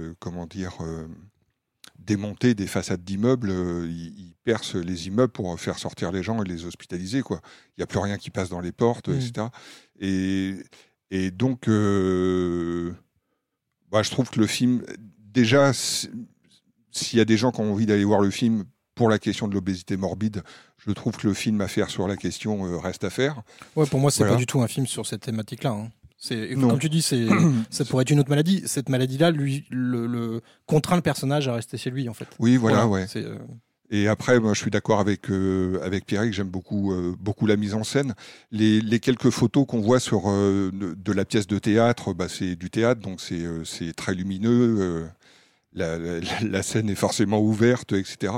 S3: démonter des façades d'immeubles. Ils percent les immeubles pour faire sortir les gens et les hospitaliser, quoi. Il n'y a plus rien qui passe dans les portes, etc. Et donc, je trouve que le film, déjà, s'il y a des gens qui ont envie d'aller voir le film pour la question de l'obésité morbide, je trouve que le film à faire sur la question reste à faire.
S11: Ouais, pour moi, c'est pas du tout un film sur cette thématique-là. Hein. Comme tu dis, ça pourrait être une autre maladie. Cette maladie-là, lui, le contraint le personnage à rester chez lui, en fait.
S3: Oui, voilà. Ouais. Et après, moi, je suis d'accord avec Pierrick, j'aime beaucoup la mise en scène. Les quelques photos qu'on voit sur de la pièce de théâtre, c'est du théâtre, donc c'est très lumineux. La scène est forcément ouverte, etc.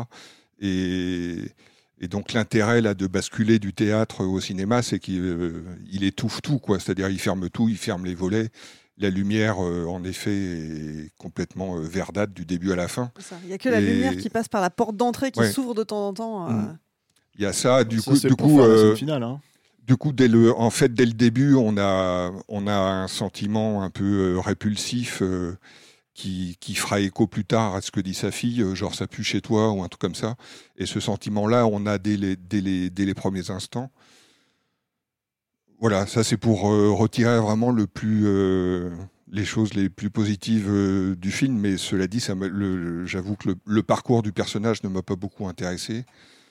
S3: Et donc l'intérêt là de basculer du théâtre au cinéma, c'est qu'il étouffe tout, quoi. C'est-à-dire il ferme tout, il ferme les volets. La lumière, en effet, est complètement verdâtre du début à la fin.
S9: Il n'y a que la lumière qui passe par la porte d'entrée qui s'ouvre de temps en temps.
S3: Il y a ça, du coup,
S2: finale, hein.
S3: Du coup, dès le début, on a un sentiment un peu répulsif qui fera écho plus tard à ce que dit sa fille, genre ça pue chez toi ou un truc comme ça. Et ce sentiment-là, on a dès les premiers instants. Voilà, ça c'est pour retirer vraiment les choses les plus positives du film. Mais cela dit, j'avoue que le parcours du personnage ne m'a pas beaucoup intéressé.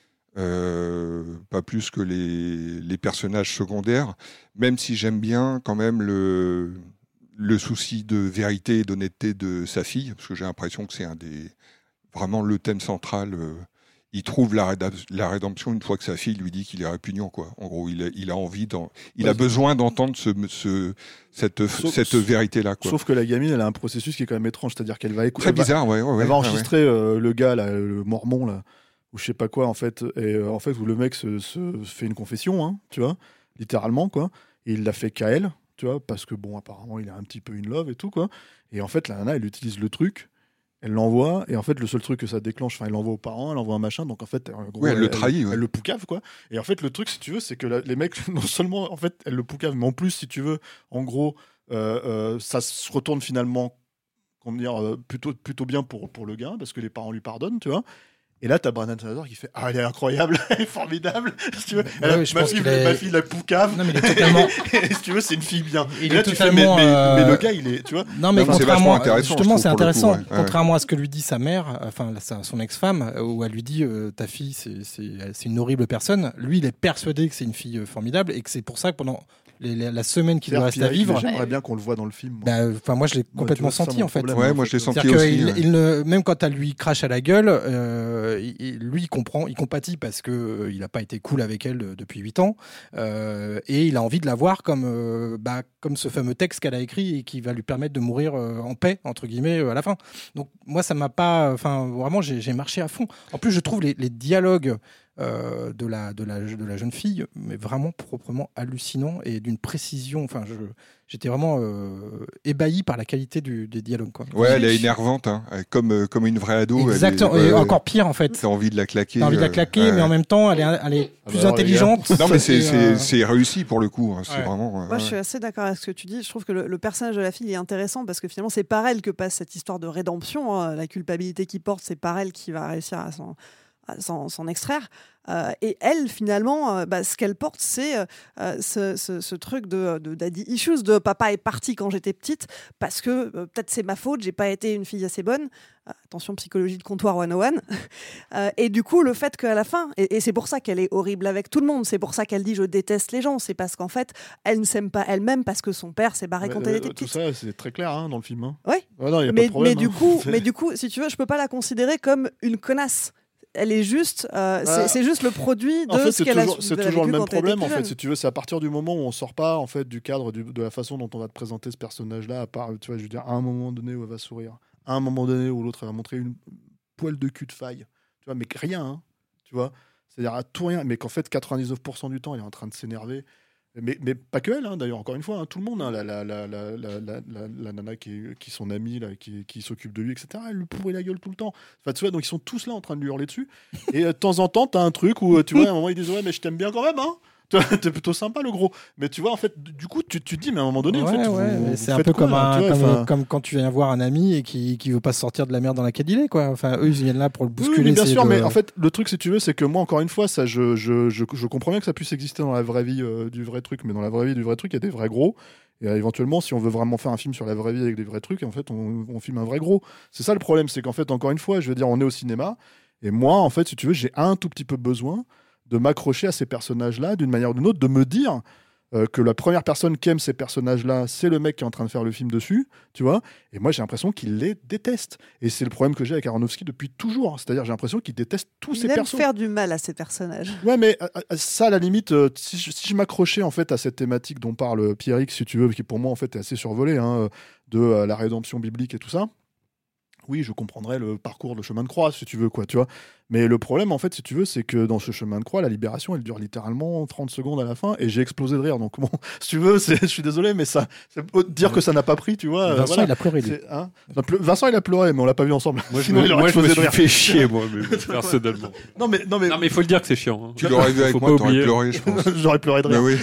S3: Pas plus que les personnages secondaires, même si j'aime bien quand même le souci de vérité et d'honnêteté de sa fille, parce que j'ai l'impression que c'est vraiment le thème central. Il trouve la rédemption une fois que sa fille lui dit qu'il est répugnant, quoi. En gros, il a envie, a besoin d'entendre cette vérité-là, quoi.
S2: Sauf que la gamine, elle a un processus qui est quand même étrange, c'est-à-dire qu'elle va écouter.
S3: Très bizarre, ouais.
S2: Elle va enregistrer le gars, là, le mormon, là. ou je sais pas quoi, en fait, et en fait, où le mec se fait une confession, hein, tu vois, littéralement, quoi, et il l'a fait qu'à elle, tu vois, parce que bon, apparemment, il a un petit peu une love et tout, quoi, et en fait, la nana, elle utilise le truc, elle l'envoie, et en fait, le seul truc que ça déclenche, enfin, elle l'envoie aux parents, elle envoie un machin, donc en fait, en gros,
S3: Ouais, elle le trahit, ouais.
S2: elle le poucave, quoi, et en fait, le truc, si tu veux, c'est que les mecs, non seulement, en fait, elle le poucave, mais en plus, si tu veux, en gros, ça se retourne finalement, comment dire, plutôt bien pour le gars, parce que les parents lui pardonnent, tu vois. Et là, t'as Brandon Fraser qui fait elle est incroyable, elle est formidable. Si tu veux, ma fille la poucave.
S11: Non, mais il est totalement.
S2: Et si tu veux, c'est une fille bien.
S11: Il
S2: et là,
S11: est
S2: tu
S11: totalement.
S2: fais, mais le gars, il est, tu vois.
S11: Non, mais
S3: contrairement,
S11: justement, c'est intéressant.
S3: Coup, ouais.
S11: Contrairement à ce que lui dit sa mère, enfin son ex-femme, où elle lui dit ta fille, c'est une horrible personne. Lui, il est persuadé que c'est une fille formidable et que c'est pour ça que pendant la semaine qu'il lui reste à vivre.
S2: J'aimerais bien qu'on le voit dans le film.
S11: Enfin, moi, je l'ai complètement senti en fait.
S3: Ouais, moi je l'ai senti aussi.
S11: Même quand elle lui crache à la gueule, lui, il comprend, il compatit parce que il n'a pas été cool avec elle depuis 8 ans, et il a envie de la voir comme ce fameux texte qu'elle a écrit et qui va lui permettre de mourir en paix entre guillemets à la fin. Donc moi, ça m'a pas, enfin vraiment, j'ai marché à fond. En plus, je trouve les dialogues de la jeune fille, mais vraiment proprement hallucinant et d'une précision. Enfin, j'étais vraiment ébahi par la qualité des dialogues, quoi.
S3: Ouais, elle est énervante, hein, comme une vraie ado.
S11: Exactement, et encore pire en fait.
S3: T'as envie de la claquer.
S11: T'as envie de la claquer, mais en même temps, elle est plus intelligente.
S3: Non, mais c'est réussi pour le coup. Hein, c'est vraiment.
S9: Moi, je suis assez d'accord avec ce que tu dis. Je trouve que le personnage de la fille est intéressant parce que finalement, c'est par elle que passe cette histoire de rédemption. Hein. La culpabilité qu'il porte, c'est par elle qui va réussir à s'en extraire. Et elle, finalement, ce qu'elle porte, c'est ce truc de daddy issues, de papa est parti quand j'étais petite, parce que peut-être c'est ma faute, j'ai pas été une fille assez bonne. Attention, psychologie de comptoir 101. Et du coup, le fait qu'à la fin, et c'est pour ça qu'elle est horrible avec tout le monde, c'est pour ça qu'elle dit je déteste les gens, c'est parce qu'en fait, elle ne s'aime pas elle-même parce que son père s'est barré quand elle était petite.
S2: Tout ça, c'est très clair hein, dans le film. Hein.
S9: Ouais.
S2: Non, y a pas de problème,
S9: mais du coup, si tu veux, je peux pas la considérer comme une connasse. Elle est juste, c'est juste le produit de ce qu'elle a.
S2: C'est toujours le même problème en fait. Si tu veux, c'est à partir du moment où on sort pas en fait du cadre de la façon dont on va te présenter ce personnage-là, à part, tu vois, je veux dire, à un moment donné où elle va sourire, à un moment donné où l'autre elle va montrer une poêle de cul de faille, tu vois, mais rien, hein, tu vois, c'est-à-dire à tout rien, mais qu'en fait 99% du temps elle est en train de s'énerver. Mais pas que elle, hein, d'ailleurs, encore une fois, hein, tout le monde, hein, la nana qui est son amie, là, qui s'occupe de lui, etc., elle lui pourrit la gueule tout le temps. Enfin, tu vois, donc ils sont tous là en train de lui hurler dessus. Et de temps en temps, t'as un truc où, tu vois, à un moment, ils disent ouais, mais je t'aime bien quand même, hein. T'es plutôt sympa le gros, mais tu vois en fait du coup tu te dis mais à un moment donné en fait,
S11: c'est un peu comme quand tu viens voir un ami et qui veut pas sortir de la merde dans laquelle il est quoi. Enfin eux ils viennent là pour le bousculer.
S2: Oui, bien sûr, mais en fait le truc si tu veux c'est que moi encore une fois ça je comprends bien que ça puisse exister dans la vraie vie du vrai truc, mais dans la vraie vie du vrai truc il y a des vrais gros. Et éventuellement, si on veut vraiment faire un film sur la vraie vie avec des vrais trucs, en fait, on filme un vrai gros. C'est ça le problème, c'est qu'en fait, encore une fois, je veux dire, on est au cinéma, et moi, en fait, si tu veux, j'ai un tout petit peu besoin de m'accrocher à ces personnages-là d'une manière ou d'une autre, de me dire que la première personne qui aime ces personnages-là, c'est le mec qui est en train de faire le film dessus, tu vois. Et moi, j'ai l'impression qu'il les déteste. Et c'est le problème que j'ai avec Aronofsky depuis toujours. C'est-à-dire, j'ai l'impression qu'il déteste tous ces personnages.
S9: Il aime faire du mal à ces personnages.
S2: Ouais, mais ça, à la limite, si je m'accrochais en fait à cette thématique dont parle Pierrick, si tu veux, qui pour moi en fait est assez survolée, hein, de la rédemption biblique et tout ça. Oui, je comprendrais le parcours, le chemin de croix, si tu veux, quoi, tu vois. Mais le problème, en fait, si tu veux, c'est que dans ce chemin de croix, la libération, elle dure littéralement 30 secondes à la fin, et j'ai explosé de rire. Donc, bon, si tu veux, je suis désolé, mais ça, dire que ça n'a pas pris, tu vois.
S11: Vincent,
S2: voilà.
S11: il a pleuré, lui.
S2: Hein Vincent, il a pleuré, mais on l'a pas vu ensemble.
S4: Moi, je me suis fait chier, moi, personnellement.
S2: Non, mais
S4: il faut le dire que c'est chiant. Hein.
S3: Tu l'aurais vu avec moi, t'aurais pleuré, je pense.
S2: J'aurais pleuré de rire.
S3: Mais oui.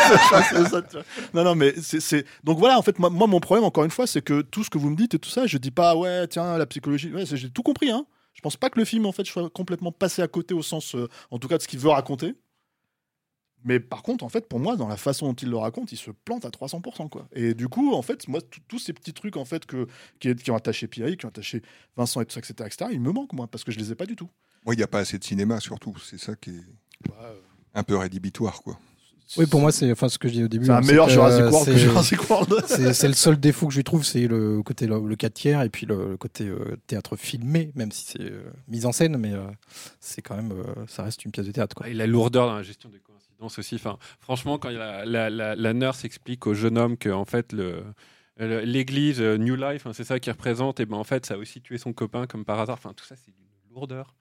S2: Non, mais c'est. Donc voilà, en fait, moi, mon problème, encore une fois, c'est que tout ce que vous me dites et tout ça, je dis pas, ouais, tiens, la psychologie. Ouais, j'ai tout compris, hein. Je pense pas que le film en fait soit complètement passé à côté au sens en tout cas de ce qu'il veut raconter. Mais par contre en fait pour moi dans la façon dont il le raconte, il se plante à 300% quoi. Et du coup en fait moi tous ces petits trucs en fait qui ont attaché Pierre, qui ont attaché Vincent et tout ça etc., ils me manquent moi parce que je les ai pas du tout.
S3: Moi il y a pas assez de cinéma surtout, c'est ça qui est un peu rédhibitoire quoi.
S11: Oui, pour moi, c'est ce que je dis au début.
S2: C'est un meilleur Jurassic World que Jurassic World.
S11: c'est le seul défaut que je lui trouve, c'est le côté le 4/3 et puis le côté théâtre filmé, même si c'est mise en scène, mais c'est quand même, ça reste une pièce de théâtre. Quoi.
S4: Et la lourdeur dans la gestion des coïncidences aussi. Enfin, franchement, quand la nurse explique au jeune homme que en fait l'église New Life, c'est ça qui représente, et ben en fait ça a aussi tué son copain comme par hasard. Enfin, tout ça c'est d'une lourdeur.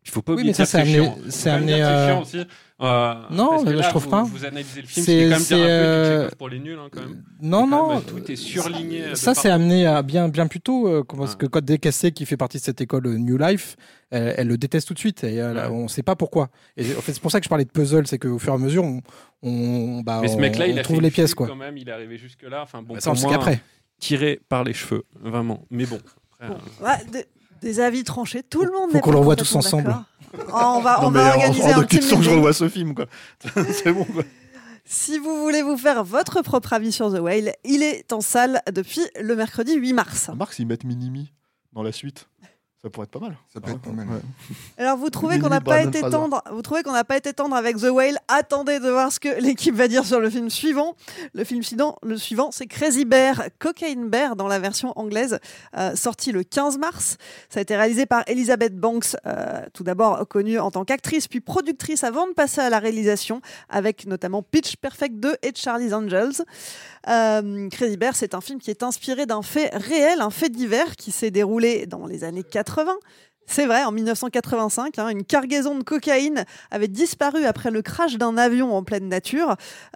S4: Il faut pas
S11: Oui,
S4: oublier
S11: mais ça,
S4: de dire que
S11: c'est amené-
S4: chiant.
S11: c'est
S4: Faut quand même
S11: amené,
S4: dire que c'est chiant aussi.
S11: Non,
S4: parce que
S11: mais
S4: là,
S11: je trouve
S4: vous,
S11: pas.
S4: Vous analysez le film,
S11: C'est-
S4: c'est quand même
S11: c'est,
S4: dire un peu du Tchekhov pour les nuls, hein, quand même.
S11: Non,
S4: C'est quand
S11: non.
S4: même, tout est surligné. de
S11: Ça, c'est
S4: partout.
S11: amené à bien plus tôt, parce que quand Décassé, qui fait partie de cette école New Life, elle le déteste tout de suite. Et on ne sait pas pourquoi. Et en fait, c'est pour ça que je parlais de puzzle, c'est qu'au fur et à mesure,
S4: Mais ce mec-là, il a
S11: trouve
S4: fait
S11: les
S4: une
S11: pièces,
S4: chute
S11: quoi.
S4: quand même. Il est arrivé jusque-là. Enfin bon,
S11: Ça, on
S4: pour
S11: le sait
S4: moi,
S11: qu'après.
S4: tiré par les cheveux, vraiment. Mais bon. Après,
S9: Ouais, des avis tranchés. Tout le monde
S11: Faut
S9: n'est
S11: qu'on
S9: pas
S11: le revoie tous
S9: complètement
S11: ensemble.
S9: d'accord. On va
S2: Non, mais
S9: organiser
S2: hors
S9: un
S2: de
S9: petit
S2: question que je
S9: meeting.
S2: revoie ce film, quoi. C'est bon, quoi.
S9: Si vous voulez vous faire votre propre avis sur The Whale, il est en salle depuis le mercredi 8 mars.
S2: Remarque s'ils mettent Minimi dans la suite. Ça pourrait être pas mal.
S3: Ça peut être pas mal.
S2: Ouais.
S9: Alors vous trouvez
S2: Minimi
S9: qu'on n'a
S2: de
S9: pas
S2: Brandon
S9: été
S2: Fraser.
S9: tendre Vous trouvez qu'on n'a pas été tendre avec The Whale? Attendez de voir ce que l'équipe va dire sur le film suivant. Le suivant, c'est Crazy Bear, Cocaine Bear dans la version anglaise, sorti le 15 mars. Ça a été réalisé par Elizabeth Banks, tout d'abord connue en tant qu'actrice puis productrice avant de passer à la réalisation, avec notamment Pitch Perfect 2 et Charlie's Angels. Crazy Bear, c'est un film qui est inspiré d'un fait réel, un fait divers qui s'est déroulé dans les années 80. C'est vrai, en 1985, une cargaison de cocaïne avait disparu après le crash d'un avion en pleine nature,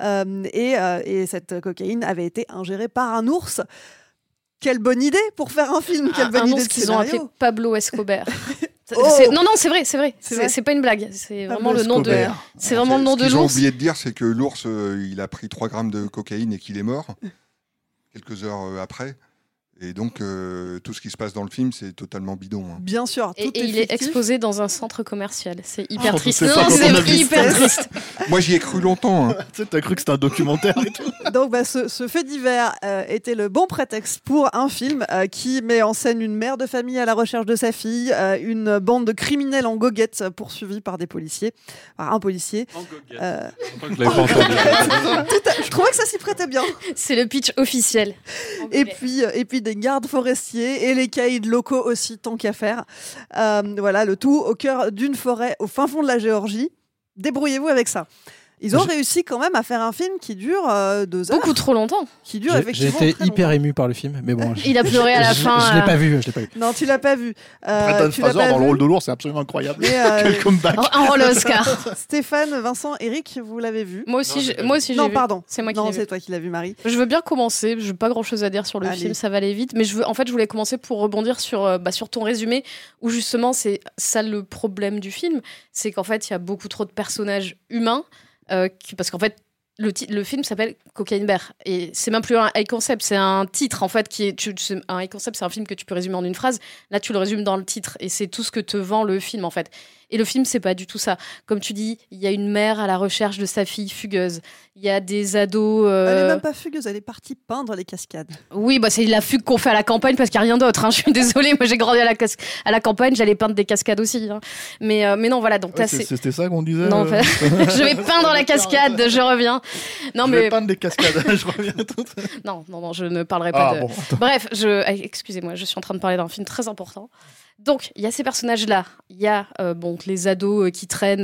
S9: et cette cocaïne avait été ingérée par un ours. Quelle bonne idée pour faire un film, quelle bonne
S10: un
S9: idée
S10: ours
S9: de
S10: qu'ils ont
S9: scénario.
S10: appelé Pablo Escobar.
S9: Oh.
S10: Non, c'est vrai.
S9: C'est vrai
S10: C'est pas une blague. C'est
S9: Pablo
S10: vraiment le nom de.
S9: Escobar.
S10: C'est vraiment le nom de
S3: Ce qu'ils ont
S10: l'ours.
S3: oublié de dire, c'est que l'ours, il a pris 3 grammes de cocaïne et qu'il est mort quelques heures après. Et donc, tout ce qui se passe dans le film, c'est totalement bidon. Hein.
S9: Bien sûr. Tout
S10: Et il est
S9: fictif.
S10: exposé dans un centre commercial. C'est hyper
S2: Oh,
S10: triste.
S2: c'est pas
S10: Non,
S2: quand on a
S10: c'est
S2: vu
S10: hyper
S2: ça.
S10: triste.
S3: Moi, j'y ai cru longtemps. Hein.
S2: Tu sais, t'as cru que c'était un documentaire et tout.
S9: Donc, ce fait divers était le bon prétexte pour un film qui met en scène une mère de famille à la recherche de sa fille, une bande de criminels en goguette poursuivis par des policiers, par un policier.
S4: En goguette.
S9: Euh,
S4: Je l'avais pas entendu.
S9: Je trouvais que ça s'y prêtait bien.
S10: C'est le pitch officiel.
S9: Et puis des gardes forestiers et les caïds locaux aussi, tant qu'à faire. Voilà, le tout au cœur d'une forêt au fin fond de la Géorgie. Débrouillez-vous avec ça. Ils ont réussi quand même à faire un film qui dure 2 heures.
S10: Beaucoup trop longtemps.
S9: Qui dure
S11: J'ai
S9: effectivement
S11: été
S9: très
S11: hyper
S9: longtemps.
S11: ému par le film, mais bon.
S10: Il a pleuré à la fin.
S11: Je l'ai pas vu.
S9: Non, tu l'as pas vu.
S2: Brendan
S9: Tu l'as
S2: Fraser
S9: pas
S2: dans le
S9: vu.
S2: rôle de l'ours, c'est absolument incroyable.
S9: Mais,
S2: Quel comeback.
S10: Un rôle Oscar.
S9: Stéphane, Vincent, Eric, vous l'avez vu?
S10: Moi aussi, j'ai
S9: Non,
S10: vu.
S9: pardon.
S10: C'est moi qui
S9: Non,
S10: l'ai vu.
S9: c'est toi qui l'as vu, Marie.
S10: Je veux bien commencer. Je n'ai pas grand-chose à dire sur le
S9: Allez.
S10: film, ça va aller vite. Mais je voulais commencer pour rebondir sur ton résumé, où justement, c'est ça le problème du film. C'est qu'en fait, il y a beaucoup trop de personnages humains, parce qu'en fait, le film s'appelle Cocaine Bear. Et c'est même plus un high concept, c'est un titre, en fait, un high concept, c'est un film que tu peux résumer en une phrase. Là, tu le résumes dans le titre. Et c'est tout ce que te vend le film, en fait. Et le film, c'est pas du tout ça. Comme tu dis, il y a une mère à la recherche de sa fille fugueuse. Il y a des ados.
S9: Elle est même pas fugueuse, elle est partie peindre les cascades.
S10: Oui, bah c'est la fugue qu'on fait à la campagne parce qu'il n'y a rien d'autre. Hein. Je suis désolée, moi j'ai grandi à la campagne, j'allais peindre des cascades aussi. Hein. Mais non, voilà. Donc là,
S2: C'était ça qu'on disait.
S10: Non, je vais peindre la cascade, je reviens. Non,
S2: je
S10: mais
S2: vais peindre des cascades, je reviens tout.
S10: Non, je ne parlerai pas de.
S2: Bon,
S10: Bref, excusez-moi, je suis en train de parler d'un film très important. Donc, il y a ces personnages-là. Il y a les ados qui traînent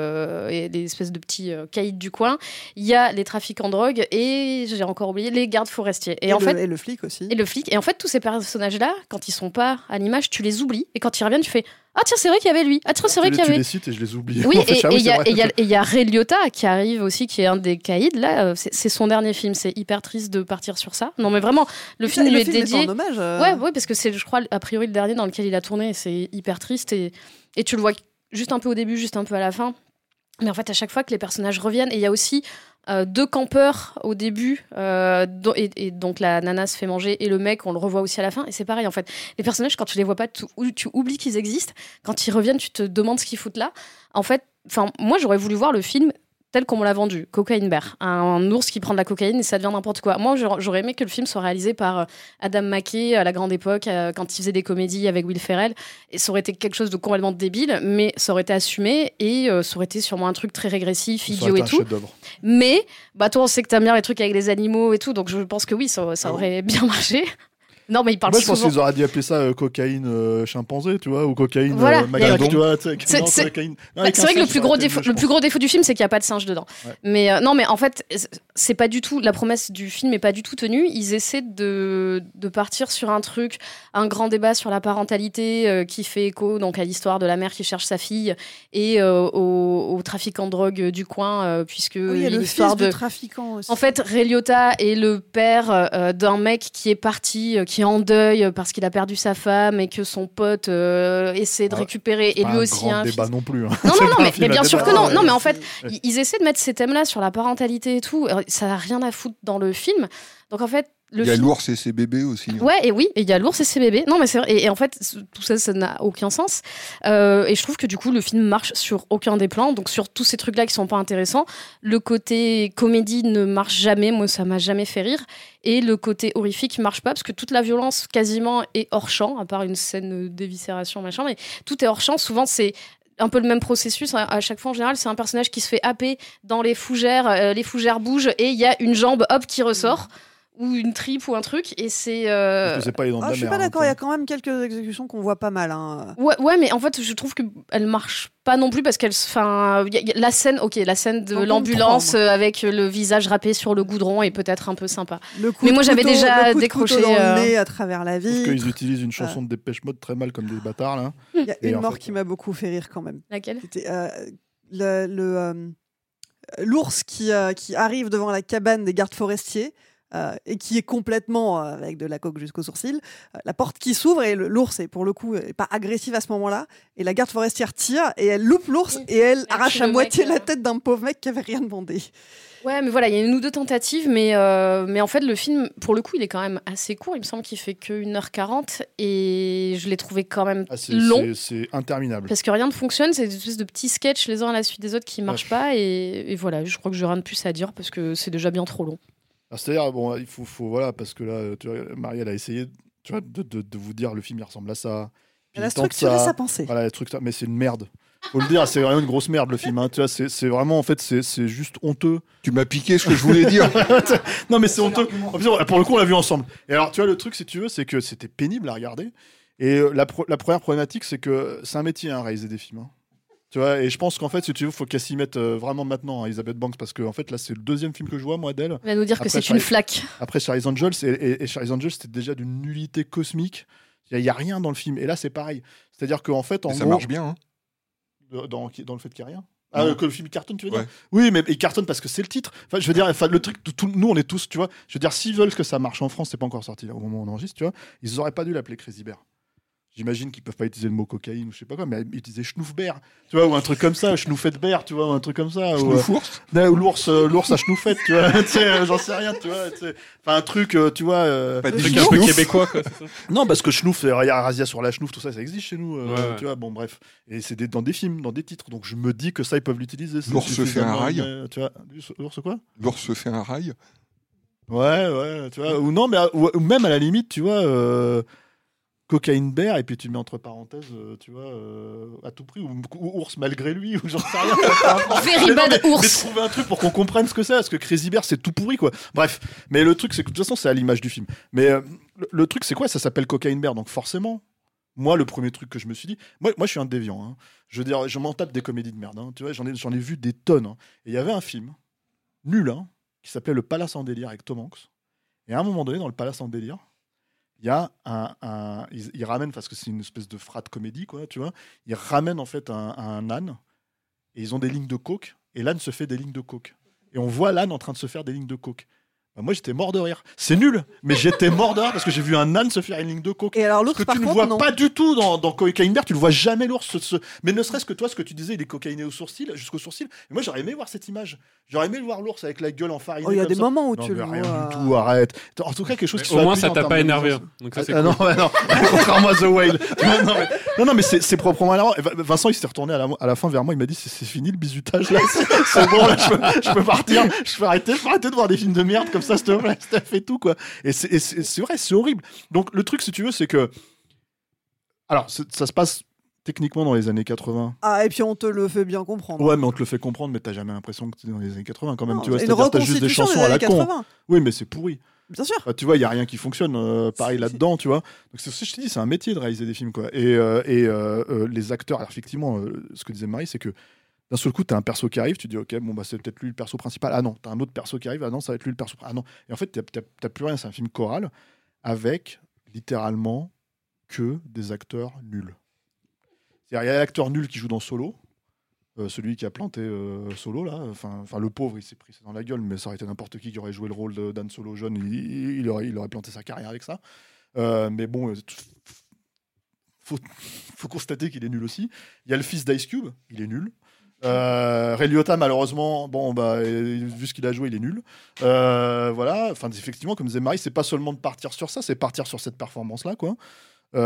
S10: et les espèces de petits caïds du coin. Il y a les trafiquants de drogue et, j'ai encore oublié, les gardes forestiers. Et
S9: le flic aussi.
S10: Et le flic. Et en fait, tous ces personnages-là, quand ils sont pas à l'image, tu les oublies. Et quand ils reviennent, tu fais « Ah tiens, c'est vrai qu'il y avait lui. Ah tiens, c'est vrai qu'il y avait... »
S2: Tu les cites et je les oublie.
S10: Oui, et il y a Ray Liotta qui arrive aussi, qui est un des caïds. Là, c'est son dernier film. C'est hyper triste de partir sur ça. Non, mais vraiment, le film lui est dédié.
S9: Est en hommage.
S10: Ouais, parce que c'est, je crois, a priori le dernier dans lequel il a tourné. C'est hyper triste et tu le vois juste un peu au début, juste un peu à la fin. Mais en fait, à chaque fois que les personnages reviennent, et il y a aussi 2 campeurs au début, et donc la nana se fait manger, et le mec, on le revoit aussi à la fin. Et c'est pareil, en fait. Les personnages, quand tu les vois pas, tu oublies qu'ils existent. Quand ils reviennent, tu te demandes ce qu'ils foutent là. En fait, moi, j'aurais voulu voir le film tel qu'on me l'a vendu, Cocaine Bear, un ours qui prend de la cocaïne et ça devient n'importe quoi. Moi, j'aurais aimé que le film soit réalisé par Adam McKay à la grande époque, quand il faisait des comédies avec Will Ferrell, et ça aurait été quelque chose de complètement débile, mais ça aurait été assumé et ça aurait été sûrement un truc très régressif, idiot et tout. Mais toi, on sait que t'aimes bien les trucs avec les animaux et tout, donc je pense que oui, ça aurait bien marché. Non, mais il parle
S2: Moi, je pense
S10: souvent.
S2: qu'ils auraient dû appeler ça cocaïne chimpanzé, tu vois, ou cocaïne
S10: Voilà,
S2: macaque, tu vois.
S10: C'est vrai que le plus gros défaut du film, c'est qu'il n'y a pas de singe dedans.
S2: Ouais.
S10: Mais non, mais en fait, c'est pas du tout. La promesse du film n'est pas du tout tenue. Ils essaient de partir sur un truc, un grand débat sur la parentalité qui fait écho donc à l'histoire de la mère qui cherche sa fille et au trafiquant de drogue du coin, puisque
S9: il y a le fils de trafiquant aussi.
S10: En fait, Ray Liotta est le père d'un mec qui est parti, qui est en deuil parce qu'il a perdu sa femme et que son pote essaie de récupérer. Et lui aussi
S2: un débat non plus. Hein.
S10: Non, mais bien sûr que non. Non, mais en fait, ils essaient de mettre ces thèmes-là sur la parentalité et tout. Ça n'a rien à foutre dans le film. Donc en fait,
S3: il y a l'ours et ses bébés aussi.
S10: Ouais, et oui, il y a l'ours et ses bébés. Non, mais c'est vrai. Et en fait, tout ça, ça n'a aucun sens. Et je trouve que du coup, le film marche sur aucun des plans. Donc sur tous ces trucs-là qui sont pas intéressants, le côté comédie ne marche jamais. Moi, ça m'a jamais fait rire. Et le côté horrifique marche pas parce que toute la violence quasiment est hors champ, à part une scène d'éviscération, machin. Mais tout est hors champ. Souvent, c'est un peu le même processus. À chaque fois, en général, c'est un personnage qui se fait happer dans les fougères bougent et il y a une jambe, hop, qui ressort. Ou une tripe ou un truc et c'est
S2: Parce que c'est pas les dents de la
S9: je suis
S2: mer,
S9: pas d'accord,
S2: hein,
S9: il y a quand même quelques exécutions qu'on voit pas mal hein.
S10: Ouais, mais en fait je trouve qu'elle marche pas non plus parce qu'elle la scène de l'ambulance avec le visage râpé sur le goudron est peut-être un peu sympa. Mais moi j'avais déjà décroché
S9: dans le nez à travers la vie.
S2: Parce qu'ils utilisent une chanson de Dépêche Mode très mal comme des bâtards là.
S9: Il y a une mort qui m'a beaucoup fait rire quand même.
S10: Laquelle?
S9: C'était l'ours qui arrive devant la cabane des gardes forestiers. Et qui est complètement avec de la coke jusqu'aux sourcils, la porte qui s'ouvre et l'ours est pour le coup est pas agressif à ce moment-là et la garde forestière tire et elle loupe l'ours et elle arrache à moitié la tête d'un pauvre mec qui avait rien demandé.
S10: Ouais, mais voilà, il y a une ou deux tentatives, mais en fait, le film, pour le coup, il est quand même assez court. Il me semble qu'il fait que 1h40 et je l'ai trouvé quand même long.
S2: C'est interminable.
S10: Parce que rien ne fonctionne, c'est une espèce de petits sketchs les uns à la suite des autres qui ne marchent pas et voilà, je crois que j'ai rien de plus à dire parce que c'est déjà bien trop long.
S2: C'est-à-dire, bon, il faut voilà, parce que là, tu vois, Marielle a essayé tu vois, de vous dire le film il ressemble à ça.
S9: Elle a structuré sa pensée.
S2: Voilà, mais c'est une merde. Faut le dire, c'est vraiment une grosse merde le film. Hein. Tu vois, c'est vraiment, en fait, c'est juste honteux.
S3: Tu m'as piqué ce que je voulais dire.
S2: Non, mais c'est honteux. Pour le coup, on l'a vu ensemble. Et alors, tu vois, le truc, si tu veux, c'est que c'était pénible à regarder. Et la première problématique, c'est que c'est un métier, hein, réaliser des films. Hein. Tu vois, et je pense qu'en fait, si tu veux, il faut qu'elle s'y mette vraiment maintenant, hein, Elisabeth Banks, parce que en fait, là, c'est le deuxième film que je vois, moi, d'elle.
S10: Elle va nous dire que c'est une flaque.
S2: Après Charlie's Angels, et Charlie's Angels, c'était déjà d'une nullité cosmique. Il n'y a rien dans le film. Et là, c'est pareil. C'est-à-dire qu'en fait,
S3: ça marche bien. Hein.
S2: Dans le fait qu'il n'y a rien. Que le film cartonne, tu veux dire ? Oui, mais il cartonne parce que c'est le titre. Enfin, je veux dire, le truc, nous, on est tous, tu vois. Je veux dire, s'ils veulent que ça marche en France, c'est pas encore sorti là, au moment où on enregistre, tu vois. Ils auraient pas dû l'appeler Crazy Bear. J'imagine qu'ils peuvent pas utiliser le mot cocaïne ou je sais pas quoi, mais ils utilisaient Schnoufbert, tu vois, ou un truc comme ça, Schnoufette Bear, tu vois, ou un truc comme ça. Ou l'ours à Schnoufette, tu vois, j'en sais rien, tu vois. Enfin, un truc, tu vois.
S4: Pas de truc un peu québécois, quoi.
S2: Non, parce que Schnouf, Razia sur la Schnouf, tout ça, ça existe chez nous, tu vois, bon, bref. Et c'est dans des films, dans des titres, donc je me dis que ça, ils peuvent l'utiliser.
S3: L'ours se fait un rail.
S2: Tu vois, l'ours quoi ?
S3: L'ours se fait un rail.
S2: Ouais, tu vois, ou non, mais ou même à la limite, tu vois. Cocaïne Bear, et puis tu mets entre parenthèses, tu vois, à tout prix, ou ours malgré lui, ou j'en sais rien.
S10: Very bad ours.
S2: Mais trouver un truc pour qu'on comprenne ce que c'est, parce que Crazy Bear, c'est tout pourri, quoi. Bref, mais le truc, c'est que de toute façon, c'est à l'image du film. Mais le truc, c'est quoi ? Ça s'appelle Cocaine Bear, donc forcément, moi, le premier truc que je me suis dit, moi je suis un déviant. Hein. Je veux dire, je m'en tape des comédies de merde. Hein. Tu vois, j'en ai vu des tonnes. Hein. Et il y avait un film, nul, hein, qui s'appelait Le Palace en délire avec Tom Hanks. Et à un moment donné, dans Le Palace en délire, il y a ils ramènent, parce que c'est une espèce de frat comédie, quoi, tu vois, ils ramènent en fait un âne, et ils ont des lignes de coke, et l'âne se fait des lignes de coke. Et on voit l'âne en train de se faire des lignes de coke. Bah, moi, j'étais mort de rire. C'est nul, mais j'étais mort de rire parce que j'ai vu un âne se faire une ligne de coke.
S9: Et alors l'ours,
S2: parce que tu ne vois pas du tout dans Cocaine Bear, tu le vois jamais l'ours. Mais ne serait-ce que toi, ce que tu disais, il est cocaïné jusqu'au sourcil. Et moi, j'aurais aimé voir cette image. J'aurais aimé voir l'ours avec la gueule enfarinée.
S9: Il y a des moments où
S2: non,
S9: tu le
S2: rien
S9: vois.
S2: du tout, arrête. En tout cas, quelque chose qui
S4: au moins, ça t'a pas énervé. Donc ça, c'est cool.
S2: Non, contrairement à The Whale. Non, mais c'est proprement énervant. Vincent, il s'est retourné à la fin vers moi. Il m'a dit c'est fini le bizutage là. C'est bon, là, je peux partir. Je peux arrêter de voir des films de merde comme ça, s'il te plaît. Fait tout, quoi. Et c'est vrai, c'est horrible. Donc, le truc, si tu veux, c'est que. Alors, ça se passe techniquement dans les années 80.
S9: Ah, et puis on te le fait bien comprendre.
S2: Ouais, mais on te le fait comprendre, mais t'as jamais l'impression que t'es dans les années 80 quand même.
S9: Non,
S2: tu vois,
S9: c'est-à-dire, t'as juste des chansons à la con.
S2: Oui, mais c'est pourri.
S9: Bien sûr.
S2: Tu vois, il y a rien qui fonctionne pareil là-dedans, tu vois. Donc c'est ce que je te dis, c'est un métier de réaliser des films, quoi. Et les acteurs, alors effectivement, ce que disait Marie, c'est que d'un seul coup, tu as un perso qui arrive, tu dis ok, bon bah c'est peut-être lui le perso principal. Ah non, tu as un autre perso qui arrive, ah non, ça va être lui le perso. Ah non. Et en fait, t'as plus rien, c'est un film choral avec littéralement que des acteurs nuls. C'est-à-dire, il y a l'acteur nul qui joue dans Solo, celui qui a planté Solo là. Enfin, le pauvre, il s'est pris ça dans la gueule, mais ça aurait été n'importe qui aurait joué le rôle d'Han Solo jeune, il aurait planté sa carrière avec ça. Mais bon, faut constater qu'il est nul aussi. Il y a le fils d'Ice Cube, il est nul. Ray Liotta, malheureusement, bon, bah, vu ce qu'il a joué, il est nul. Voilà, enfin, effectivement, comme disait Marie, c'est pas seulement de partir sur ça, c'est partir sur cette performance-là, quoi. Il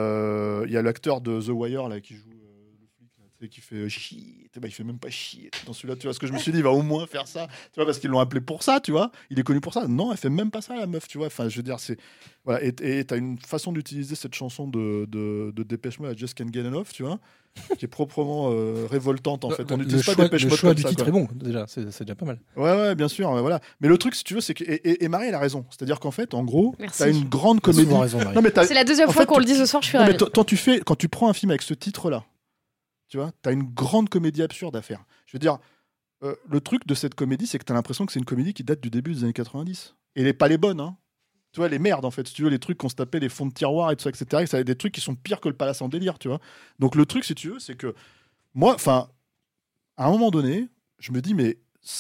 S2: y a l'acteur de The Wire là, qui joue le flic, là, qui fait shit, bah, il fait même pas shit dans celui-là, tu vois. Ce que je me suis dit, il va au moins faire ça, tu vois, parce qu'ils l'ont appelé pour ça, tu vois. Il est connu pour ça. Non, elle fait même pas ça, la meuf, tu vois. Enfin, je veux dire, c'est. Voilà, et t'as une façon d'utiliser cette chanson de Dépêche Mode, Just Can't Get Enough, tu vois, qui est proprement révoltante en fait. On n'utilise pas Dépêche Mode.
S11: Le choix
S2: comme
S11: du
S2: ça,
S11: titre
S2: quoi.
S11: est bon, déjà, c'est déjà pas mal.
S2: Ouais, bien sûr, voilà. Mais le truc, si tu veux, c'est que. Et Marie, elle a raison. C'est-à-dire qu'en fait, en gros,
S10: Merci.
S2: t'as une grande comédie.
S11: Raison, Marie.
S2: Non, mais
S10: C'est la deuxième fois qu'on le dit ce soir, je suis
S2: non, mais
S10: ravie.
S2: quand tu prends un film avec ce titre-là, tu vois, t'as une grande comédie absurde à faire. Je veux dire, le truc de cette comédie, c'est que t'as l'impression que c'est une comédie qui date du début des années 90. Et pas les bonnes, hein. Tu vois, les merdes, en fait, si tu veux, les trucs qu'on se tapait, les fonds de tiroir et tout ça, etc. Ça a des trucs qui sont pires que le Palace en délire, tu vois. Donc le truc, si tu veux, c'est que moi, enfin, à un moment donné, je me dis, mais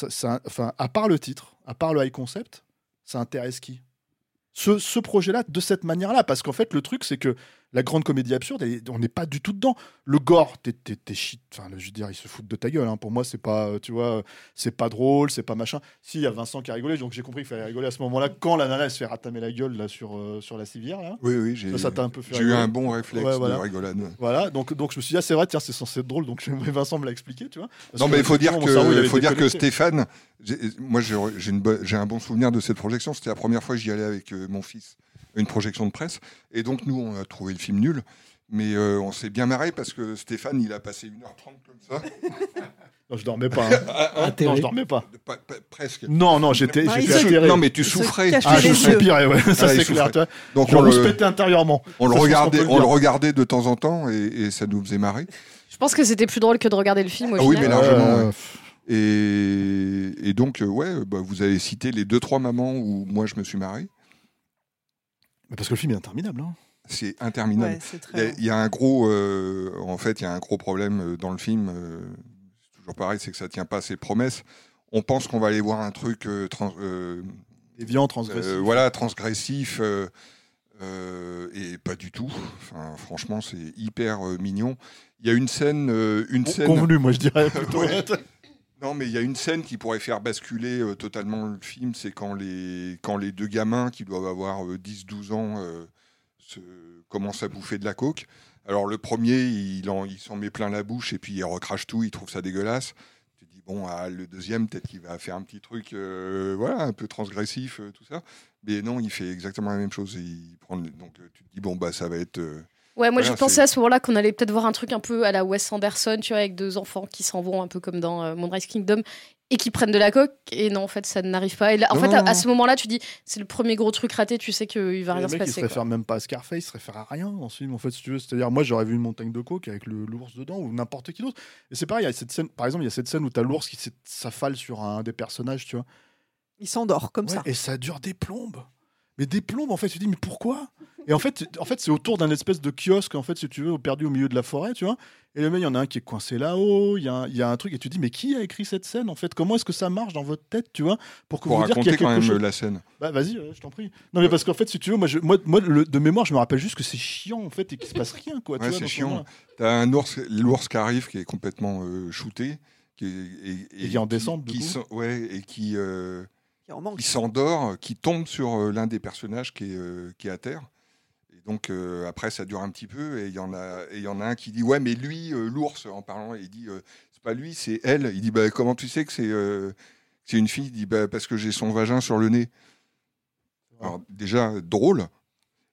S2: à part le titre, à part le high concept, ça intéresse qui ? Ce projet-là, de cette manière-là, parce qu'en fait, le truc, c'est que la grande comédie absurde, on n'est pas du tout dedans. Le gore, t'es shit. Enfin, je veux dire, ils se foutent de ta gueule. Hein. Pour moi, c'est pas, tu vois, c'est pas drôle, c'est pas machin. Si, il y a Vincent qui a rigolé, donc j'ai compris qu'il fallait rigoler à ce moment-là, quand la nana elle se fait ratamer la gueule là sur la civière là.
S3: Oui,
S2: ça t'a un peu fait
S3: j'ai eu un bon réflexe
S2: voilà.
S3: de rigolade.
S2: Voilà, donc je me suis dit, ah, c'est vrai, tiens, c'est censé être drôle, donc Vincent me l'a expliqué, tu vois.
S3: Non, mais il faut dire que Stéphane, moi j'ai un bon souvenir de cette projection. C'était la première fois que j'y allais avec mon fils, une projection de presse, et donc nous on a trouvé le film nul, mais on s'est bien marré parce que Stéphane il a passé 1h30 comme ça.
S2: Non, je dormais pas. Hein. Non, je dormais pas.
S3: Presque.
S2: Non, j'étais atterré.
S3: Non, mais tu souffrais.
S2: Je soupirais, ouais. Ça c'est clair. Donc on se pétait intérieurement.
S3: On le regardait de temps en temps et ça nous faisait marrer.
S10: Je pense que c'était plus drôle que de regarder le film au
S3: Oui,
S10: final.
S3: mais largement. Ouais. Et donc, vous avez cité les 2-3 moments où moi je me suis marré.
S2: Parce que le film est interminable. Hein.
S3: C'est interminable.
S9: Ouais,
S3: il y a un gros, en fait, il y a un gros problème dans le film. C'est toujours pareil, c'est que ça tient pas à ses promesses. On pense qu'on va aller voir un truc
S2: déviant, transgressif.
S3: Voilà, transgressif. Et pas du tout. Enfin, franchement, c'est hyper mignon. Il y a une scène,
S2: convenue, moi je dirais plutôt.
S3: Non, mais il y a une scène qui pourrait faire basculer totalement le film, c'est quand les deux gamins qui doivent avoir 10-12 ans commencent à bouffer de la coke. Alors le premier, il s'en met plein la bouche et puis il recrache tout, il trouve ça dégueulasse. Tu te dis, bon, le deuxième, peut-être qu'il va faire un petit truc un peu transgressif, tout ça. Mais non, il fait exactement la même chose. Donc tu te dis, bon, bah ça va être...
S10: Ouais, moi j'ai pensé à ce moment-là qu'on allait peut-être voir un truc un peu à la Wes Anderson, tu vois, avec deux enfants qui s'en vont un peu comme dans Moonrise Kingdom et qui prennent de la coke. Et non, en fait, ça n'arrive pas. Et là, à ce moment-là, tu dis, c'est le premier gros truc raté, tu sais qu'il va rien se passer.
S2: Il se réfère même pas à Scarface, il se réfère à rien dans ce film, en fait, si tu veux. C'est-à-dire, moi j'aurais vu une montagne de coke avec l'ours dedans ou n'importe qui d'autre. Et c'est pareil, il y a cette scène, par exemple, il y a cette scène où t'as l'ours qui s'affale sur un des personnages, tu vois.
S9: Il s'endort comme ça.
S2: Et ça dure des plombes. Mais des plombes, en fait, tu te dis, mais pourquoi ? Et en fait, c'est autour d'un espèce de kiosque, en fait, si tu veux, perdu au milieu de la forêt, tu vois. Et le mec, il y en a un qui est coincé là-haut, il y a un truc, et tu te dis, mais qui a écrit cette scène, en fait ? Comment est-ce que ça marche dans votre tête, tu vois ? Pour vous dire qu'il y a quelque
S3: quand même
S2: chose...
S3: la scène.
S2: Bah, vas-y, je t'en prie. Non, mais parce qu'en fait, si tu veux, moi de mémoire, je me rappelle juste que c'est chiant, en fait, et qu'il se passe rien, quoi.
S3: Ouais,
S2: tu vois,
S3: c'est chiant. T'as l'ours qui arrive, qui est complètement shooté, et qui est en descente, du coup. Et qui s'endort, qui tombe sur l'un des personnages qui est à terre. Et donc après ça dure un petit peu et il y en a un qui dit ouais mais lui l'ours en parlant il dit c'est pas lui c'est elle. Il dit bah comment tu sais que c'est une fille. Il dit bah parce que j'ai son vagin sur le nez. Alors déjà drôle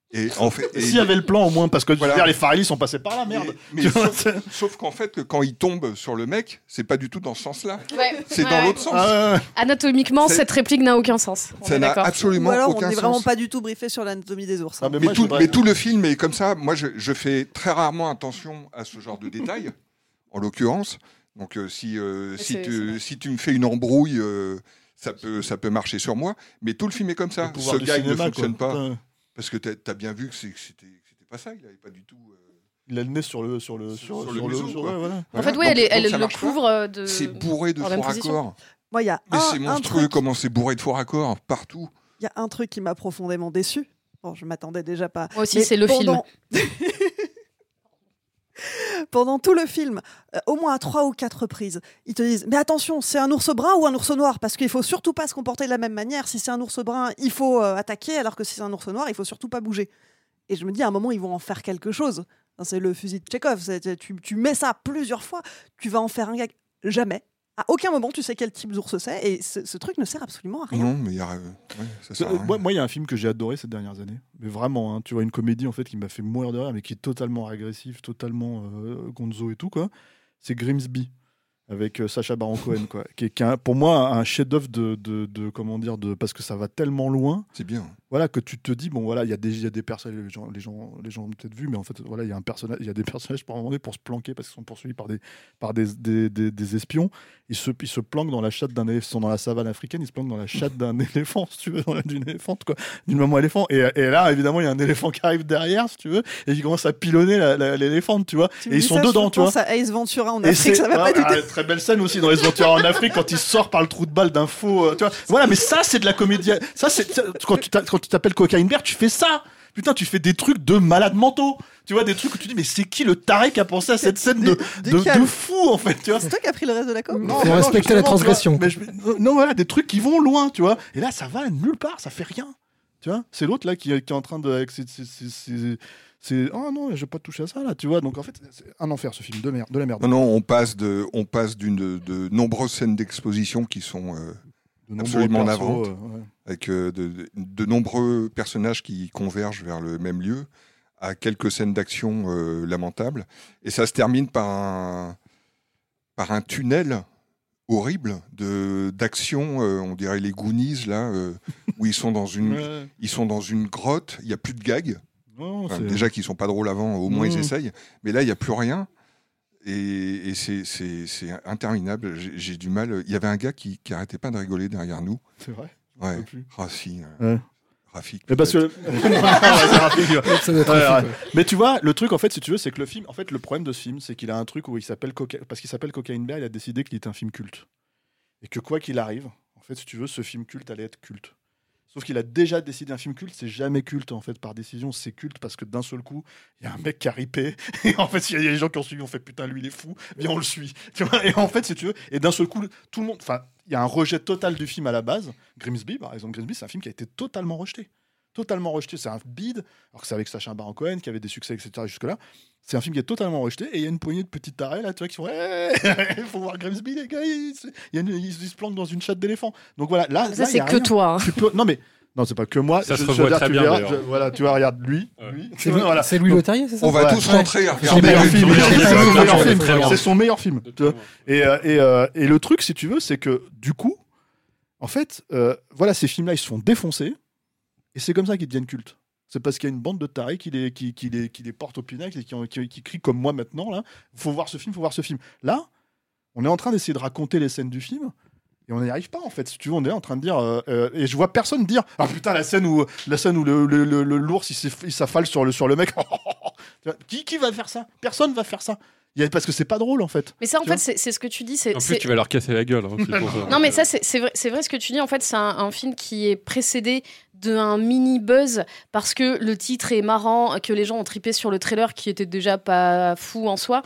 S3: Et en fait,
S2: s'il y avait le plan au moins, parce que
S3: voilà.
S2: Les Farrelly sont passés par là, merde.
S3: Mais sauf qu'en fait, quand il tombe sur le mec, c'est pas du tout dans ce sens-là.
S10: Ouais.
S3: C'est dans l'autre sens.
S10: Anatomiquement, cette réplique n'a aucun sens.
S3: Ça n'a absolument aucun sens.
S9: On n'est vraiment pas du tout briefé sur l'anatomie des ours.
S2: Ah,
S3: mais tout le film est comme ça. Moi, je fais très rarement attention à ce genre de détails, en l'occurrence. Donc, si tu me fais une embrouille, ça peut marcher sur moi. Mais tout le film est comme ça. Ce gars, il ne fonctionne pas. Parce que t'as bien vu que c'était pas ça. Il avait pas du tout.
S2: Il a le nez sur le museau, voilà.
S10: En fait, oui, elle le couvre de.
S3: C'est bourré de faux raccords.
S9: Moi, il y a
S3: mais c'est monstrueux comment c'est bourré de faux raccords partout.
S9: Il y a un truc qui m'a profondément déçu. Bon, je m'attendais déjà pas.
S10: Moi aussi, c'est le film.
S9: Pendant tout le film, au moins à 3 ou 4 reprises, ils te disent mais attention, c'est un ours brun ou un ours noir, parce qu'il faut surtout pas se comporter de la même manière. Si c'est un ours brun, il faut attaquer, alors que si c'est un ours noir, il faut surtout pas bouger. Et je me dis à un moment, ils vont en faire quelque chose. C'est le fusil de Tchekhov. Tu mets ça plusieurs fois, tu vas en faire un gag. Jamais. À aucun moment, tu sais quel type d'ours c'est, et ce truc ne sert absolument à rien.
S3: Non, mais ça sert à rien.
S2: Moi, il y a un film que j'ai adoré ces dernières années, mais vraiment, hein, tu vois, une comédie en fait qui m'a fait mourir de rire, mais qui est totalement agressif, totalement gonzo et tout quoi. C'est Grimsby avec Sacha Baron Cohen quoi, qui est pour moi un chef-d'œuvre de comment dire parce que ça va tellement loin.
S3: C'est bien.
S2: Voilà que tu te dis bon voilà il y a des personnages, les gens ont peut-être vu, mais en fait voilà il y a des personnages par moment donné pour se planquer parce qu'ils sont poursuivis par des espions. Ils se planquent dans la chatte d'un éléphant, ils sont dans la savane africaine, ils se planquent dans la chatte d'un éléphant si tu veux, d'une éléphante quoi, d'une maman éléphant. Et là évidemment il y a un éléphant qui arrive derrière si tu veux et qui commence à pilonner l'éléphante tu vois. Et ils sont dedans tu vois.
S9: Ça Ace Ventura en Afrique, ça va pas du tout.
S2: Très belle scène aussi dans Ace Ventura en Afrique quand il sort par le trou de balle d'un faux tu vois. Voilà mais ça c'est de la comédie. Ça c'est quand tu t'appelles Cocaine Bear, tu fais ça. Putain, tu fais des trucs de malades mentaux. Tu vois, des trucs où tu dis, mais c'est qui le taré qui a pensé à cette scène de fou, en fait, tu vois.
S9: C'est toi qui as pris le reste de la com.
S11: Faut respecter la transgression.
S2: Non, voilà, des trucs qui vont loin, tu vois. Et là, ça va nulle part, ça fait rien. Tu vois, c'est l'autre là qui est en train de. Avec oh non, je vais pas toucher à ça là, tu vois. Donc en fait, c'est un enfer ce film, de la merde.
S3: Non, on passe de nombreuses scènes d'exposition qui sont absolument navantes, avec de nombreux personnages qui convergent vers le même lieu, à quelques scènes d'action lamentables. Et ça se termine par un tunnel horrible d'action, on dirait les Goonies, là, où ils sont dans une grotte, il n'y a plus de gags.
S2: Non,
S3: déjà qu'ils ne sont pas drôles avant, au moins ils essayent. Mais là, il n'y a plus rien. Et c'est interminable. J'ai du mal. Il y avait un gars qui n'arrêtait pas de rigoler derrière nous.
S2: C'est vrai.
S3: Ouais. Rafik.
S2: Mais parce que mais tu vois, le truc en fait, si tu veux, c'est que le film, en fait, le problème de ce film, c'est qu'il a un truc où parce qu'il s'appelle Cocaine Bear, il a décidé qu'il était un film culte et que quoi qu'il arrive, en fait, si tu veux, ce film culte allait être culte. Sauf qu'il a déjà décidé un film culte, c'est jamais culte en fait par décision, c'est culte parce que d'un seul coup, il y a un mec qui a ripé et en fait, il y a des gens qui ont suivi, on fait putain lui il est fou, viens on le suit. Tu vois, et en fait, si tu veux, et d'un seul coup, tout le monde, enfin, il y a un rejet total du film à la base. Grimsby, par exemple, c'est un film qui a été totalement rejeté. C'est un bide, alors que c'est avec Sacha Baron Cohen qui avait des succès, etc. jusque-là. C'est un film qui est totalement rejeté et il y a une poignée de petits tarés là, tu vois, qui font il faut voir Grimsby, les gars, ils se planquent dans une chatte d'éléphant. Donc voilà, là,
S10: ça c'est que rien. Toi.
S2: Hein. Non, c'est pas que moi.
S4: Ça se revoit très bien.
S2: Voilà, tu vois, regarde lui.
S11: C'est Louis Leterrier, c'est ça?
S3: On va tous rentrer à
S2: regarder meilleur film. C'est son meilleur film. Et le truc, si tu veux, c'est que du coup, en fait, voilà, ces films-là, ils se font défoncer. Et c'est comme ça qu'ils deviennent cultes. C'est parce qu'il y a une bande de tarés qui les porte au pinacle et qui crient comme moi maintenant. Là, faut voir ce film. Là, on est en train d'essayer de raconter les scènes du film et on n'y arrive pas en fait. Si tu veux, on est en train de dire et je vois personne dire ah putain la scène où l'ours il s'affale sur le mec. Qui va faire ça? Personne va faire ça. Parce que c'est pas drôle en fait.
S10: Mais ça en fait c'est ce que tu dis.
S4: En plus tu vas leur casser la gueule. Hein,
S10: non mais ça c'est vrai ce que tu dis. En fait c'est un film qui est précédé d'un mini buzz parce que le titre est marrant, que les gens ont tripé sur le trailer qui était déjà pas fou en soi.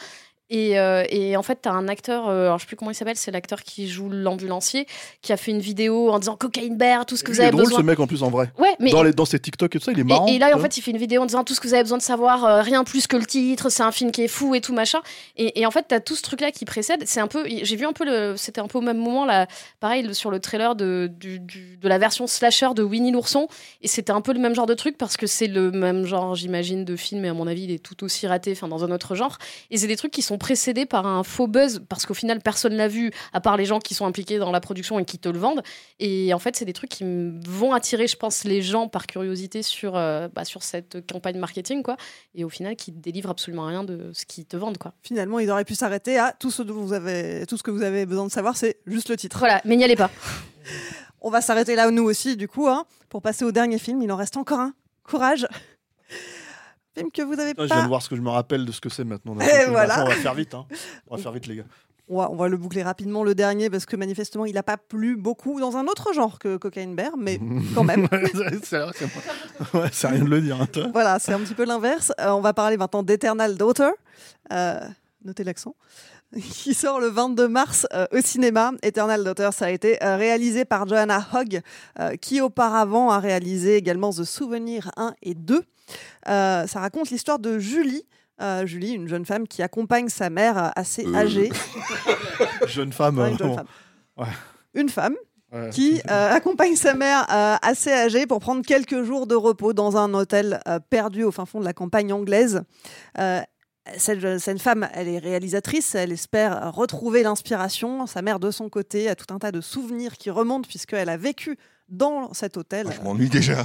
S10: Et en fait, t'as un acteur, alors je sais plus comment il s'appelle, c'est l'acteur qui joue l'ambulancier, qui a fait une vidéo en disant Cocaine Bear, tout ce que vous avez besoin.
S2: Il est drôle ce mec en plus en vrai.
S10: Ouais, mais
S2: dans ses TikTok et tout ça, il est marrant.
S10: Et là, en fait, il fait une vidéo en disant tout ce que vous avez besoin de savoir, rien plus que le titre, c'est un film qui est fou et tout machin. Et en fait, t'as tout ce truc-là qui précède. C'est un peu, j'ai vu un peu c'était un peu au même moment là, pareil sur le trailer de la version slasher de Winnie l'ourson. Et c'était un peu le même genre de truc parce que c'est le même genre, j'imagine, de film. Et à mon avis, il est tout aussi raté, enfin dans un autre genre. Et c'est des trucs qui sont précédés par un faux buzz parce qu'au final personne l'a vu à part les gens qui sont impliqués dans la production et qui te le vendent. Et en fait c'est des trucs qui vont attirer, je pense, les gens par curiosité sur cette campagne marketing, quoi. Et au final qui délivrent absolument rien de ce qu'ils te vendent, quoi.
S9: Finalement il aurait pu s'arrêter à tout ce que vous avez besoin de savoir, c'est juste le titre.
S10: Voilà, mais n'y allez pas.
S9: On va s'arrêter là nous aussi du coup, pour passer au dernier film. Il en reste encore un. Courage. Film que vous avez pas...
S2: Je viens de voir ce que je me rappelle de ce que c'est maintenant.
S9: Et voilà.
S2: On va faire vite, On va faire vite, les gars.
S9: On va le boucler rapidement, le dernier, parce que manifestement, il n'a pas plu beaucoup dans un autre genre que Cocaine Bear, mais quand même.
S2: C'est rien de le dire. Toi.
S9: Voilà, c'est un petit peu l'inverse. On va parler maintenant d'Eternal Daughter. Notez l'accent. Qui sort le 22 mars au cinéma. Eternal Daughter, ça a été réalisé par Joanna Hogg, qui auparavant a réalisé également The Souvenir 1 et 2. Ça raconte l'histoire de Julie. Julie, une jeune femme qui accompagne sa mère assez âgée.
S2: Jeune femme.
S9: Une jeune femme. Ouais. Une femme qui accompagne sa mère assez âgée pour prendre quelques jours de repos dans un hôtel perdu au fin fond de la campagne anglaise. Cette femme, elle est réalisatrice, elle espère retrouver l'inspiration. Sa mère, de son côté, a tout un tas de souvenirs qui remontent puisqu'elle a vécu dans cet hôtel.
S3: Je m'ennuie déjà.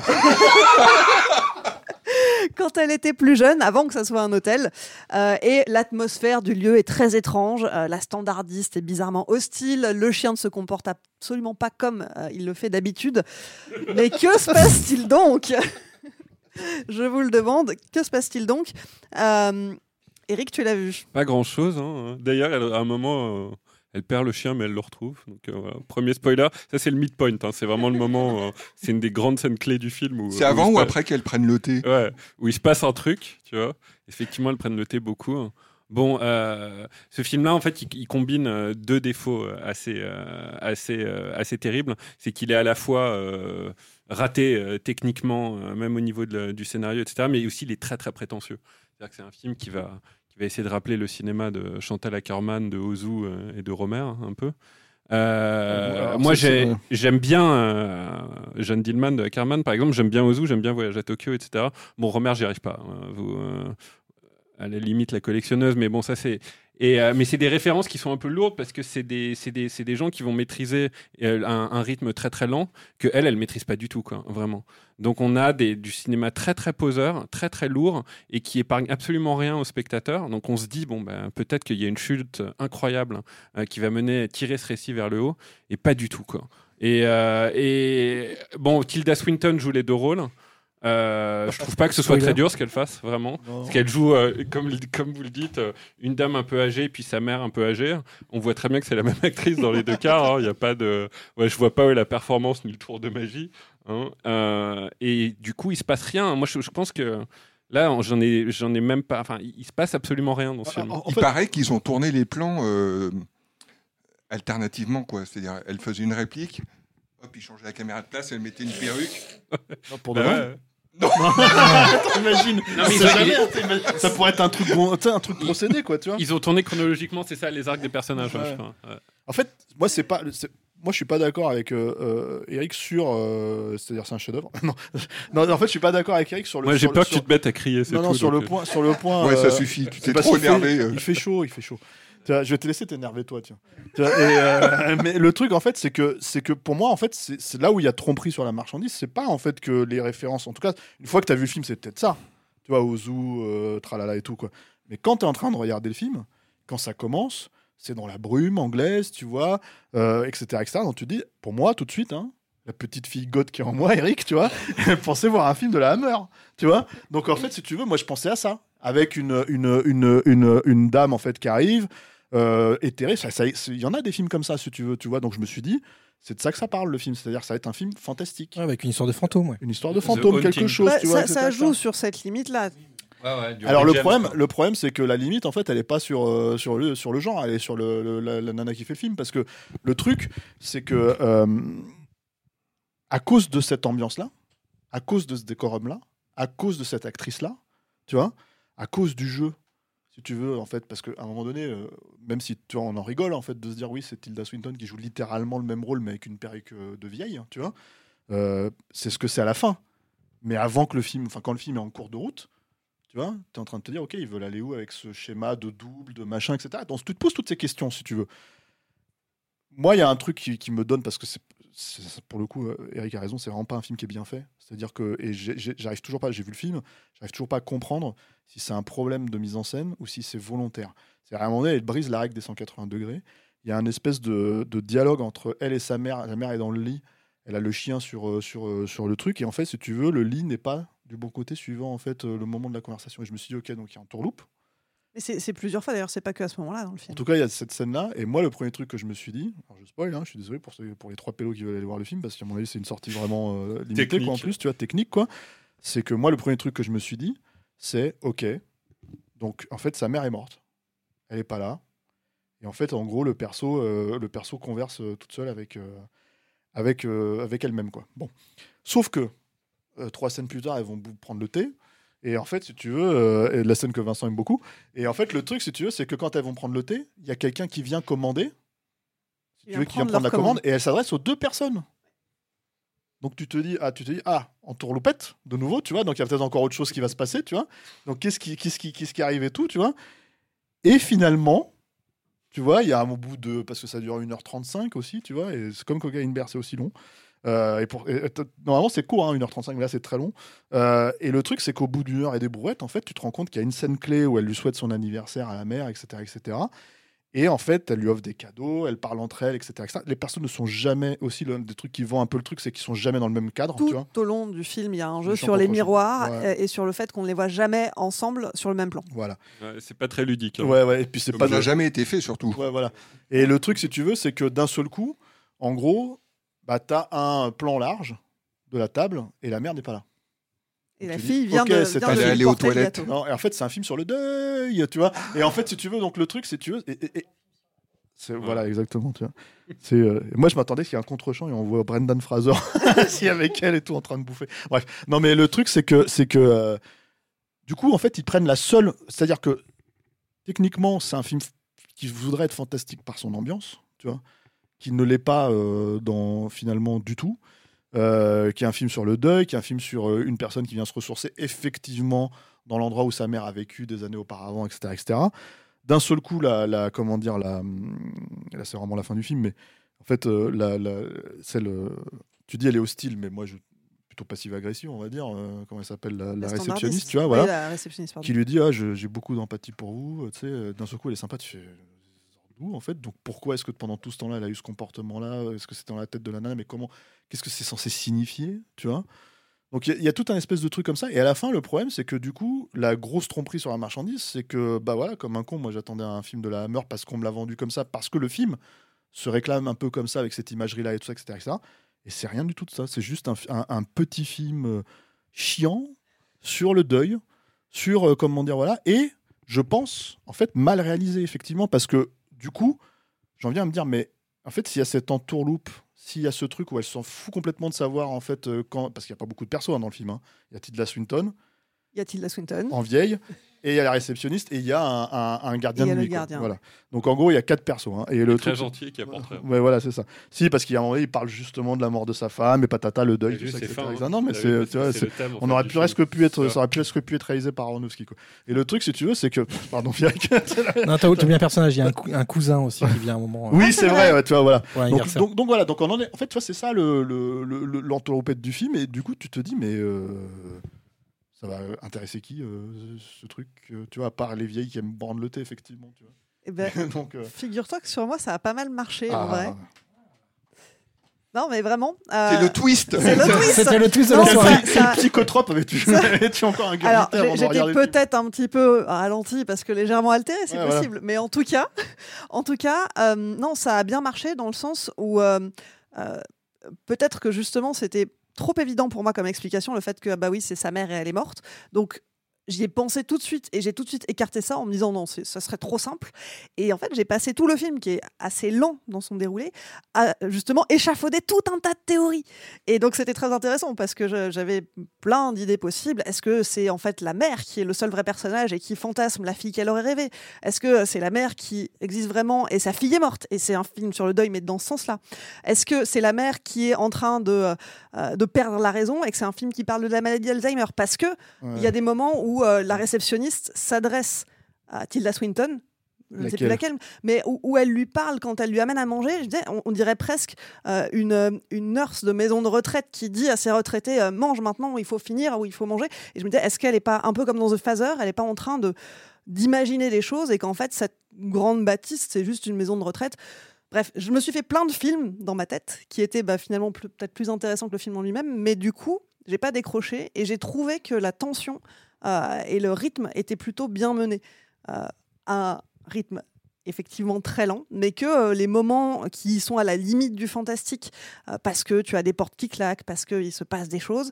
S9: Quand elle était plus jeune, avant que ça soit un hôtel. Et l'atmosphère du lieu est très étrange. La standardiste est bizarrement hostile. Le chien ne se comporte absolument pas comme il le fait d'habitude. Mais que se passe-t-il donc ? Je vous le demande. Que se passe-t-il donc ? Eric, tu l'as vu ?
S4: Pas grand-chose. D'ailleurs, à un moment... Elle perd le chien, mais elle le retrouve. Donc, voilà. Premier spoiler, ça c'est le midpoint. C'est vraiment le moment. C'est une des grandes scènes clés du film.
S3: C'est avant ou après qu'elles prennent le thé ?
S4: Ouais, où il se passe un truc, tu vois. Effectivement, elles prennent le thé beaucoup. Bon, ce film-là, en fait, il combine deux défauts assez terribles. C'est qu'il est à la fois raté techniquement, même au niveau du scénario, etc., mais aussi il est très très prétentieux. C'est-à-dire que c'est un film qui va essayer de rappeler le cinéma de Chantal Akerman, de Ozu et de Romer, un peu. Moi, j'aime bien Jeanne Dillman de Akerman, par exemple. J'aime bien Ozu, j'aime bien Voyage à Tokyo, etc. Bon, Romer, j'y arrive pas. À la limite, la collectionneuse, mais bon, ça c'est... mais c'est des références qui sont un peu lourdes parce que c'est des gens qui vont maîtriser un rythme très très lent que elle maîtrise pas du tout, quoi, vraiment. Donc on a du cinéma très très poseur, très très lourd et qui épargne absolument rien aux spectateurs. Donc on se dit peut-être qu'il y a une chute incroyable qui va tirer ce récit vers le haut, et pas du tout, quoi. Et bon, Tilda Swinton joue les deux rôles. Je trouve pas que ce soit très dur ce qu'elle fasse, vraiment. Non. Parce qu'elle joue, comme vous le dites, une dame un peu âgée et puis sa mère un peu âgée. On voit très bien que c'est la même actrice dans les deux cas. Y a pas de... je vois pas la performance ni le tour de magie. Et du coup, il se passe rien. Moi, je pense que là, j'en ai même pas... Enfin, il se passe absolument rien dans ce film.
S3: Il paraît qu'ils ont tourné les plans alternativement, quoi. C'est-à-dire, elle faisait une réplique, hop, il changeait la caméra de place, elle mettait une perruque.
S2: Non, pour de vrai. Non. T'imagines, ça pourrait être un truc procédé, quoi, tu vois.
S4: Ils ont tourné chronologiquement, c'est ça, les arcs des personnages.
S2: Ouais.
S4: Je crois. Ouais.
S2: En fait, moi je suis pas d'accord avec Eric sur, c'est-à-dire c'est un chef-d'œuvre. non, en fait, je suis pas d'accord avec Eric sur le.
S4: Moi, j'ai peur que tu te mettes à crier.
S2: Non, sur le point.
S3: Ouais, ça suffit. Tu t'es trop énervé.
S2: Il fait chaud. Je vais te laisser t'énerver, toi, tiens. Mais le truc, en fait, c'est que pour moi, en fait, c'est là où il y a tromperie sur la marchandise. C'est pas, en fait, que les références... En tout cas, une fois que t'as vu le film, c'est peut-être ça. Tu vois, Ozu, tralala et tout, quoi. Mais quand t'es en train de regarder le film, quand ça commence, c'est dans la brume anglaise, tu vois, etc., etc. Donc tu te dis, pour moi, tout de suite, la petite fille goth qui est en moi, Eric, tu vois, elle pensait voir un film de la Hammer, tu vois. Donc, en fait, si tu veux, moi, je pensais à ça. Avec une dame, en fait, qui arrive... éthéré, il y en a des films comme ça si tu veux, tu vois, donc je me suis dit c'est de ça que ça parle le film, c'est-à-dire que ça va être un film fantastique,
S11: avec une histoire de fantôme,
S2: une histoire de fantôme, quelque chose, tu vois,
S9: ça joue sur cette limite là.
S2: Alors le problème, c'est que la limite, en fait, elle est pas sur le genre, elle est sur la nana qui fait le film, parce que le truc, c'est que à cause de cette ambiance-là, à cause de ce décorum-là, à cause de cette actrice-là, tu vois, à cause du jeu, si tu veux, en fait, parce qu'à un moment donné, même si tu vois, on en rigole, en fait, de se dire oui, c'est Tilda Swinton qui joue littéralement le même rôle, mais avec une perruque de vieille, tu vois, c'est ce que c'est à la fin. Mais avant que quand le film est en cours de route, tu vois, tu es en train de te dire, ok, ils veulent aller où avec ce schéma de double, de machin, etc. Donc tu te poses toutes ces questions, si tu veux. Moi, il y a un truc qui me donne, parce que pour le coup, Eric a raison, c'est vraiment pas un film qui est bien fait. C'est-à-dire que, et j'arrive toujours pas, j'ai vu le film, j'arrive toujours pas à comprendre si c'est un problème de mise en scène ou si c'est volontaire. C'est à un moment donné, elle brise la règle des 180 degrés. Il y a une espèce de dialogue entre elle et sa mère. La mère est dans le lit, elle a le chien sur le truc, et en fait, si tu veux, le lit n'est pas du bon côté suivant en fait le moment de la conversation. Et je me suis dit, ok, donc il y a un tourloupe.
S9: Mais c'est plusieurs fois d'ailleurs, c'est pas que à ce moment-là dans le film.
S2: En tout cas, il y a cette scène-là, et moi, le premier truc que je me suis dit, alors je spoil, je suis désolé pour les 3 pélos qui veulent aller voir le film, parce qu'à mon avis, c'est une sortie vraiment limitée, quoi, en plus, tu vois, technique, quoi. C'est que moi, le premier truc que je me suis dit, c'est, ok, donc en fait, sa mère est morte, elle est pas là, et en fait, en gros, le perso converse toute seule avec elle-même, quoi. Bon, sauf que 3 scènes plus tard, elles vont prendre le thé. Et en fait, si tu veux, et la scène que Vincent aime beaucoup, et en fait, le truc, si tu veux, c'est que quand elles vont prendre le thé, il y a quelqu'un qui vient commander, qui vient prendre la commande, et elle s'adresse aux 2 personnes. Donc tu te dis, en tourloupette, de nouveau, tu vois, donc il y a peut-être encore autre chose qui va se passer, tu vois. Donc qu'est-ce qui arrive et tout, tu vois. Et finalement, tu vois, il y a un bout de... Parce que ça dure 1h35 aussi, tu vois, et c'est comme Cocaine Bear, c'est aussi long. Normalement c'est court, 1h35, mais là c'est très long. Et le truc, c'est qu'au bout d'1 heure et des brouettes, en fait, tu te rends compte qu'il y a une scène clé où elle lui souhaite son anniversaire à la mère, etc. Et en fait, elle lui offre des cadeaux, elle parle entre elles, etc. Les personnes ne sont jamais aussi... des trucs qui vont un peu le truc, c'est qu'ils sont jamais dans le même cadre.
S9: Tout
S2: tu vois.
S9: au long du film, il y a un jeu sur les miroirs et sur le fait qu'on ne les voit jamais ensemble sur le même plan.
S2: Voilà.
S4: Ouais, c'est pas très ludique.
S2: Ouais, et puis c'est
S3: pas... Ça n'a jamais été fait, surtout.
S2: Ouais, voilà. Et le truc, si tu veux, c'est que d'un seul coup, en gros... t'as un plan large de la table et la mère n'est pas là.
S9: Et la fille vient de
S3: aller aux toilettes.
S2: Non, et en fait, c'est un film sur le deuil, tu vois. Et en fait, si tu veux, donc le truc, si tu veux, voilà, exactement, tu vois. Moi, je m'attendais qu'il y ait un contre-champ et on voit Brendan Fraser assis avec elle et tout en train de bouffer. Bref, non, mais le truc, c'est que du coup, en fait, ils prennent la seule, c'est-à-dire que techniquement, c'est un film qui voudrait être fantastique par son ambiance, tu vois, qui ne l'est pas finalement du tout, qui est un film sur le deuil, qui est un film sur une personne qui vient se ressourcer effectivement dans l'endroit où sa mère a vécu des années auparavant, etc. D'un seul coup, là c'est vraiment la fin du film, mais en fait, tu dis elle est hostile, mais moi, plutôt passive-agressive, on va dire, comment elle s'appelle, la réceptionniste, tu vois, voilà,
S9: la réceptionniste,
S2: qui lui dit j'ai beaucoup d'empathie pour vous, tu sais, d'un seul coup, elle est sympa, tu fais... Où, en fait, donc pourquoi est-ce que pendant tout ce temps-là elle a eu ce comportement-là, est-ce que c'était dans la tête de la nana, mais qu'est-ce que c'est censé signifier, tu vois. Donc il y a tout un espèce de truc comme ça, et à la fin le problème c'est que du coup la grosse tromperie sur la marchandise, c'est que voilà, comme un con, moi j'attendais un film de la Hammer parce qu'on me l'a vendu comme ça, parce que le film se réclame un peu comme ça avec cette imagerie là et tout ça, etc. Et c'est rien du tout de ça, c'est juste un petit film chiant sur le deuil, sur comment dire, voilà, et je pense en fait mal réalisé effectivement, parce que du coup, j'en viens à me dire, mais en fait, s'il y a cette entourloupe, s'il y a ce truc où elle s'en fout complètement de savoir, en fait, parce qu'il n'y a pas beaucoup de persos dans le film, il y a Tilda Swinton. En vieille, et il y a la réceptionniste, et il y a un gardien de nuit. Voilà. Donc en gros, il y a 4 persos. Et le
S4: très
S2: truc,
S4: gentil qui apporte rien.
S2: Ouais, voilà, c'est ça. Si, parce qu'il y a un moment donné, il parle justement de la mort de sa femme, et patata, le deuil, tout ça, etc. Non, mais on aurait presque pu être, ça aurait presque pu être réalisé par Aronofsky, quoi. Et le truc, si tu veux, c'est que, pardon, Pierrick.
S11: Non, t'as bien personnage. Il y a un cousin aussi qui vient à un moment.
S2: Oui, c'est vrai. Ouais, tu vois, voilà.
S11: Donc
S2: voilà. Donc on en est. En fait, tu vois, c'est ça l'entourloupette du film, et du coup, tu te dis, mais. Ça va intéresser qui, ce truc, tu vois, à part les vieilles qui aiment prendre le thé, effectivement. Tu vois.
S9: Eh ben, donc, figure-toi que sur moi, ça a pas mal marché, en vrai. Non, mais vraiment.
S3: C'est le twist.
S11: C'était le twist de la soirée.
S2: Quel psychotrope avais-tu encore un
S9: Alors, j'étais peut-être un petit peu ralenti parce que légèrement altéré, c'est possible. Voilà. Mais en tout cas, non, ça a bien marché dans le sens où peut-être que justement, c'était trop évident pour moi comme explication, le fait que bah oui, c'est sa mère et elle est morte. Donc j'y ai pensé tout de suite et j'ai tout de suite écarté ça en me disant non, ça serait trop simple. Et en fait, j'ai passé tout le film, qui est assez lent dans son déroulé, à justement échafauder tout un tas de théories. Et donc, c'était très intéressant parce que j'avais plein d'idées possibles. Est-ce que c'est en fait la mère qui est le seul vrai personnage et qui fantasme la fille qu'elle aurait rêvée? Est-ce que c'est la mère qui existe vraiment et sa fille est morte? Et c'est un film sur le deuil, mais dans ce sens-là. Est-ce que c'est la mère qui est en train de perdre la raison et que c'est un film qui parle de la maladie d'Alzheimer? Parce que il y a des moments où la réceptionniste s'adresse à Tilda Swinton, je ne sais plus laquelle, mais où elle lui parle quand elle lui amène à manger. Je disais, on dirait presque une nurse de maison de retraite qui dit à ses retraités mange maintenant, il faut finir, ou il faut manger. Et je me disais, est-ce qu'elle n'est pas un peu comme dans The Phaser, elle n'est pas en train d'imaginer des choses et qu'en fait cette grande bâtisse c'est juste une maison de retraite? Bref, je me suis fait plein de films dans ma tête qui étaient finalement peut-être plus intéressants que le film en lui-même, mais du coup j'ai pas décroché et j'ai trouvé que la tension et le rythme étaient plutôt bien menés. Un rythme effectivement très lent, mais que les moments qui sont à la limite du fantastique, parce que tu as des portes qui claquent, parce qu'il se passe des choses,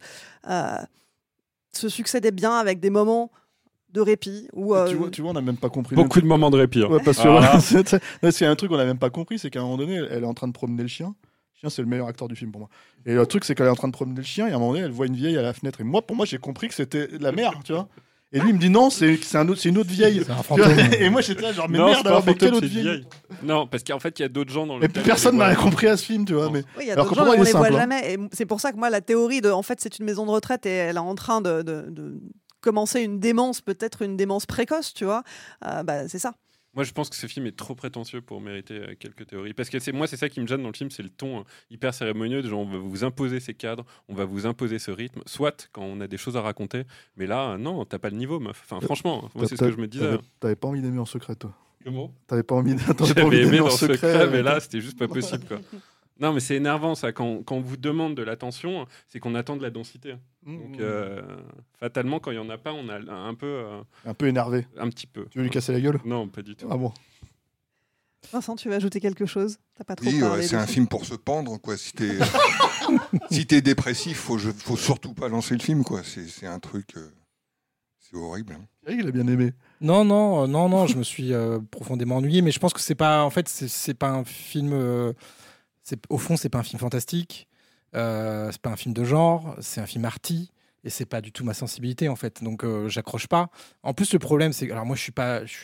S9: se succédaient bien avec des moments de répit. Où,
S2: tu vois, on n'a même pas compris.
S4: Beaucoup de moments de répit. Hein.
S2: Ouais, parce que c'est un truc qu'on n'a même pas compris, c'est qu'à un moment donné, elle est en train de promener le chien. Le chien, c'est le meilleur acteur du film pour moi. Et le truc, c'est qu'elle est en train de promener le chien et à un moment donné, elle voit une vieille à la fenêtre. Et pour moi, j'ai compris que c'était la mère, tu vois. Et lui, il me dit non, c'est une autre vieille.
S11: C'est un fantôme.
S2: Et moi, j'étais là, genre, mais
S4: non,
S2: merde, alors, mais quelle autre
S4: vieille,
S2: vieille?
S4: Non, parce qu'en fait, il y a d'autres gens dans le.
S2: Mais personne n'a rien compris à ce film, tu vois. Mais...
S9: Oui, il y a d'autres gens, mais on les voit jamais. Et c'est pour ça que moi, la théorie de, en fait, c'est une maison de retraite et elle est en train de commencer une démence, peut-être une démence précoce, tu vois. C'est ça.
S4: Moi, je pense que ce film est trop prétentieux pour mériter quelques théories. Parce que c'est ça qui me gêne dans le film, c'est le ton hyper cérémonieux. De genre, on va vous imposer ces cadres, on va vous imposer ce rythme. Soit quand on a des choses à raconter, mais là, non, t'as pas le niveau, meuf. Enfin, franchement, moi, c'est ce que je me disais.
S2: T'avais pas envie d'aimer en secret, toi?
S4: Comment?
S2: T'avais pas envie
S4: J'avais aimé en secret, mais là, c'était juste pas possible, quoi. Non, mais c'est énervant, ça. Quand on vous demande de l'attention, c'est qu'on attend de la densité. Donc, fatalement, quand il n'y en a pas, on a un peu...
S2: un peu énervé.
S4: Un petit peu.
S2: Tu veux lui casser la gueule?
S4: Non, pas du tout.
S2: Ah bon?
S9: Vincent, tu veux ajouter quelque chose? T'as pas trop
S3: oui,
S9: parlé
S3: c'est un film pour se pendre, quoi. Si t'es faut surtout pas lancer le film, quoi. C'est un truc... c'est horrible. Hein.
S2: Il a bien aimé.
S11: Non, je me suis profondément ennuyé, mais je pense que c'est pas... En fait, c'est pas un film... au fond, c'est pas un film fantastique, c'est pas un film de genre, c'est un film arty, et c'est pas du tout ma sensibilité en fait. Donc j'accroche pas. En plus, le problème, c'est que alors moi, je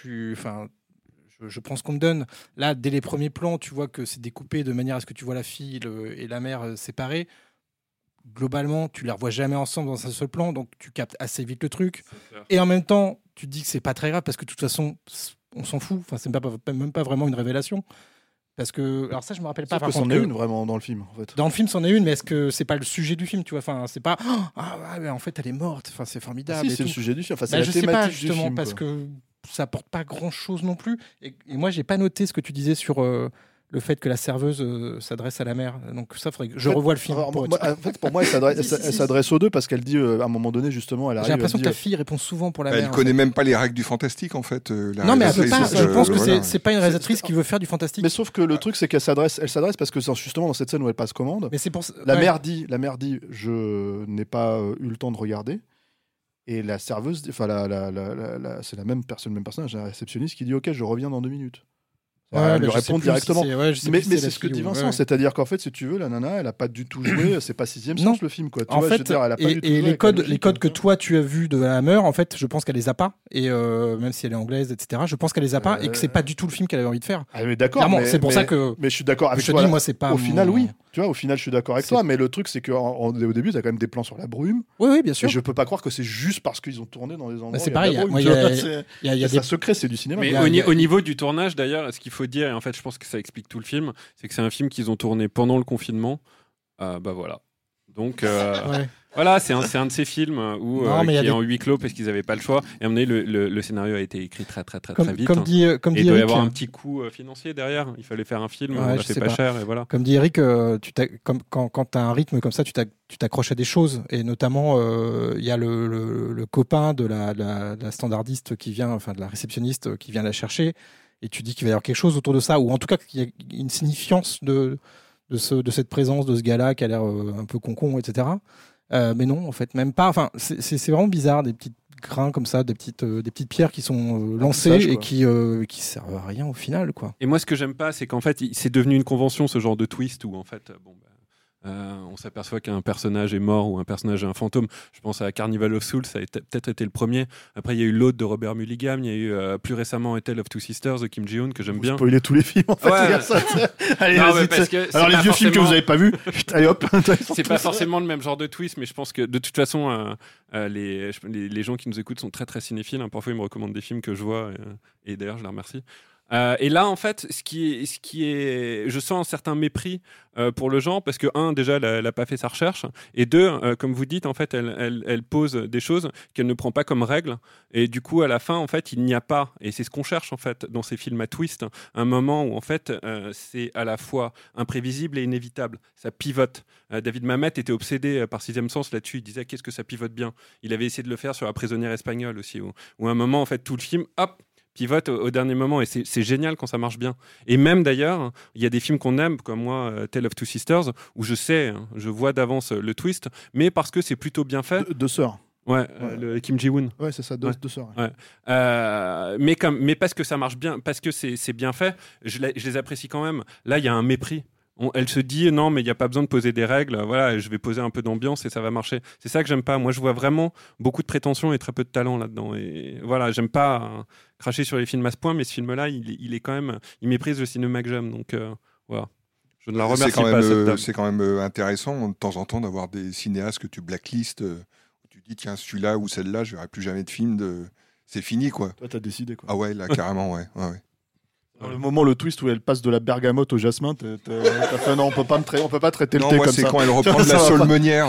S11: prends ce qu'on me donne. Là, dès les premiers plans, tu vois que c'est découpé de manière à ce que tu vois la fille et la mère séparées. Globalement, tu les revois jamais ensemble dans un seul plan, donc tu captes assez vite le truc. Et en même temps, tu te dis que c'est pas très grave parce que de toute façon, on s'en fout. Enfin, c'est même pas vraiment une révélation. Parce que, alors ça, je me rappelle pas.
S2: Parce que c'en est une vraiment dans le film, en fait.
S11: Dans le film, c'en est une, mais est-ce que c'est pas le sujet du film, tu vois? Enfin, c'est pas. En fait, elle est morte. Enfin, c'est formidable.
S2: Si, c'est le sujet du film. Enfin, c'est
S11: la
S2: je
S11: thématique
S2: sais pas,
S11: justement,
S2: du film,
S11: parce
S2: quoi.
S11: que ça apporte pas grand-chose non plus. Et moi, j'ai pas noté ce que tu disais sur le fait que la serveuse s'adresse à la mère. Donc ça, faudrait que je revoie le film.
S2: En fait, pour moi, elle s'adresse aux deux parce qu'elle dit à un moment donné, justement, elle arrive.
S11: J'ai l'impression que ta fille répond souvent pour la mère.
S3: Elle connaît même pas les règles du fantastique, en fait.
S11: Non, mais elle peut pas. Je pense que c'est pas une réalisatrice qui veut faire du fantastique.
S2: Mais sauf que le truc, c'est qu'elle s'adresse parce que justement dans cette scène où elle passe commande,
S11: mais c'est pour
S2: la mère dit, je n'ai pas eu le temps de regarder. Et la serveuse, enfin c'est le même personnage, la réceptionniste qui dit OK, je reviens dans 2 minutes. Elle lui répond directement.
S11: Mais
S2: c'est ce que dit Vincent, c'est-à-dire qu'en fait, si tu veux, la nana, elle a pas du tout joué, c'est pas Sixième Sens le film, quoi. Tu vois, je veux dire, elle a pas du tout joué
S11: les codes que toi tu as vus de la Hammer, en fait, je pense qu'elle les a pas. Et même si elle est anglaise, etc., je pense qu'elle les a pas et que c'est pas du tout le film qu'elle avait envie de faire.
S2: Ah, mais d'accord.
S11: C'est pour ça que.
S2: Mais je suis d'accord avec
S11: toi.
S2: Je te dis,
S11: moi, c'est pas.
S2: Au final, oui. Tu vois, au final, je suis d'accord avec toi. Mais le truc, c'est qu'au début, t'as quand même des plans sur la brume.
S11: Oui, bien sûr.
S2: Et je peux pas croire que c'est juste parce qu'ils ont tourné dans des endroits.
S11: C'est pareil.
S2: Il y a des secrets, c'est du cinéma.
S4: Mais au niveau du tournage, d'ailleurs, ce qu'il faut dire, et en fait, je pense que ça explique tout le film, c'est que c'est un film qu'ils ont tourné pendant le confinement. Voilà. Donc voilà, c'est un de ces films qui est en huis clos parce qu'ils n'avaient pas le choix. Et à un moment donné, le scénario a été écrit très vite.
S11: Comme dit
S4: et il doit y
S11: Eric,
S4: avoir un petit coût financier derrière. Il fallait faire un film, c'est pas cher et voilà.
S11: Comme dit Eric, quand tu as un rythme comme ça, tu t'accroches à des choses. Et notamment, il y a le copain de la standardiste qui vient, enfin de la réceptionniste qui vient la chercher. Et tu dis qu'il va y avoir quelque chose autour de ça, ou en tout cas qu'il y a une signifiance de cette présence de ce gars-là qui a l'air un peu concon, etc. Mais non, en fait, même pas. Enfin, c'est vraiment bizarre, des petites grains comme ça, des petites pierres qui sont lancées et qui servent à rien au final, quoi.
S4: Et moi, ce que j'aime pas, c'est qu'en fait, c'est devenu une convention, ce genre de twist où en fait, on s'aperçoit qu'un personnage est mort ou un personnage est un fantôme. Je pense à Carnival of Souls, ça a peut-être été le premier. Après, il y a eu l'autre de Robert Mulligan, il y a eu plus récemment A Tale of Two Sisters de Kim Ji-hoon que j'aime bien.
S2: Vous spoilez tous les films en fait.
S4: Ouais.
S2: Ça, allez,
S4: Non,
S2: vas-y,
S4: parce que
S2: alors les vieux films que vous n'avez pas vus, allez hop.
S4: C'est pas forcément le même genre de twist, mais je pense que de toute façon, les gens qui nous écoutent sont très très cinéphiles. Parfois, ils me recommandent des films que je vois, et d'ailleurs, je les remercie. Et là, en fait, ce qui est, je sens un certain mépris pour le genre, parce que déjà, elle n'a pas fait sa recherche, et deux, comme vous dites, en fait, elle pose des choses qu'elle ne prend pas comme règle, et du coup, à la fin, en fait, il n'y a pas, et c'est ce qu'on cherche en fait dans ces films à twist, un moment où en fait, c'est à la fois imprévisible et inévitable. Ça pivote. David Mamet était obsédé par Sixième Sens là-dessus. Il disait qu'est-ce que ça pivote bien. Il avait essayé de le faire sur La prisonnière espagnole aussi, où à un moment, en fait, tout le film, hop, pivote au dernier moment, et c'est génial quand ça marche bien. Et même d'ailleurs, il y a des films qu'on aime, comme moi, Tale of Two Sisters, où je vois d'avance le twist, mais parce que c'est plutôt bien fait.
S2: Deux sœurs.
S4: Ouais, le Kim Ji-woon.
S2: Ouais, c'est ça, deux sœurs.
S4: Ouais. Mais parce que ça marche bien, parce que c'est bien fait, je les apprécie quand même. Là, il y a un mépris. Elle se dit non, mais il n'y a pas besoin de poser des règles. Voilà, je vais poser un peu d'ambiance et ça va marcher. C'est ça que j'aime pas. Moi, je vois vraiment beaucoup de prétention et très peu de talent là-dedans. Et voilà, j'aime pas cracher sur les films à ce point, mais ce film-là, il est quand même, il méprise le cinéma que j'aime. Donc voilà, je ne la remercie pas.
S3: C'est quand même intéressant de temps en temps d'avoir des cinéastes que tu blacklistes, où tu dis tiens celui-là ou celle-là, je verrai plus jamais de film. C'est fini quoi.
S2: Toi, t'as décidé quoi.
S3: Ah ouais, là carrément ouais.
S2: Dans le moment, le twist où elle passe de la bergamote au jasmin, t'as fait non, on peut pas traiter le thé comme ça.
S3: C'est quand elle reprend de la saulmenière,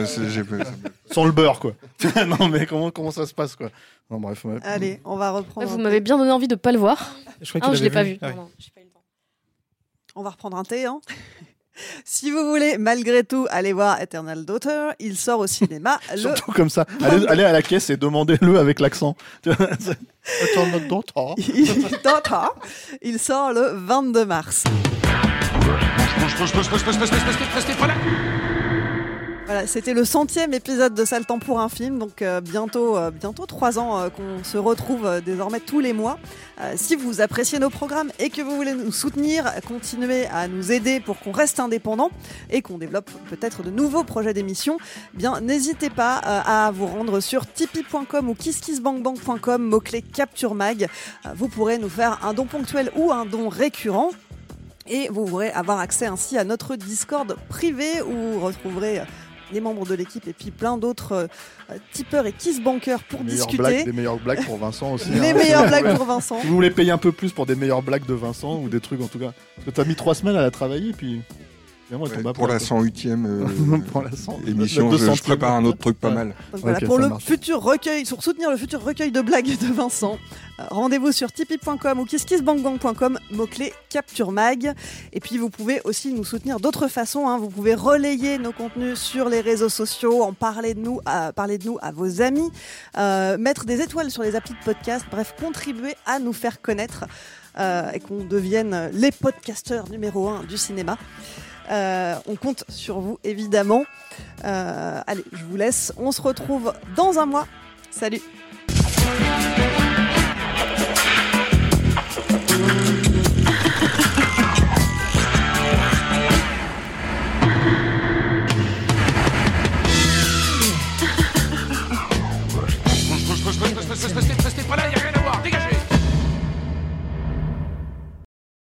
S2: sans le beurre quoi. Non mais comment ça se passe quoi. Non bref. Ouais.
S9: Allez, on va reprendre.
S10: Vous m'avez bien donné envie de pas le voir.
S11: Je crois
S10: l'ai pas vu.
S11: Ah, oui.
S10: Non, j'ai pas eu le temps.
S9: On va reprendre un thé, hein. Si vous voulez, malgré tout, allez voir Eternal Daughter. Il sort au cinéma.
S2: Surtout comme ça. Allez à la caisse et demandez-le avec l'accent. Eternal Daughter.
S9: Il sort le 22 mars. Voilà, c'était le 100e épisode de Ça le temps pour un film, donc bientôt 3 ans qu'on se retrouve désormais tous les mois. Si vous appréciez nos programmes et que vous voulez nous soutenir, continuer à nous aider pour qu'on reste indépendant et qu'on développe peut-être de nouveaux projets d'émissions, bien n'hésitez pas à vous rendre sur tipeee.com ou kisskissbankbank.com, mot-clé Capture Mag. Vous pourrez nous faire un don ponctuel ou un don récurrent. Et vous pourrez avoir accès ainsi à notre Discord privé où vous retrouverez les membres de l'équipe et puis plein d'autres tipeurs et kissbankers pour discuter.
S2: Des meilleures blagues pour Vincent aussi.
S9: Les meilleures blagues pour Vincent.
S2: Si vous voulez payer un peu plus pour des meilleures blagues de Vincent ou des trucs en tout cas. Parce que t'as mis 3 semaines à la travailler puis...
S3: pour la 108e émission, je prépare un autre truc pas mal.
S9: Donc voilà, pour le futur recueil, pour soutenir le futur recueil de blagues de Vincent, rendez-vous sur tipeee.com ou kisskissbankbank.com, mot-clé Capture Mag. Et puis vous pouvez aussi nous soutenir d'autres façons. Vous pouvez relayer nos contenus sur les réseaux sociaux, en parler de nous à vos amis, mettre des étoiles sur les applis de podcast, bref, contribuer à nous faire connaître et qu'on devienne les podcasteurs numéro 1 du cinéma. On compte sur vous, évidemment. Allez, je vous laisse. On se retrouve dans un mois. Salut!